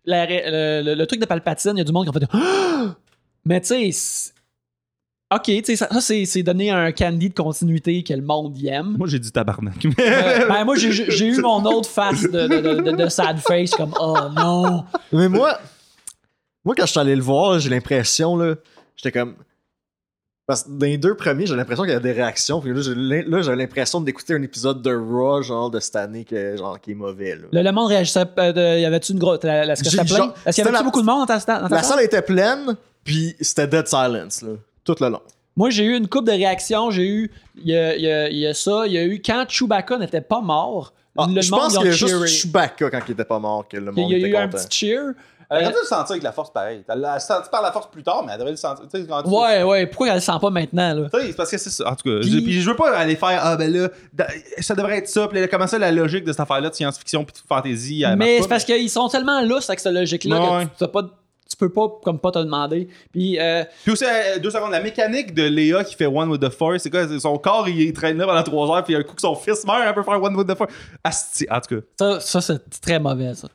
le truc de Palpatine, il y a du monde qui a fait mais tu sais, ok, tu sais, ça c'est donner un candy de continuité que le monde y aime.
Moi, j'ai dit tabarnak.
Ben moi, j'ai eu mon autre face de sad face, comme oh non.
Mais moi, quand je suis allé le voir, j'ai l'impression, là, j'étais comme. Parce que dans les deux premiers, j'ai l'impression qu'il y a des réactions. Puis là, j'ai l'impression d'écouter un épisode de Raw, genre, de cette année, qui est mauvais. Là.
Le monde réagissait. Y avait-tu une grosse. Est-ce que c'était plein? Est-ce qu'il y avait beaucoup de monde dans ta
La salle était pleine, puis c'était dead silence, là, tout le long.
Moi, j'ai eu une couple de réactions. J'ai eu. Il y a ça. Il y a eu quand Chewbacca n'était pas mort.
Je pense qu'il y a juste Chewbacca quand il était pas mort que le monde était content.
Il y a eu un petit cheer.
Elle aurait dû le sentir avec la force pareil. Elle l'a senti par la force plus tard, mais elle devrait le sentir.
Ouais. Pourquoi elle le sent pas maintenant, là?
C'est parce que c'est ça. En tout cas, puis je veux pas aller faire ben là, ça devrait être ça. Puis comment ça, la logique de cette affaire-là de science-fiction puis de fantasy.
Mais c'est parce qu'ils sont tellement lousses avec cette logique-là que tu peux pas comme pas te demander. Puis
aussi, 2 secondes, la mécanique de Léa qui fait One with the Force, c'est quoi? Son corps, il traîne là pendant 3 heures, puis un coup que son fils meurt, elle peut faire One with the Force. Asti, en tout cas.
Ça c'est très mauvais, ça.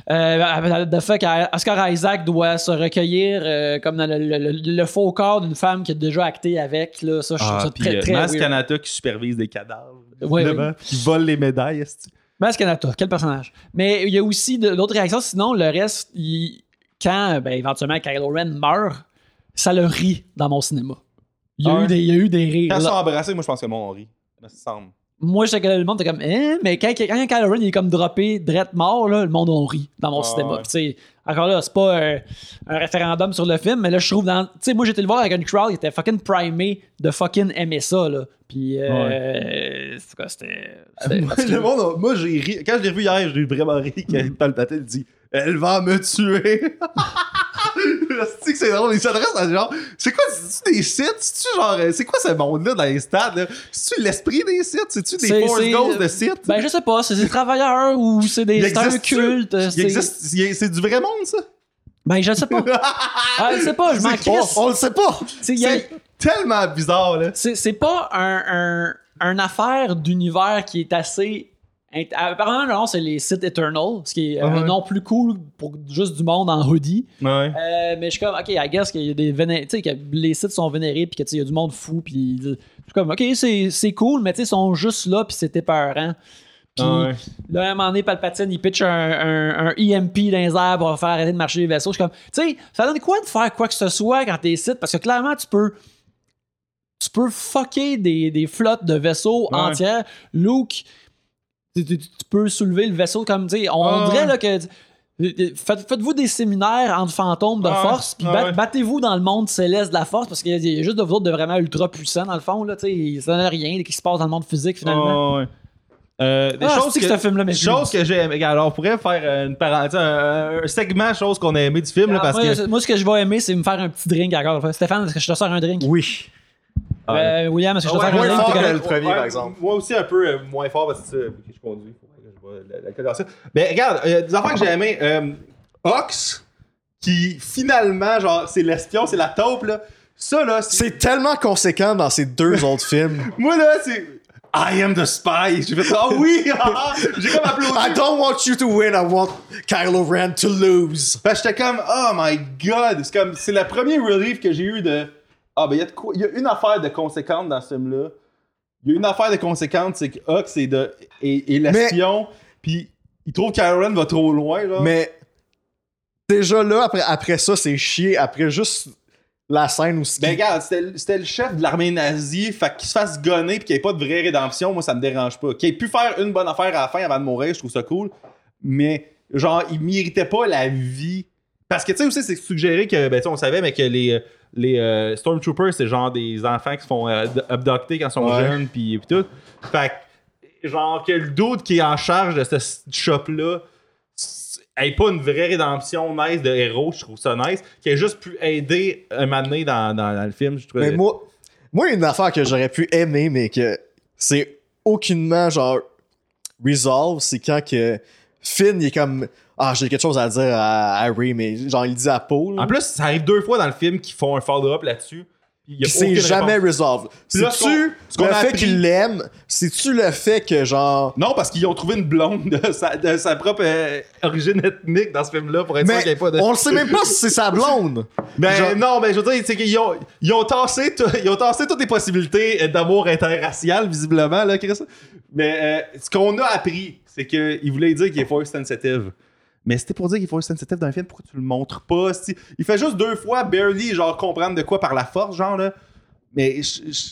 Le fait qu'Oscar Isaac doit se recueillir comme dans le faux corps d'une femme qui a déjà acté avec, là, ça, je trouve ça très, très
Maz
weird.
Kanata qui supervise des cadavres.
Oui.
Qui vole les médailles.
Maz Kanata, quel personnage. Mais il y a aussi d'autres réactions, sinon le reste, quand éventuellement Kylo Ren meurt, ça le rit dans mon cinéma. Il y a eu des rires.
Quand ils sont embrassés, moi je pense que mon rit. Ça me semble.
Moi, je sais que le monde était comme mais quand Kylo Ren il est comme droppé, drette mort, là, le monde on rit dans mon cinéma.
Ouais.
Puis, encore là, c'est pas un référendum sur le film, mais là, je trouve dans. Tu sais, moi, j'étais le voir avec une crowd qui était fucking primé de fucking aimer ça, là. Puis, c'est quoi, c'était.
Le monde, moi j'ai ri. Quand je l'ai revu hier, j'ai vraiment ri quand Palpatine dit elle va me tuer. C'est drôle, il s'adresse à genre. C'est quoi, c'est-tu des Sith? C'est-tu genre. C'est quoi ce monde-là dans les stades? Là? C'est-tu l'esprit des Sith? C'est-tu des Force Ghosts de Sith?
Ben, je sais pas, c'est des travailleurs ou c'est des un culte.
C'est du vrai monde, ça?
Ben, je sais pas. Je sais pas, je m'en crisse.
On le sait pas.
C'est tellement bizarre, là.
C'est pas un affaire d'univers qui est assez. Apparemment, le nom, c'est les Sith Eternal, ce qui est un nom plus cool pour juste du monde en hoodie.
Ouais.
Mais je suis comme, ok, I guess qu'il y a des tu sais, que les Sith sont vénérés, puis qu'il y a du monde fou, puis je suis comme, ok, c'est cool, mais tu sais, ils sont juste là, puis c'est épeurant. Puis là, à un moment donné, Palpatine, il pitch un EMP dans les airs pour faire arrêter de marcher les vaisseaux. Je suis comme, tu sais, ça donne quoi de faire quoi que ce soit quand t'es Sith? Parce que clairement, tu peux fucker des flottes de vaisseaux entières. Luke, tu peux soulever le vaisseau comme, tu sais, on dirait là que faites-vous des séminaires entre fantômes de force, puis battez-vous dans le monde céleste de la force, parce qu'il y a juste de vous autres de vraiment ultra puissants dans le fond, là, tu sais, ça n'a rien qui se passe dans le monde physique finalement.
Des choses
c'est que ce film-là, mais
choses que j'ai aimé. Alors, on pourrait faire une parenthèse, un segment choses qu'on a aimé du film. Là, parce que...
Moi, ce que je vais aimer, c'est me faire un petit drink encore. Stéphane, est-ce que je te sors un drink?
Oui.
William, est-ce que je te sors un
moins
drink?
fort
T'es
que
correct?
le premier, par exemple.
Moi aussi, un peu moins fort parce que je conduis. Je vois mais regarde, des affaires que j'ai aimé. Ox, qui finalement, genre, c'est l'espion, c'est la taupe, là. Ça, là,
C'est tellement conséquent dans ces deux autres films.
Moi, là, c'est... I am the spy. J'ai fait, oui! J'ai comme applaudi.
I don't want you to win, I want Kylo Ren to lose.
Fait que j'étais comme, oh my god! C'est le premier relief que j'ai eu de... Ah, ben, il y a une affaire de conséquente dans ce film-là. Il y a une affaire de conséquente, c'est que Hux est l'espion, puis il trouve que Kylo Ren va trop loin, là.
Mais déjà là, après ça, c'est chier. Après juste la scène où...
Ben regarde, c'était le chef de l'armée nazie, fait qu'il se fasse gonner pis qu'il n'y ait pas de vraie rédemption, moi ça me dérange pas. Qu'il ait pu faire une bonne affaire à la fin avant de mourir, je trouve ça cool. Mais genre, il méritait pas la vie. Parce que tu sais aussi, c'est suggéré que, ben tu sais, on savait, mais que les Stormtroopers, c'est genre des enfants qui se font abducter quand ils sont jeunes pis tout. Fait que, genre, que le dude qui est en charge de ce shop-là ait pas une vraie rédemption nice de héros, je trouve ça nice, qui a juste pu aider un moment donné dans le film, je trouve.
Mais moi, une affaire que j'aurais pu aimer, mais que c'est aucunement genre resolve, c'est quand que Finn il est comme j'ai quelque chose à dire à Harry, mais genre il dit à Paul.
En plus, ça arrive 2 fois dans le film qu'ils font un follow-up là-dessus.
C'est jamais resolve. C'est-tu le fait qu'il l'aime? C'est-tu le fait que genre...
Non, parce qu'ils ont trouvé une blonde de sa propre origine ethnique dans ce film-là pour être sûr qu'il n'y ait pas de...
On le sait même pas si c'est sa blonde.
Ben genre... non, mais je veux dire, c'est qu'ils ont tassé toutes les possibilités d'amour interracial, visiblement, là, Chris. Mais ce qu'on a appris, c'est qu'il voulait dire qu'il est force sensitive. Mais c'était pour dire qu'il est force sensitive dans un film, pourquoi tu le montres pas? Il fait juste 2 fois barely genre comprendre de quoi par la force, genre là. Mais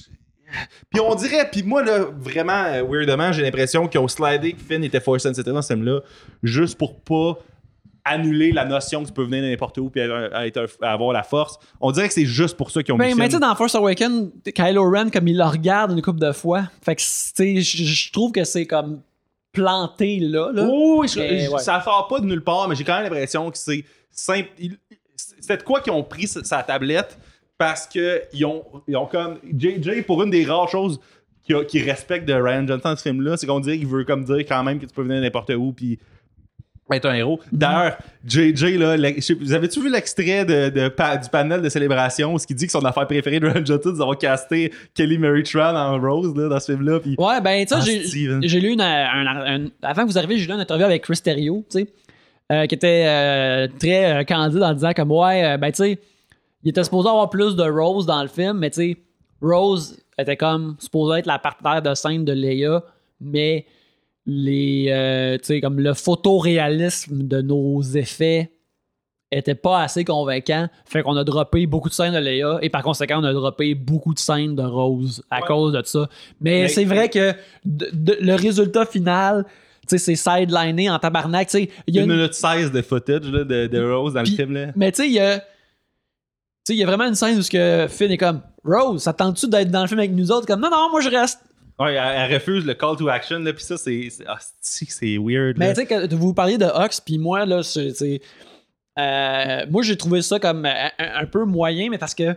puis on dirait, puis moi là, vraiment weirdement, j'ai l'impression qu'ils ont slidé que Finn était force sensitive dans ce film-là, juste pour pas annuler la notion que tu peux venir de n'importe où puis avoir la force. On dirait que c'est juste pour ça qu'ils ont mis
mais tu sais, dans Force Awakens, Kylo Ren, comme il le regarde une couple de fois, fait que tu sais, je trouve que c'est comme planté là.
Oui, ça sort pas de nulle part, mais j'ai quand même l'impression que c'est simple. C'est de quoi qu'ils ont pris sa tablette parce que ils ont comme JJ, pour une des rares choses qui respecte de Rian Johnson dans ce film-là, c'est qu'on dirait qu'il veut comme dire quand même que tu peux venir n'importe où puis être un héros. D'ailleurs, JJ, là, vous avez-tu vu l'extrait du panel de célébration où ce qui dit que son affaire préférée de Rian Johnson, c'est d'avoir casté Kelly Marie Tran en Rose là, dans ce film-là? Pis...
Ouais, ben, tu sais, j'ai lu avant que vous arriviez, j'ai lu une interview avec Chris Terrio, tu sais, qui était très candide en disant comme, ben, tu sais, il était supposé avoir plus de Rose dans le film, mais tu sais, Rose était comme supposé être la partenaire de scène de Leia, mais tu sais, comme le photoréalisme de nos effets était pas assez convaincant, fait qu'on a droppé beaucoup de scènes de Leia et par conséquent on a droppé beaucoup de scènes de Rose à cause de ça. Mais c'est vrai que le résultat final, tu sais, c'est sideliné en tabarnak, tu sais, il y a 1
minute 16 de footage là, de Rose dans le film là.
Mais tu sais, il y a vraiment une scène où Finn est comme Rose, ça tente-tu d'être dans le film avec nous autres? Comme non, moi je reste.
Ouais, elle refuse le call to action, là, pis ça, c'est weird.
Mais tu sais, que vous parliez de Hux, pis moi, là, moi, j'ai trouvé ça comme un peu moyen, mais parce que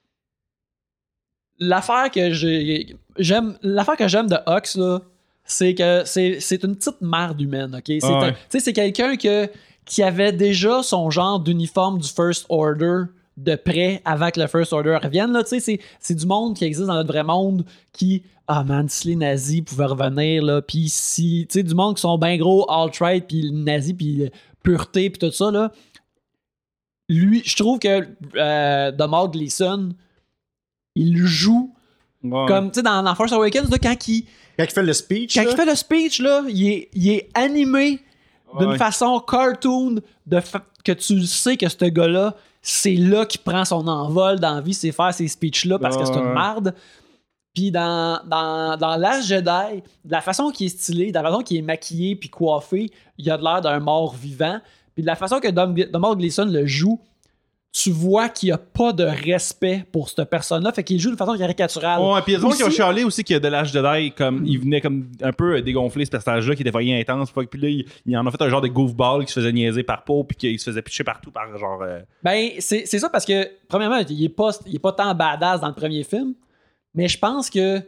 l'affaire que j'aime de Hux, là, c'est que c'est une petite merde humaine, ok? Tu sais, c'est quelqu'un qui avait déjà son genre d'uniforme du First Order de près avant que le First Order revienne, là, tu sais, c'est du monde qui existe dans notre vrai monde qui... Ah man, si les nazis pouvaient revenir, là, pis si, tu sais, du monde qui sont bien gros, alt-right, pis nazis, pis pureté, pis tout ça, là. Lui, je trouve que Domhnall Gleeson, il joue comme, tu sais, dans Force Awakens, là, quand il
fait le speech,
là, il est animé d'une façon cartoon, que tu sais que ce gars-là, c'est là qu'il prend son envol dans la vie, c'est faire ces speeches-là parce que c'est une merde. Puis dans Last Jedi, de la façon qu'il est stylé, de la façon qu'il est maquillé puis coiffé, il a de l'air d'un mort vivant. Puis de la façon que Domhnall Gleeson le joue, tu vois qu'il n'y a pas de respect pour cette personne-là, fait qu'il joue de façon caricaturale.
Ouais, puis il y a des gens qui ont
Aussi-
chialé aussi que de l'âge Jedi, comme il venait comme un peu dégonfler ce personnage-là qui était vraiment intense. Puis là, il en a fait un genre de goofball qui se faisait niaiser par Poe, puis qu'il se faisait pitcher partout par genre.
Ben, c'est ça parce que, premièrement, il est pas tant badass dans le premier film, mais je pense que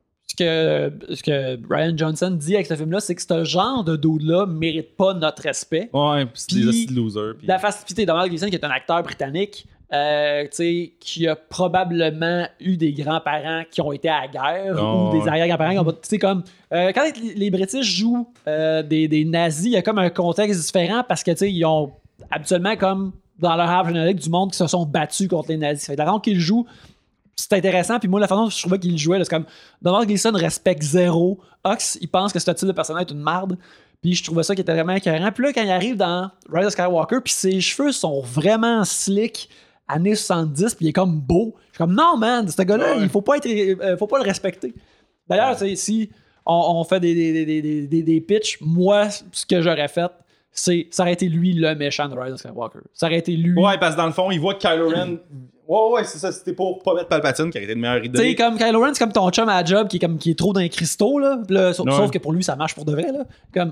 ce que Ryan Johnson dit avec ce film-là, c'est que ce genre de dude-là mérite pas notre respect.
Ouais, puis c'est des
Puis,
hosties de losers. Puis...
La facilité de Domhnall Gleeson, qui est un acteur britannique, tu sais, qui a probablement eu des grands-parents qui ont été à la guerre
Oh,
ou des arrière-grands-parents qui ont tu sais, comme quand les British jouent des nazis, il y a comme un contexte différent parce que tu sais, ils ont habituellement comme dans leur arbre générique du monde qui se sont battus contre les nazis. Fait que la façon qu'ils jouent, c'est intéressant. Puis moi, la façon dont je trouvais qu'il jouait, là, c'est comme Domhnall Gleeson respecte zéro. Ox, il pense que ce type de personnage est une marde. Puis je trouvais ça qui était vraiment écœurant. Puis là, quand il arrive dans Rise of Skywalker, puis ses cheveux sont vraiment slick, années 70, puis il est comme beau. Je suis comme, non, man, ce gars-là, il faut pas le respecter. D'ailleurs, tu sais, si on fait des pitchs, moi, ce que j'aurais fait, ça aurait été lui le méchant de Rise of Skywalker. Ça aurait été lui.
Ouais, parce que dans le fond, il voit que Kylo Ren. Ouais, c'est ça. C'était pour pas mettre Palpatine qui aurait été une meilleure
Tu sais,
idée.
comme Kylo Ren, c'est comme ton chum à la job qui est trop dans les cristaux, là. Puis là, sauf que pour lui, ça marche pour de vrai, là. Comme,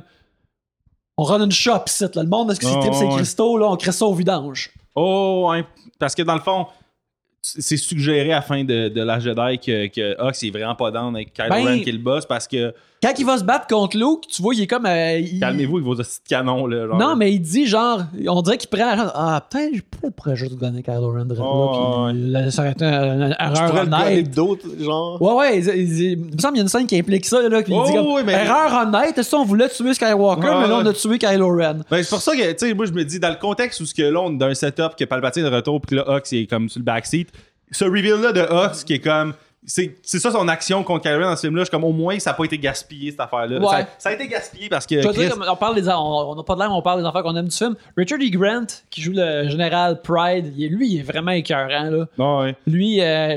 on run une shop ici, là. Le monde, est-ce que c'est tripe ces cristaux, là, on crée ça au vidange.
Oh, ouais. Parce que dans le fond, c'est suggéré à la fin de l'âge Jedi que Hux est vraiment pas down avec Kylo Ren qui est le boss parce que.
Quand il va se battre contre Luke, tu vois, il est comme.
Calmez-vous avec vos hosties de canon, là. Genre,
non, mais il dit genre, on dirait qu'il prend. Peut-être je pourrais juste donner Kylo Ren de là, puis ça aurait été une erreur honnête.
d'autres, genre.
Ouais, il me semble qu'il y a une scène qui implique ça, là, puis il dit comme, erreur honnête, est-ce qu'on voulait tuer Skywalker, mais là, on a tué Kylo Ren.
Ben, c'est pour ça que, tu sais, moi, je me dis, dans le contexte où ce que là, on est dans un setup que Palpatine est de retour, puis là, Hux est comme sur le backseat, ce reveal-là de Hux qui est comme. C'est ça son action contre Kylo Ren dans ce film-là. Je suis comme, au moins, ça n'a pas été gaspillé, cette affaire-là.
Ouais.
Ça a été gaspillé parce que.
Je veux dire, on parle on n'a pas de l'air, on parle des affaires qu'on aime du film. Richard E. Grant, qui joue le général Pride, il est vraiment écœurant, là.
Ouais.
Lui,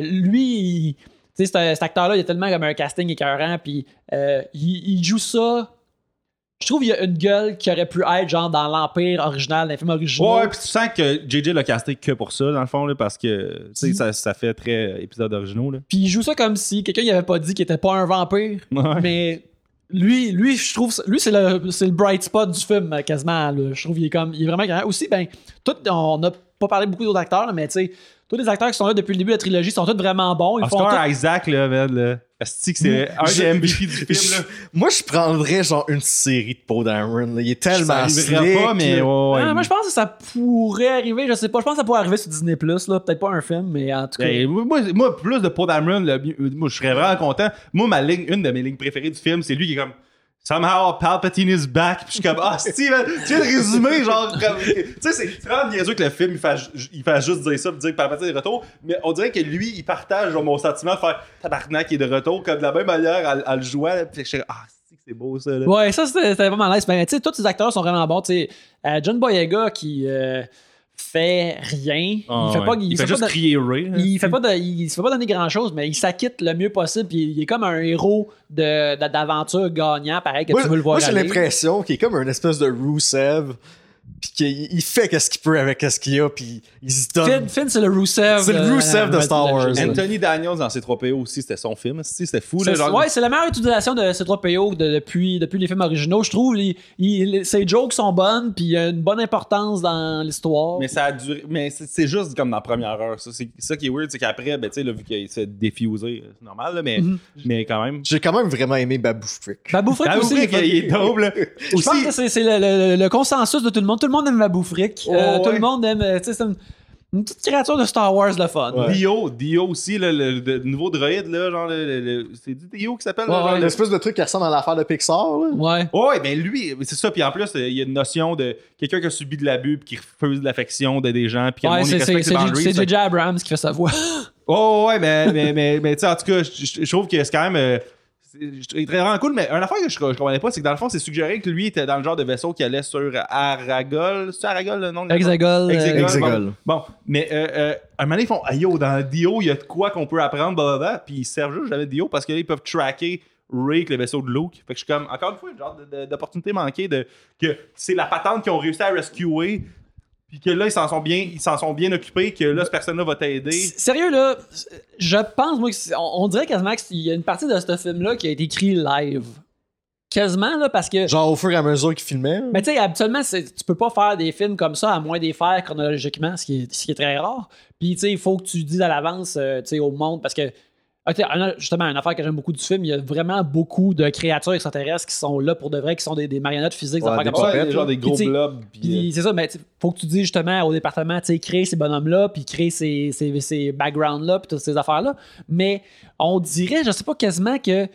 tu sais, cet acteur-là, il a tellement comme un casting écœurant, puis il joue ça. Je trouve qu'il y a une gueule qui aurait pu être genre dans l'Empire original, dans les films originaux.
Ouais, puis tu sens que JJ l'a casté que pour ça, dans le fond, là, parce que tu sais, ça fait très épisode originaux. Là.
Puis il joue ça comme si quelqu'un n'y avait pas dit qu'il était pas un vampire.
Ouais.
Mais lui, je trouve lui, c'est le bright spot du film, quasiment. Là. Je trouve qu'il est vraiment grand. Aussi, ben, on n'a pas parlé beaucoup d'autres acteurs, là, mais tu sais, tous les acteurs qui sont là depuis le début de la trilogie sont tous vraiment bons.
Oscar Isaac, là, man, là. Asti que c'est un des MVP du film, là.
Moi, je prendrais genre une série de Poe Dameron. Il est tellement
Ça
slick.
arriverait pas, mais ouais.
Moi, je pense que ça pourrait arriver. Je sais pas. Je pense que ça pourrait arriver sur Disney+. Là. Peut-être pas un film, mais en tout cas.
Ben, moi, plus de Poe Dameron, moi, je serais vraiment content. Moi, une de mes lignes préférées du film, c'est lui qui est comme Somehow Palpatine is back. Puis je suis comme, Steve, tu viens de résumer, genre, comme, tu sais, c'est vraiment niaiseux que le film, il fait juste dire ça, puis dire que Palpatine est de retour. Mais on dirait que lui, il partage genre, mon sentiment de faire tabarnak qui est de retour, comme de la même manière, à le jouer. Puis je suis c'est beau ça, là.
Ouais, ça, c'était vraiment nice. Mais tu sais, tous ces acteurs sont vraiment bons. Tu sais, John Boyega qui fait rien.
Il fait juste crier Ray.
Il se fait pas donner grand chose, mais il s'acquitte le mieux possible. Puis il est comme un héros d'aventure gagnant, pareil, que tu veux le voir.
Moi, j'ai l'impression qu'il est comme une espèce de Rusev. Puis qu'il fait qu'est-ce qu'il peut avec ce qu'il y a, puis il se donne.
Finn, c'est le Rusev.
C'est le Rusev de Star Wars.
Anthony Daniels dans C3PO aussi, c'était son film. C'était fou. Là, genre...
Ouais, c'est la meilleure utilisation de C3PO depuis les films originaux. Je trouve ses jokes sont bonnes, puis il y a une bonne importance dans l'histoire.
Mais ça a duré. Mais c'est juste comme dans la première heure. Ça. C'est ça qui est weird, c'est qu'après, ben, tu sais, vu qu'il s'est défusé, c'est normal, là, mais quand même.
J'ai quand même vraiment aimé Babu Frick.
Babu Frick aussi.
Il est double.
Je pense que c'est le consensus de tout le monde. Tout le monde aime Babu Frick. Tout le monde aime. Tu sais, c'est une petite créature de Star Wars, le fun.
Ouais. Dio aussi, le nouveau droïde, là, genre, c'est Dio qui s'appelle?
Ouais, l'espèce de truc qui ressemble à l'affaire de Pixar, là.
Ouais.
Ouais, ben lui, c'est ça. Puis en plus, il y a une notion de quelqu'un qui a subi de l'abus puis qui refuse de l'affection de des gens. Puis
c'est J.J. Abrams qui fait sa voix.
Oh, ouais, mais tu sais, en tout cas, je trouve que c'est quand même. C'est vraiment cool, mais une affaire que je comprenais pas, c'est que dans le fond, c'est suggéré que lui était dans le genre de vaisseau qui allait sur Aragol. C'est Aragol le nom de
Hexagol.
Bon, mais un moment donné, ils font yo, dans Dio, il y a de quoi qu'on peut apprendre, blablabla, puis ils servent juste jamais Dio parce que là, ils peuvent tracker Ray avec le vaisseau de Luke. Fait que je suis comme, encore une fois, une genre d'opportunité manquée que c'est la patente qu'ils ont réussi à rescuer. puis que là, ils s'en sont bien occupés, que là, cette personne-là va t'aider.
Sérieux, là, je pense, moi, on dirait quasiment qu'il y a une partie de ce film-là qui a été écrit live. Quasiment, là, parce que...
Genre au fur et à mesure qu'ils filmaient.
Mais tu sais, habituellement, tu peux pas faire des films comme ça à moins de les faire chronologiquement, ce qui est très rare. Puis, tu sais, il faut que tu dises à l'avance, tu sais, au monde, parce que... Justement, une affaire que j'aime beaucoup du film, il y a vraiment beaucoup de créatures extraterrestres qui sont là pour de vrai, qui sont des marionnettes physiques,
Ouais,
des affaires comme ça.
Genre des gros blobs.
Puis c'est ça, mais faut que tu dises justement au département, tu sais, créer ces bonhommes-là, puis créer ces backgrounds-là, puis toutes ces affaires-là. Mais on dirait, je sais pas, quasiment que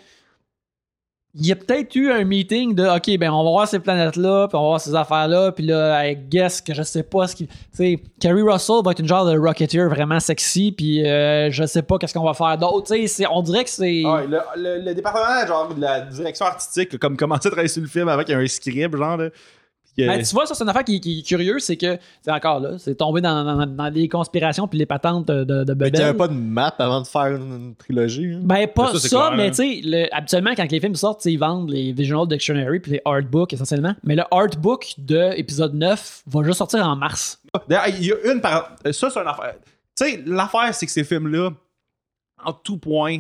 il y a peut-être eu un meeting de OK, ben on va voir ces planètes-là, puis on va voir ces affaires-là, puis là, I guess que je sais pas ce qui. Tu sais, Kerry Russell va être une genre de Rocketeer vraiment sexy, puis je sais pas qu'est-ce qu'on va faire d'autre. Tu sais, on dirait que c'est.
Ouais, le département, genre, de la direction artistique, a comme commencé à travailler sur le film avec un script, genre, là.
Ben, tu vois, ça, c'est une affaire qui est curieuse, c'est que, c'est encore là, c'est tombé dans des conspirations puis les patentes de
Mais
Bebel.
il n'y avait pas de map avant de faire une trilogie. Hein.
Ben, pas
ça, c'est
ça,
clair,
mais
hein.
tu sais, habituellement, quand les films sortent, ils vendent les Visual Dictionary puis les Artbooks essentiellement. Mais le Artbook de épisode 9 va juste sortir en mars.
D'ailleurs, il y a une par. Ça, c'est une affaire. Tu sais, l'affaire, c'est que ces films-là, en tout point,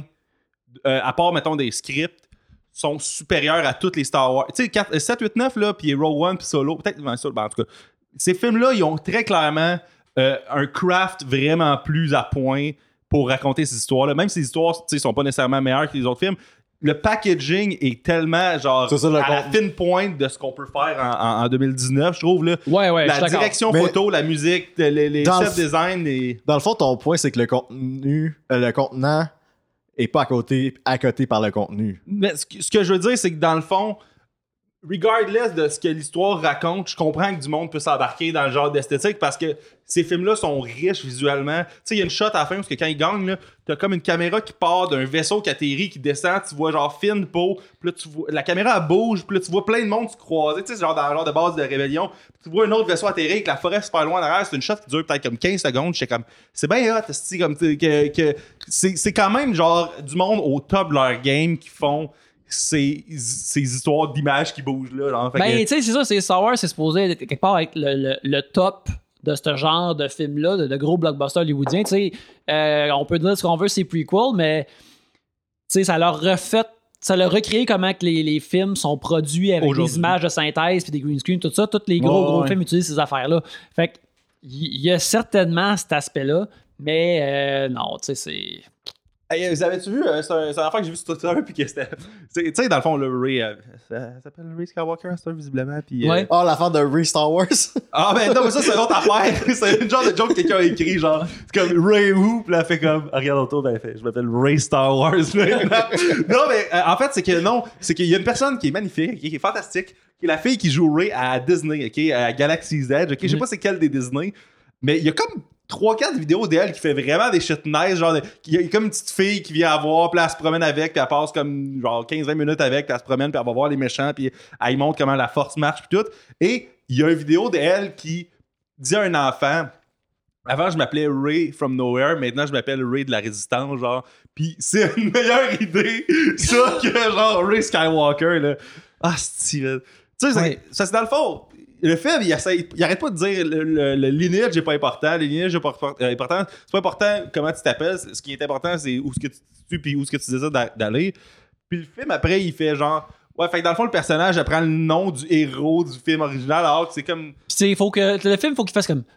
à part, mettons, des scripts, sont supérieurs à toutes les Star Wars. Tu sais, 7, 8, 9, là, puis Rogue One, puis Solo, peut-être ben, en tout cas. Ces films-là, ils ont très clairement un craft vraiment plus à point pour raconter ces histoires-là. Même si ces histoires, tu sais, sont pas nécessairement meilleures que les autres films, le packaging est tellement, genre,
C'est ça,
à la fine pointe de ce qu'on peut faire en 2019, je trouve, là.
Ouais, je
La
suis d'accord.
direction
Mais
photo, la musique, les
dans
chefs design, les...
Dans le fond, ton point, c'est que le contenant est pas à côté par le contenu.
Mais ce que je veux dire, c'est que dans le fond, regardless de ce que l'histoire raconte, je comprends que du monde peut s'embarquer dans le genre d'esthétique parce que ces films-là sont riches visuellement. Tu sais, il y a une shot à la fin parce que quand ils gagnent, là, t'as comme une caméra qui part d'un vaisseau qui atterrit, qui descend, tu vois genre fine peau, puis là, tu vois, la caméra elle bouge, puis là, tu vois plein de monde se croiser, tu sais, genre dans le genre de base de rébellion. Tu vois un autre vaisseau atterrir avec la forêt super loin derrière, c'est une shot qui dure peut-être comme 15 secondes. J'étais comme, c'est bien hot, comme que c'est quand même genre du monde au top de leur game qui font ces histoires d'images qui bougent là. Genre,
Ben, tu sais, c'est ça, c'est Star Wars, c'est supposé être quelque part avec le top de ce genre de film-là, de gros blockbusters hollywoodiens. Tu sais, on peut dire ce qu'on veut, c'est prequel, mais tu sais, ça leur recréé comment que les films sont produits avec des images de synthèse puis des green screen, tout ça. Tous les gros films utilisent ces affaires-là. Fait que il y a certainement cet aspect-là, mais non, tu sais, c'est...
Hey, vous avez-tu vu, c'est une affaire que j'ai vu sur Twitter, puis que c'était. Tu sais, dans le fond, le Ray. Ça s'appelle Ray Skywalker, c'est visiblement. Puis,
Ouais.
Oh, l'affaire de Ray Star Wars.
Ah, ben non, mais ça, c'est une autre affaire. C'est une genre de joke que quelqu'un a écrit, genre. C'est comme Ray who, puis là, elle fait comme. Regarde autour, ben, elle fait, je m'appelle Ray Star Wars. Non, mais en fait, c'est que non, c'est qu'il y a une personne qui est magnifique, qui est fantastique, qui est la fille qui joue Ray à Disney, ok, à Galaxy's Edge, ok. Je sais pas c'est quelle des Disney, mais il y a comme 3-4 vidéos d'elle qui fait vraiment des shit nice, genre il y a comme une petite fille qui vient à voir, puis elle se promène avec, puis elle passe comme genre 15-20 minutes avec, puis elle se promène, puis elle va voir les méchants, puis elle montre comment la force marche, puis tout. Et il y a une vidéo d'elle qui dit à un enfant, avant je m'appelais Ray from Nowhere, maintenant je m'appelle Ray de la Résistance, genre, puis c'est une meilleure idée ça que genre Ray Skywalker, là. Ah, Steven. Tu sais, ça c'est dans le fond. Le film, il arrête pas de dire le lineage n'est pas important, le lineage n'est pas important. C'est pas important comment tu t'appelles. Ce qui est important, c'est où ce que tu te situes puis où ce que tu désires d'aller. Puis le film, après, il fait genre. Ouais, fait que dans le fond, le personnage apprend le nom du héros du film original, alors que c'est comme.
Tu sais, le film, faut qu'il fasse comme.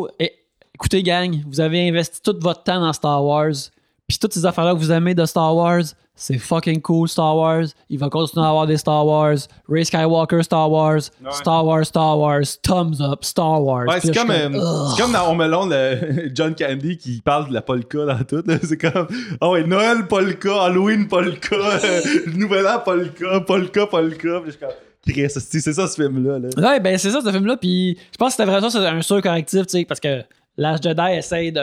Écoutez, gang, vous avez investi tout votre temps dans Star Wars. Puis toutes ces affaires-là que vous aimez de Star Wars, c'est fucking cool, Star Wars. Il va continuer à avoir des Star Wars. Ray Skywalker, Star Wars. Ouais. Star Wars. Thumbs up, Star Wars.
Ouais, c'est comme dans Home Alone, le John Candy qui parle de la polka dans tout. Là. C'est comme, oh ouais, Noël polka, Halloween polka, Nouvel An polka. Puis je suis comme, c'est ça ce film-là. Là.
Ouais, ben c'est ça ce film-là. Puis je pense que c'était vraiment ça, c'est un surcorrectif, tu sais, parce que Last Jedi essaye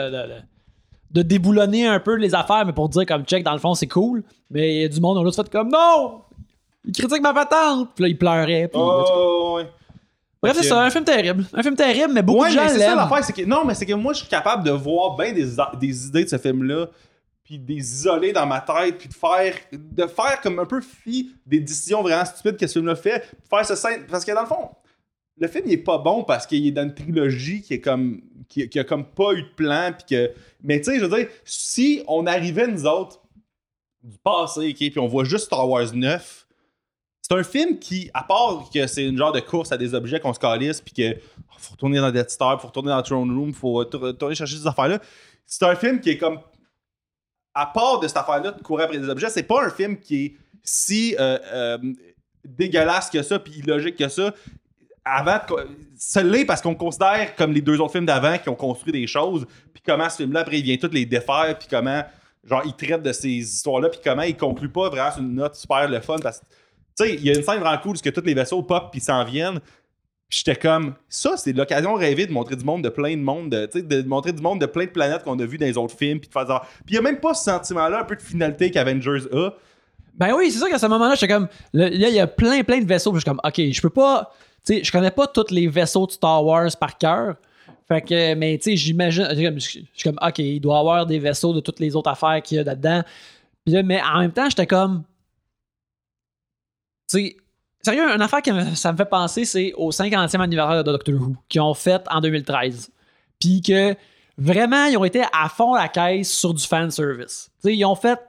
de déboulonner un peu les affaires, mais pour dire comme check, dans le fond, c'est cool. Mais il y a du monde dans l'autre fait comme non! Il critique ma patente! Puis là, il pleurait. Puis,
ouais.
Bref, c'est ça, un film terrible. Un film terrible, mais beaucoup de gens
c'est
l'aiment.
Ça l'affaire, c'est que non, mais c'est que moi, je suis capable de voir bien des idées de ce film-là, puis de les isoler dans ma tête, puis de faire comme un peu fi des décisions vraiment stupides que ce film-là fait, faire ce scène. Parce que dans le fond, le film il est pas bon parce qu'il est dans une trilogie qui est comme qui a comme pas eu de plan puis que mais tu sais je veux dire si on arrivait nous autres du passé OK puis on voit juste Star Wars 9 c'est un film qui à part que c'est une genre de course à des objets qu'on se calisse puis que faut retourner dans Death Star faut retourner dans le Throne Room faut retourner chercher ces affaires là c'est un film qui est comme à part de cette affaire là de courir après des objets c'est pas un film qui est si dégueulasse que ça puis illogique que ça avant ça l'est parce qu'on considère comme les deux autres films d'avant qui ont construit des choses puis comment ce film là après il vient toutes les défaire puis comment genre il traite de ces histoires là puis comment il conclut pas vraiment sur une note super le fun parce que tu sais il y a une scène vraiment cool où que tous les vaisseaux pop puis s'en viennent puis j'étais comme ça c'est l'occasion rêvée de montrer du monde de plein de monde de montrer du monde de plein de planètes qu'on a vu dans les autres films puis de faire genre puis il y a même pas ce sentiment là un peu de finalité qu'Avengers a.
Ben oui, c'est ça qu'à ce moment-là, j'étais comme. Là, il y a plein de vaisseaux. Puis je suis comme, OK, je peux pas. Tu sais, je connais pas tous les vaisseaux de Star Wars par cœur. Fait que, mais tu sais, j'imagine. Je suis comme, OK, il doit y avoir des vaisseaux de toutes les autres affaires qu'il y a là-dedans. Puis là, mais en même temps, j'étais comme. Tu sais, sérieux, une affaire ça me fait penser, c'est au 50e anniversaire de Doctor Who, qu'ils ont fait en 2013. Puis que vraiment, ils ont été à fond la caisse sur du fanservice. Tu sais, ils ont fait.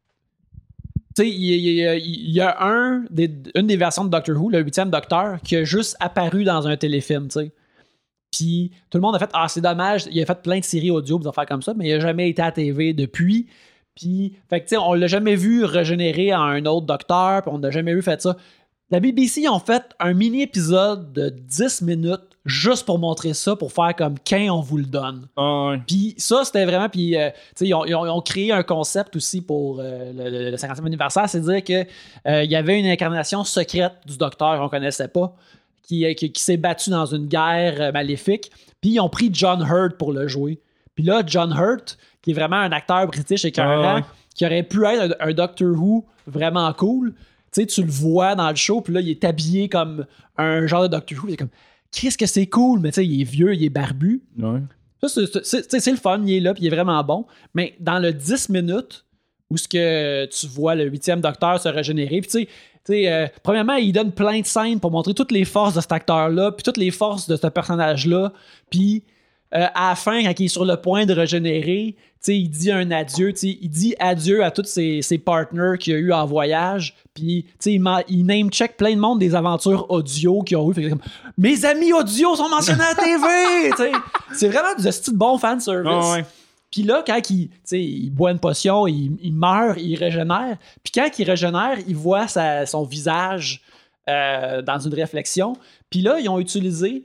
Tu sais, il y a une des versions de Doctor Who, le 8e Docteur, qui a juste apparu dans un téléfilm, tu sais. Puis tout le monde a fait « Ah, c'est dommage, il a fait plein de séries audio, des affaires comme ça, mais il a jamais été à TV depuis. » Puis, fait que tu sais, on l'a jamais vu régénérer en un autre Docteur, puis on n'a jamais vu faire ça. La BBC, ils ont fait un mini-épisode de 10 minutes juste pour montrer ça, pour faire comme quand on vous le donne.
Oh, ouais.
Puis ça, c'était vraiment... Puis, tu sais, ils ont créé un concept aussi pour le 50e anniversaire, c'est-à-dire qu'il y avait une incarnation secrète du Docteur qu'on connaissait pas, qui s'est battu dans une guerre maléfique. Puis ils ont pris John Hurt pour le jouer. Puis là, John Hurt, qui est vraiment un acteur british écœurant, qui aurait pu être un Doctor Who vraiment cool... Tu sais, tu le vois dans le show, puis là, il est habillé comme un genre de Doctor Who. Il est comme, qu'est-ce que c'est cool, mais tu sais, il est vieux, il est barbu.
Ouais.
Ça, c'est le fun, il est là, puis il est vraiment bon. Mais dans le 10 minutes, où ce que tu vois le 8e Docteur se régénérer, puis tu sais, premièrement, il donne plein de scènes pour montrer toutes les forces de cet acteur-là, puis toutes les forces de ce personnage-là, puis à la fin, quand il est sur le point de régénérer, il dit un adieu, il dit adieu à tous ses partners qu'il a eu en voyage, puis il name-check plein de monde des aventures audio qu'ils ont eu. Fait comme, mes amis audio sont mentionnés à la TV! C'est vraiment du style bon fanservice.
Oh, ouais.
Puis là, quand il boit une potion, il meurt, il régénère. Puis quand il régénère, il voit son visage dans une réflexion. Puis là, ils ont utilisé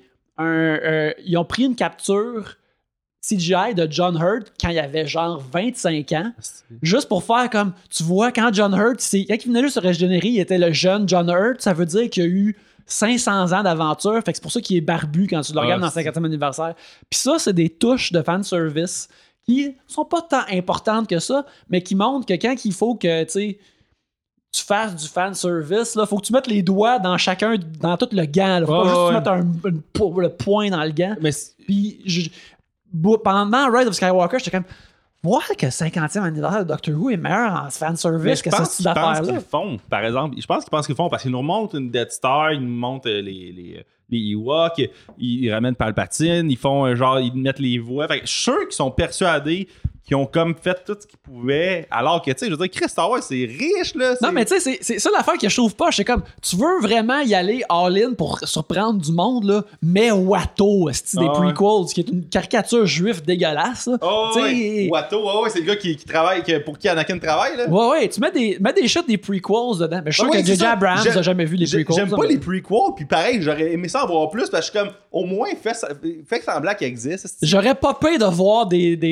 ils ont pris une capture CGI de John Hurt quand il avait genre 25 ans, juste pour faire comme, tu vois, quand John Hurt, quand il venait juste se régénérer, il était le jeune John Hurt, ça veut dire qu'il a eu 500 ans d'aventure, fait que c'est pour ça qu'il est barbu quand tu le regardes dans le 50e anniversaire. Puis ça, c'est des touches de fanservice qui sont pas tant importantes que ça, mais qui montrent que quand il faut que, tu fasses du fanservice, il faut que tu mettes les doigts dans dans tout le gant. Là. Faut pas juste mettre le poing dans le gant. Puis pendant Rise of Skywalker, j'étais comme, voir que le 50e anniversaire de Doctor Who est meilleur en fanservice que ce style d'affaires-là.
Je pense qu'ils font, par exemple. Je pense qu'ils pensent qu'ils font parce qu'ils nous remontent une Death Star, ils nous montrent les Ewoks, ils ramènent Palpatine, ils font genre, ils mettent les voix. Fait que je suis sûr qu'ils sont persuadés qui ont comme fait tout ce qu'ils pouvaient, alors que, tu sais, je veux dire, Chris Star Wars, c'est riche, là.
Non, mais tu sais, c'est ça l'affaire que je trouve pas. C'est comme, tu veux vraiment y aller all-in pour surprendre du monde, là, mais Watto, c'est des prequels, qui est une caricature juive dégueulasse, là.
Watto, c'est le gars qui travaille, pour qui Anakin travaille, là.
Ouais, tu mets des shots des prequels dedans. Mais je suis sûr que J.J. Abrams a jamais vu les prequels.
J'aime pas les prequels, puis pareil, j'aurais aimé ça en voir plus, parce que je suis comme, au moins, fait semblant qu'il existe.
J'aurais pas peur de voir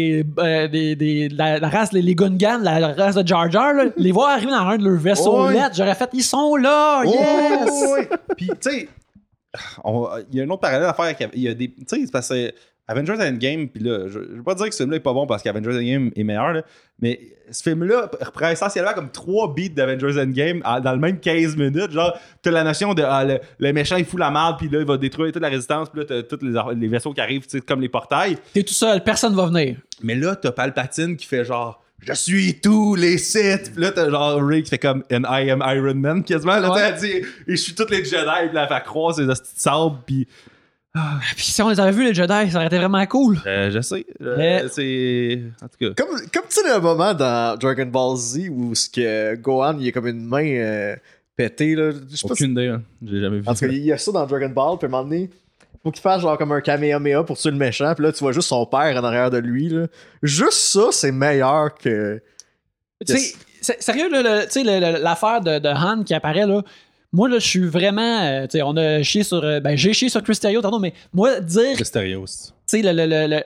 la race, les Gungans, la race de Jar Jar, là, les voir arriver dans un de leurs vaisseaux lettres, j'aurais fait, ils sont là, yes!
Puis, tu sais, il y a un autre parallèle à faire. Il y a des. Tu sais, c'est parce que Avengers Endgame, puis là, je veux pas dire que ce film-là est pas bon parce qu'Avengers Endgame est meilleur, là, mais ce film-là reprend essentiellement comme 3 beats d'Avengers Endgame dans le même 15 minutes. Genre, t'as la notion de le méchant il fout la merde, puis là il va détruire toute la résistance, puis là t'as tous les vaisseaux qui arrivent, tu sais, comme les portails.
T'es tout seul, personne va venir.
Mais là, t'as Palpatine qui fait genre je suis tous les Sith. Puis là, t'as genre Rey qui fait comme And I am Iron Man quasiment. Là, elle dit et je suis tous les Jedi. Puis là, elle fait croire ses hosties de sable. Puis.
Puis si on les avait vus, les Jedi, ça aurait été vraiment cool.
Je sais. C'est. En tout cas.
Comme tu sais, le moment dans Dragon Ball Z où ce que Gohan, il a comme une main pétée, là. Je sais pas
Aucune idée, hein. J'ai jamais vu.
En tout cas, il y a ça dans Dragon Ball, puis à un moment donné, faut qu'il fasse genre comme un Kamehameha pour tuer le méchant, puis là, tu vois juste son père en arrière de lui, là. Juste ça, c'est meilleur que.
Tu sais, sérieux, là, tu sais, l'affaire de Han qui apparaît, là. Moi, là, je suis vraiment. Tu sais, on a chié sur. J'ai chié sur Chris Terrio, tantôt, mais moi, dire.
Mysterio.
Tu sais,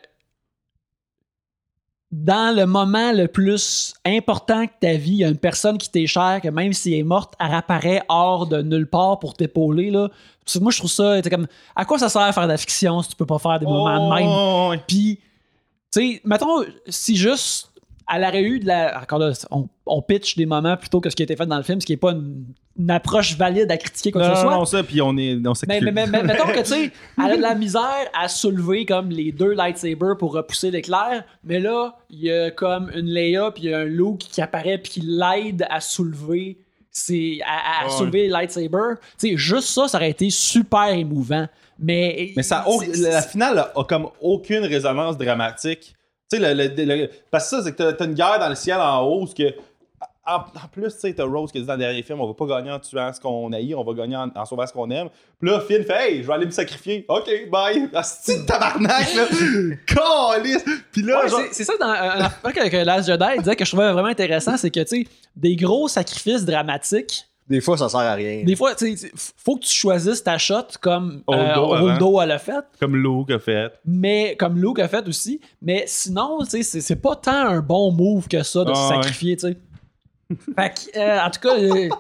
dans le moment le plus important que ta vie, il y a une personne qui t'est chère, que même si elle est morte, elle apparaît hors de nulle part pour t'épauler, là. Moi, je trouve ça. Comme, à quoi ça sert à faire de la fiction si tu peux pas faire des moments de même? Puis, tu sais, mettons, si juste. Elle aurait eu de la. Encore là, on pitch des moments plutôt que ce qui a été fait dans le film, ce qui n'est pas une approche valide à critiquer quoi que ce soit.
Non, ça, puis on s'excuse.
Mais mettons que, tu sais, elle a de la misère à soulever comme les deux lightsabers pour repousser l'éclair, mais là, il y a comme une Leia puis il y a un Luke qui apparaît puis qui l'aide à soulever soulever les lightsabers. Tu sais, juste ça aurait été super émouvant. Mais
ça, la finale a comme aucune résonance dramatique. Tu sais, parce que ça, c'est que t'as une guerre dans le ciel en haut, ce que. En plus, tu sais, t'as Rose qui dit dans le dernier film, on va pas gagner en tuant ce qu'on haït, on va gagner en sauvant ce qu'on aime. Puis là, Finn fait, hey, je vais aller me sacrifier. OK, bye. Asti de tabarnak, là. Calice. Puis là, genre...
c'est ça, dans un affaire que Last Jedi disait que je trouvais vraiment intéressant, c'est que, tu sais, des gros sacrifices dramatiques.
Des fois, ça sert à rien.
Des fois, tu sais, faut que tu choisisses ta shot comme
Holdo
a fait.
Comme Luke a fait.
Mais comme Luke a fait aussi. Mais sinon, tu sais, c'est pas tant un bon move que ça de se sacrifier, tu sais. Fait que, en tout cas,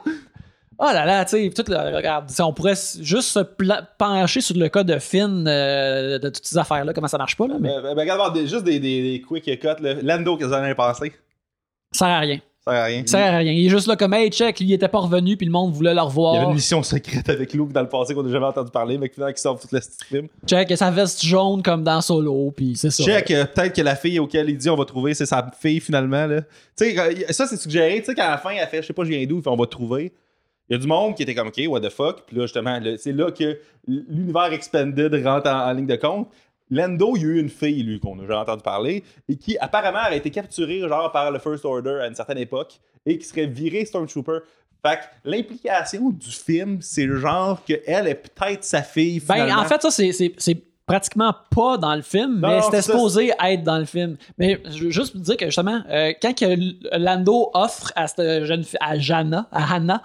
oh là là, tu sais, regarde, on pourrait juste se pencher sur le cas de Finn, de toutes ces affaires-là, comment ça marche pas, là. Mais...
regarde, juste des quick cuts, là. Lando, qu'est-ce que vous en avez pensé?
Ça sert à rien.
Ça sert à rien.
Ça sert à rien. Il est juste là comme, hey, check, lui, il était pas revenu, puis le monde voulait le revoir.
Il y avait une mission secrète avec Luke dans le passé qu'on n'a jamais entendu parler, mais finalement, qui sort tout le film.
Check, sa veste jaune comme dans Solo, puis c'est ça.
Check, peut-être que la fille auquel il dit on va trouver, c'est sa fille finalement, là. Tu sais, ça, c'est suggéré, tu sais, qu'à la fin, elle fait, je sais pas, je viens d'où, on va trouver. Il y a du monde qui était comme, OK, what the fuck, puis là, justement, c'est là que l'univers expanded rentre en ligne de compte. Lando, il y a eu une fille, lui, qu'on a jamais entendu parler, et qui apparemment a été capturée genre par le First Order à une certaine époque, et qui serait virée Stormtrooper. Fait que l'implication du film, c'est le genre qu'elle est peut-être sa fille, finalement.
Ben, en fait, ça, c'est pratiquement pas dans le film, mais c'était supposé être dans le film. Mais je veux juste dire que, justement, quand que Lando offre à cette jeune fille, à Hannah,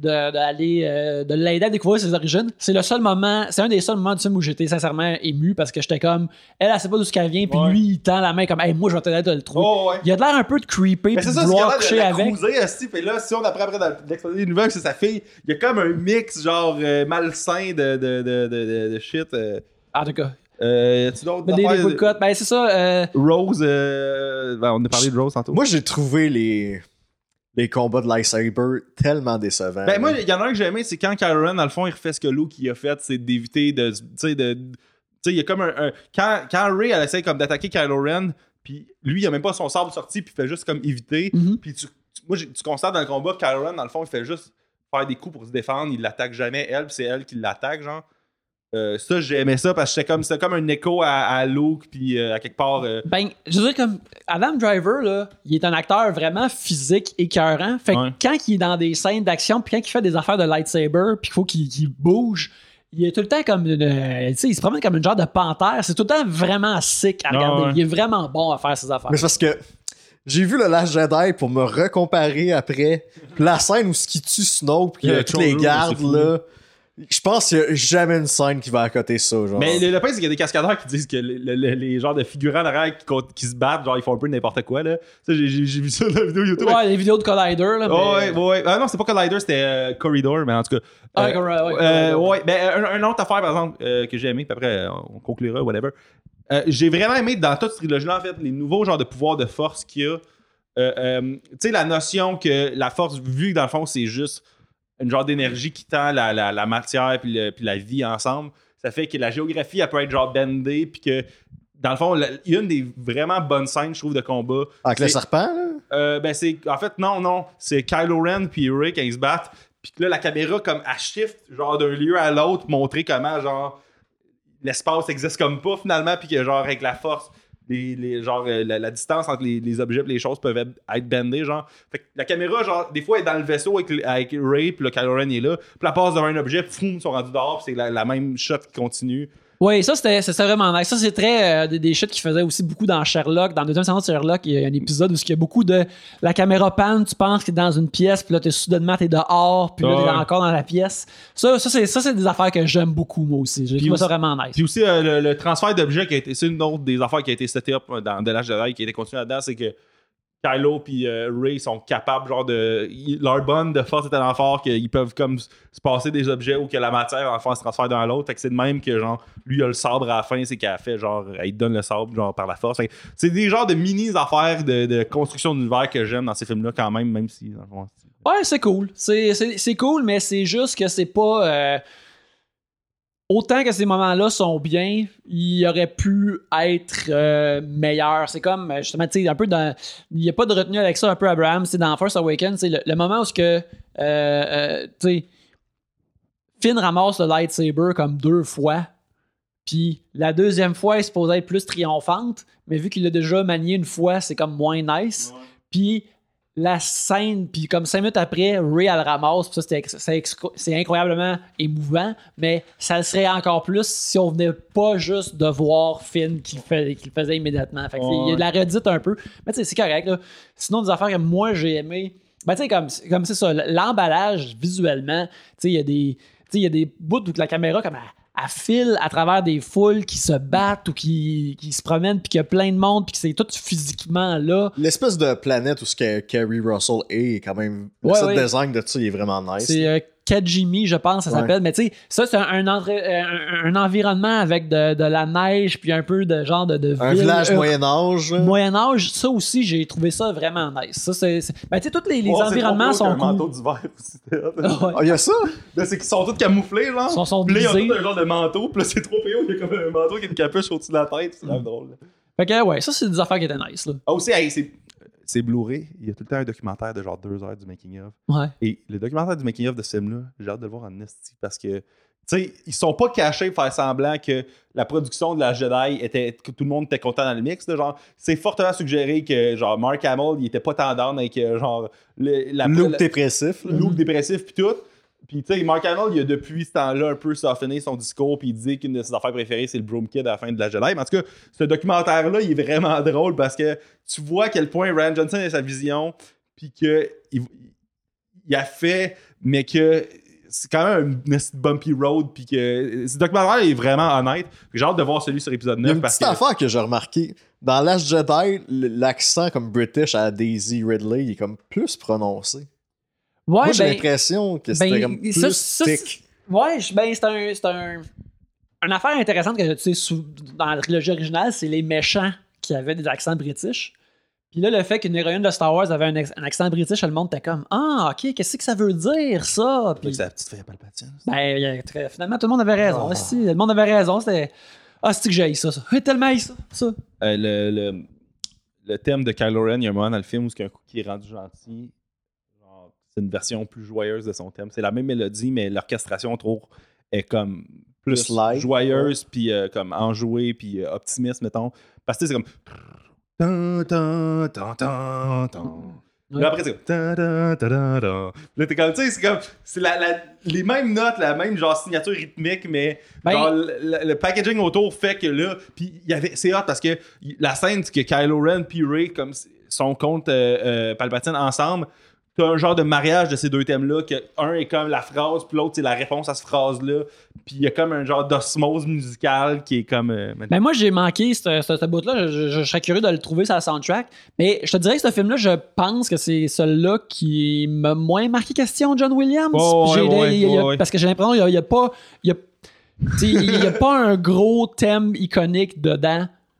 de l'aider à découvrir ses origines, c'est un des seuls moments du film où j'étais sincèrement ému parce que j'étais comme, elle sait pas d'où qu'elle vient, puis lui, il tend la main comme, hey, moi, je vais t'aider à le trouver. Il a de l'air un peu de creepy, puis de vouloir coucher avec.
Et là, si on apprend après dans l'explosion nouvelle que c'est sa fille, il y a comme un mix, genre, malsain de shit.
En tout cas.
Tu d'autres
des boycotts, ben c'est ça.
Rose, on a parlé de Rose tantôt.
Moi, j'ai trouvé les combats de lightsaber tellement décevants.
Ben, moi, il y en a un que j'ai aimé, c'est quand Kylo Ren, dans le fond, il refait ce que Luke il a fait, c'est d'éviter de. Tu sais, il y a comme un. Quand Rey, elle essaie comme d'attaquer Kylo Ren, puis lui, il a même pas son sabre sorti, puis il fait juste comme éviter. Puis tu constates dans le combat que Kylo Ren, dans le fond, il fait juste faire des coups pour se défendre, il l'attaque jamais elle, puis c'est elle qui l'attaque, genre. Ça, j'aimais ça parce que c'était comme un écho à Luke, puis à quelque part.
Ben, je veux dire, comme Adam Driver, là, il est un acteur vraiment physique écœurant. Fait que quand il est dans des scènes d'action, puis quand il fait des affaires de lightsaber, puis qu'il faut qu'il bouge, il est tout le temps comme tu sais, il se promène comme une genre de panthère. C'est tout le temps vraiment sick à regarder. Il est vraiment bon à faire ses affaires.
Mais c'est parce que j'ai vu le Last Jedi pour me recomparer après. Puis la scène où ce qui tue Snoke, puis tous les gardes, là. Je pense qu'il n'y a jamais une scène qui va accoter ça, genre.
Mais le pire, c'est qu'il y a des cascadeurs qui disent que les genres de figurants en arrière qui se battent, genre ils font un peu n'importe quoi, là. Ça, j'ai vu ça dans la vidéo YouTube.
Ouais, les vidéos de Collider, là.
Ouais. Ah non, c'était pas Collider, c'était Corridor, mais en tout cas. Ben, une autre affaire, par exemple, que j'ai aimé, puis après, on conclura, whatever. J'ai vraiment aimé dans toute cette trilogie-là, en fait, les nouveaux genres de pouvoirs de force qu'il y a. Tu sais, la notion que la force, vu que dans le fond, c'est juste une genre d'énergie qui tend la matière puis la vie ensemble, ça fait que la géographie, elle peut être genre bendée, puis que dans le fond, il y a une des vraiment bonnes scènes, je trouve, de combat.
Avec le serpent, là?
Ben c'est... En fait, non. C'est Kylo Ren puis Rey quand ils se battent. Puis là, la caméra, comme, elle shift, genre, d'un lieu à l'autre, montrer comment, genre, l'espace existe comme pas, finalement, puis que, genre, avec la force, la distance entre les objets et les choses peuvent être bendées, genre. Fait que la caméra, genre, des fois, elle est dans le vaisseau avec Rey, puis le Kylo Ren est là, puis elle passe devant un objet, ils sont rendus dehors, puis c'est la même shot qui continue.
Oui, ça c'était vraiment nice. Ça, c'est très des shit qui faisaient aussi beaucoup dans Sherlock. Dans la deuxième saison de Sherlock, il y a un épisode où il y a beaucoup de la caméra panne, tu penses que t'es dans une pièce, puis là, soudainement, t'es dehors, puis là, t'es encore dans la pièce. Ça, c'est des affaires que j'aime beaucoup, moi aussi. J'ai trouvé ça vraiment nice.
Puis aussi, le transfert d'objets qui a été. C'est une autre des affaires qui a été setée up dans The Last Jedi, qui a été continuée là-dedans, c'est que Kylo puis Rey sont capables, genre, leur bonne de force est tellement fort qu'ils peuvent comme se passer des objets ou que la matière en fait se transfère d'un à l'autre. Fait que c'est de même que, genre, lui, il a le sabre à la fin, c'est qu'elle a fait, genre, il donne le sabre, genre, par la force. Fait que c'est des genres de mini-affaires de construction d'univers que j'aime dans ces films-là, quand même si. Dans le fond,
ouais, c'est cool. C'est cool, mais c'est juste que c'est pas. Autant que ces moments-là sont bien, il aurait pu être meilleur. C'est comme, justement, tu sais, un peu dans. Il n'y a pas de retenue avec ça, un peu Abraham. C'est dans Force Awakens, c'est le moment où tu sais, Finn ramasse le lightsaber comme 2 fois. Puis la deuxième fois, elle est supposée être plus triomphante, mais vu qu'il l'a déjà manié une fois, c'est comme moins nice. Ouais. Puis la scène, puis comme 5 minutes après, Rey elle le ramasse, puis ça c'est incroyablement émouvant, mais ça le serait encore plus si on venait pas juste de voir Finn qui le faisait immédiatement. Fait que il y a de la redite un peu, mais tu sais, c'est correct, là. Sinon, des affaires que moi j'ai aimé, ben tu sais, comme c'est ça, l'emballage visuellement, tu sais, il y a des bouts où la caméra comme elle file à travers des foules qui se battent ou qui se promènent, puis qu'il y a plein de monde, puis que c'est tout physiquement là.
L'espèce de planète où Kerry Russell est quand même. Le design de ça, il est vraiment nice.
C'est Kajimi, je pense, ça s'appelle. Mais tu sais, ça, c'est un environnement avec de la neige, puis un peu de genre de ville.
Un village Moyen-Âge.
Moyen-Âge, ça aussi, j'ai trouvé ça vraiment nice. Ça, c'est... Ben, tu sais, tous les environnements sont cool.
Un manteau d'hiver aussi.
Il y a ça?
Là, c'est qu'ils sont tous camouflés, genre.
Ils sont
puis là, ils ont tous un genre de manteau, puis là, c'est trop péo, il y a comme un manteau qui a une capuche au-dessus de la tête. C'est drôle. Là.
Fait que, ouais, ça, c'est des affaires qui étaient nice, là.
Ah, aussi, c'est Blu-ray, il y a tout le temps un documentaire de genre 2 heures du making-of.
Ouais.
Et le documentaire du making-of de ce film-là, j'ai hâte de le voir en esti parce que, tu sais, ils sont pas cachés pour faire semblant que la production de la Jedi que tout le monde était content dans le mix. Là, genre, c'est fortement suggéré que, genre, Mark Hamill, il était pas tendance avec, genre,
look dépressif.
Look dépressif, puis tout. Puis, tu sais, Mark Hamill, il a depuis ce temps-là un peu softené son discours, puis il dit qu'une de ses affaires préférées, c'est le Broom Kid à la fin de la Jedi. Mais en tout cas, ce documentaire-là, il est vraiment drôle parce que tu vois à quel point Rian Johnson a sa vision, puis qu'il a fait, mais que c'est quand même une bumpy road, puis que ce documentaire est vraiment honnête. J'ai hâte de voir celui sur épisode 9.
Il y a une petite affaire que j'ai remarqué. Dans Last Jedi, l'accent comme British à Daisy Ridley, il est comme plus prononcé.
Ouais,
moi, j'ai l'impression que c'était comme plus thick.
Ouais, c'est une affaire intéressante que tu sais, dans la trilogie originale, c'est les méchants qui avaient des accents british. Puis là, le fait qu'une héroïne de Star Wars avait un accent british, le monde était comme « Ah, OK, qu'est-ce que ça veut dire, ça? » Puis
c'est la petite fille à Palpatine.
Ben, finalement, tout le monde avait raison. Oh. Si, le monde avait raison. C'était « Ah, c'est que j'ai haï ça. J'ai tellement haï ça. »
Le thème de Kylo Ren, il y a un moment dans le film où c'est qu'un coup qui est rendu gentil. C'est une version plus joyeuse de son thème. C'est la même mélodie, mais l'orchestration, on trouve, est comme plus
light,
joyeuse, puis comme enjouée, puis optimiste, mettons. Parce que c'est comme... Là, après, c'est comme... Là, t'es comme... Tu sais, c'est comme... C'est les mêmes notes, la même genre signature rythmique, mais genre, le packaging autour fait que là... Puis c'est hot parce que la scène que Kylo Ren puis Rey comme, sont contre Palpatine ensemble... T'as un genre de mariage de ces deux thèmes-là, que un est comme la phrase, puis l'autre, c'est la réponse à cette phrase-là. Puis il y a comme un genre d'osmose musicale qui est comme...
Ben moi, j'ai manqué ce bout-là. Je serais curieux de le trouver sur la soundtrack. Mais je te dirais que ce film-là, je pense que c'est celui-là qui m'a moins marqué question John Williams. Parce que j'ai l'impression qu'il n'y a pas... Il y a pas un gros thème iconique dedans.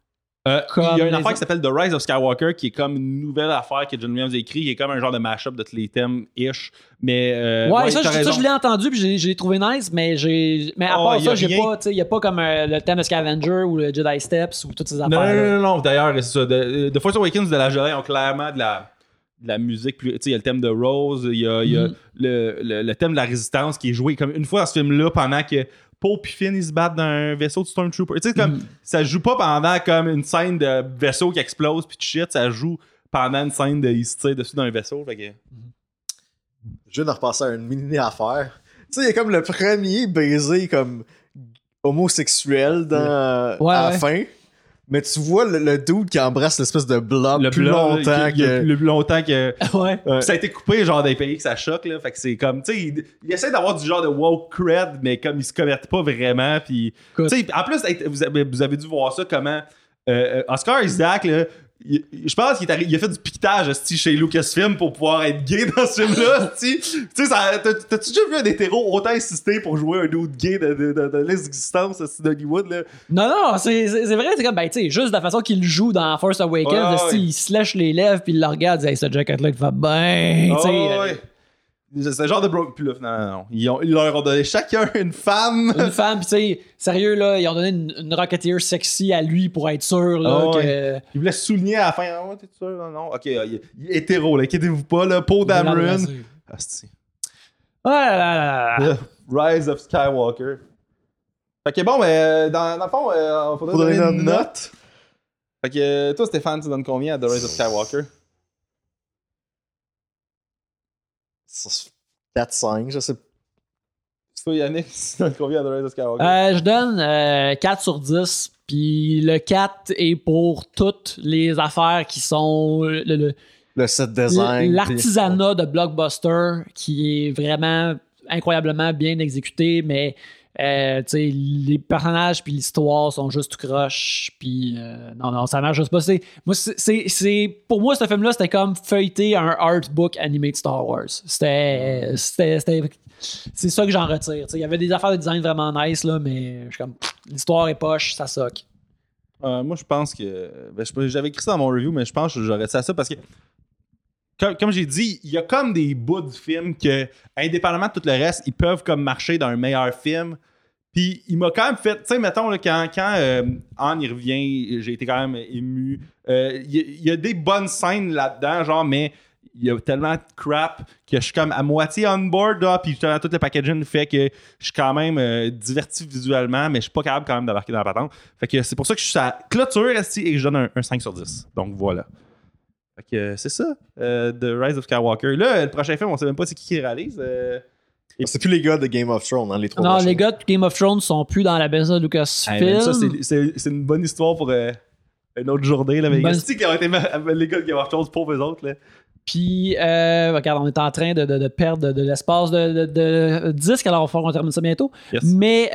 Il y a une affaire qui s'appelle The Rise of Skywalker qui est comme une nouvelle affaire que John Williams a écrit. Il est comme un genre de mash-up de tous les thèmes-ish. Mais.
Ça, je l'ai entendu puis j'ai trouvé nice, mais à part ça, j'ai pas. Il n'y a pas comme le thème de Scavenger ou le Jedi Steps ou toutes ces affaires.
Non. D'ailleurs, c'est ça. The Force Awakens de la Jedi ont clairement de la musique. Il y a le thème de Rose, il y a le thème de la résistance qui est joué comme une fois dans ce film-là pendant que Poe et Finn ils se battent dans un vaisseau de Stormtrooper. Tu sais, comme ça joue pas pendant comme une scène de vaisseau qui explose puis de shit, ça joue pendant une scène de ils se tirent dessus dans un vaisseau. Fait que...
Je viens de repasser à une mini affaire. Tu sais, il y a comme le premier baiser comme homosexuel à la fin. Mais tu vois le dude qui embrasse l'espèce de blob le plus longtemps que...
Ouais. Ça a été coupé genre des pays que ça choque là, fait que c'est comme tu sais il essaie d'avoir du genre de woke cred mais comme il se convertit pas vraiment puis tu sais en plus vous avez dû voir ça comment Oscar Isaac là, je pense qu'il a fait du piquetage chez Lucasfilm pour pouvoir être gay dans ce film-là. Tu sais, t'as-tu déjà vu un hétéro autant insister pour jouer un dude gay de l'existence d'Hollywood? Là?
Non, c'est vrai, c'est comme, tu sais, juste de la façon qu'il joue dans Force Awakens, il se lèche les lèvres puis il le regarde, il dit, hey, ce jacket-là, il fait bien.
C'est le genre de bro. Puis là, non. Ils leur ont donné chacun une femme.
Une femme, pis tu sais, sérieux, là, ils ont donné une Rocketeer sexy à lui pour être sûr, là, que...
Il voulait souligner à la fin. Oh, t'es sûr? Non. Ok, il est hétéro, là. Inquiétez-vous pas, là. Poe Dameron. Asti. Rise of Skywalker. Fait que bon, mais dans le fond, il faudrait donner une note. Fait que toi, Stéphane, tu donnes combien à The Rise of Skywalker?
4-5, je sais pas.
Toi, Yannick, tu donnes combien à The Rise of Skywalker?
Je donne 4 sur 10. Puis le 4 est pour toutes les affaires qui sont
le set design.
L'artisanat de Blockbuster qui est vraiment incroyablement bien exécuté, mais les personnages puis l'histoire sont juste tout croche, puis non, ça marche juste pas. Pour moi, ce film-là, c'était comme feuilleter un artbook animé de Star Wars. C'est ça que j'en retire. Il y avait des affaires de design vraiment nice, là, mais je suis comme l'histoire est poche, ça soque.
Moi, je pense que j'avais écrit ça dans mon review, mais je pense que j'aurais dit ça parce que comme j'ai dit, il y a comme des bouts du film que, indépendamment de tout le reste, ils peuvent comme marcher dans un meilleur film. Puis il m'a quand même fait, tu sais, mettons, là, quand Han y revient, j'ai été quand même ému. Il y a des bonnes scènes là-dedans, genre, mais il y a tellement de crap que je suis comme à moitié on board, là, puis tout le packaging fait que je suis quand même diverti visuellement, mais je suis pas capable quand même d'embarquer dans la patente. Fait que c'est pour ça que je suis à clôture et que je donne un 5 sur 10. Donc voilà. Fait que c'est ça, The Rise of Skywalker. Là, le prochain film, on sait même pas c'est qui réalise.
C'est plus les gars de Game of Thrones, hein, les trois.
Non, les gars de Game of Thrones sont plus dans la maison de Lucasfilm.
Ça, c'est une bonne histoire pour une autre journée. Là, mais c'est qui ont été les gars de Game of Thrones pour eux autres. Là.
Puis, regarde, on est en train de perdre de l'espace de disque, alors on termine ça bientôt.
Yes.
Mais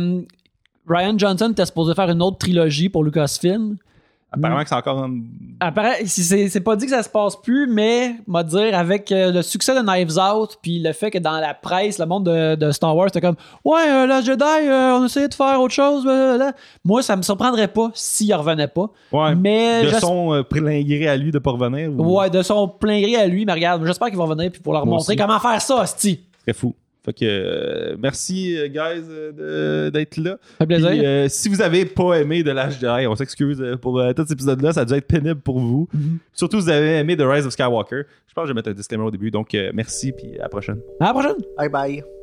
Rian Johnson était supposé faire une autre trilogie pour Lucasfilm.
Apparemment que c'est encore
c'est pas dit que ça se passe plus, mais m'a dire avec le succès de Knives Out puis le fait que dans la presse le monde de Star Wars c'était comme la Jedi on essayait de faire autre chose moi ça me surprendrait pas s'il revenait pas mais
de son plein gré à lui de pas revenir
de son plein gré à lui mais regarde j'espère qu'il va revenir puis pour leur montrer comment faire ça hostie.
Très fou. Fait que merci guys d'être là.
Ça fait plaisir.
Puis, si vous avez pas aimé The Last Jedi, on s'excuse pour tout cet épisode-là, ça a dû être pénible pour vous. Surtout si vous avez aimé The Rise of Skywalker. Je pense que je vais mettre un disclaimer au début. Donc merci puis à la prochaine.
À la prochaine.
Bye bye.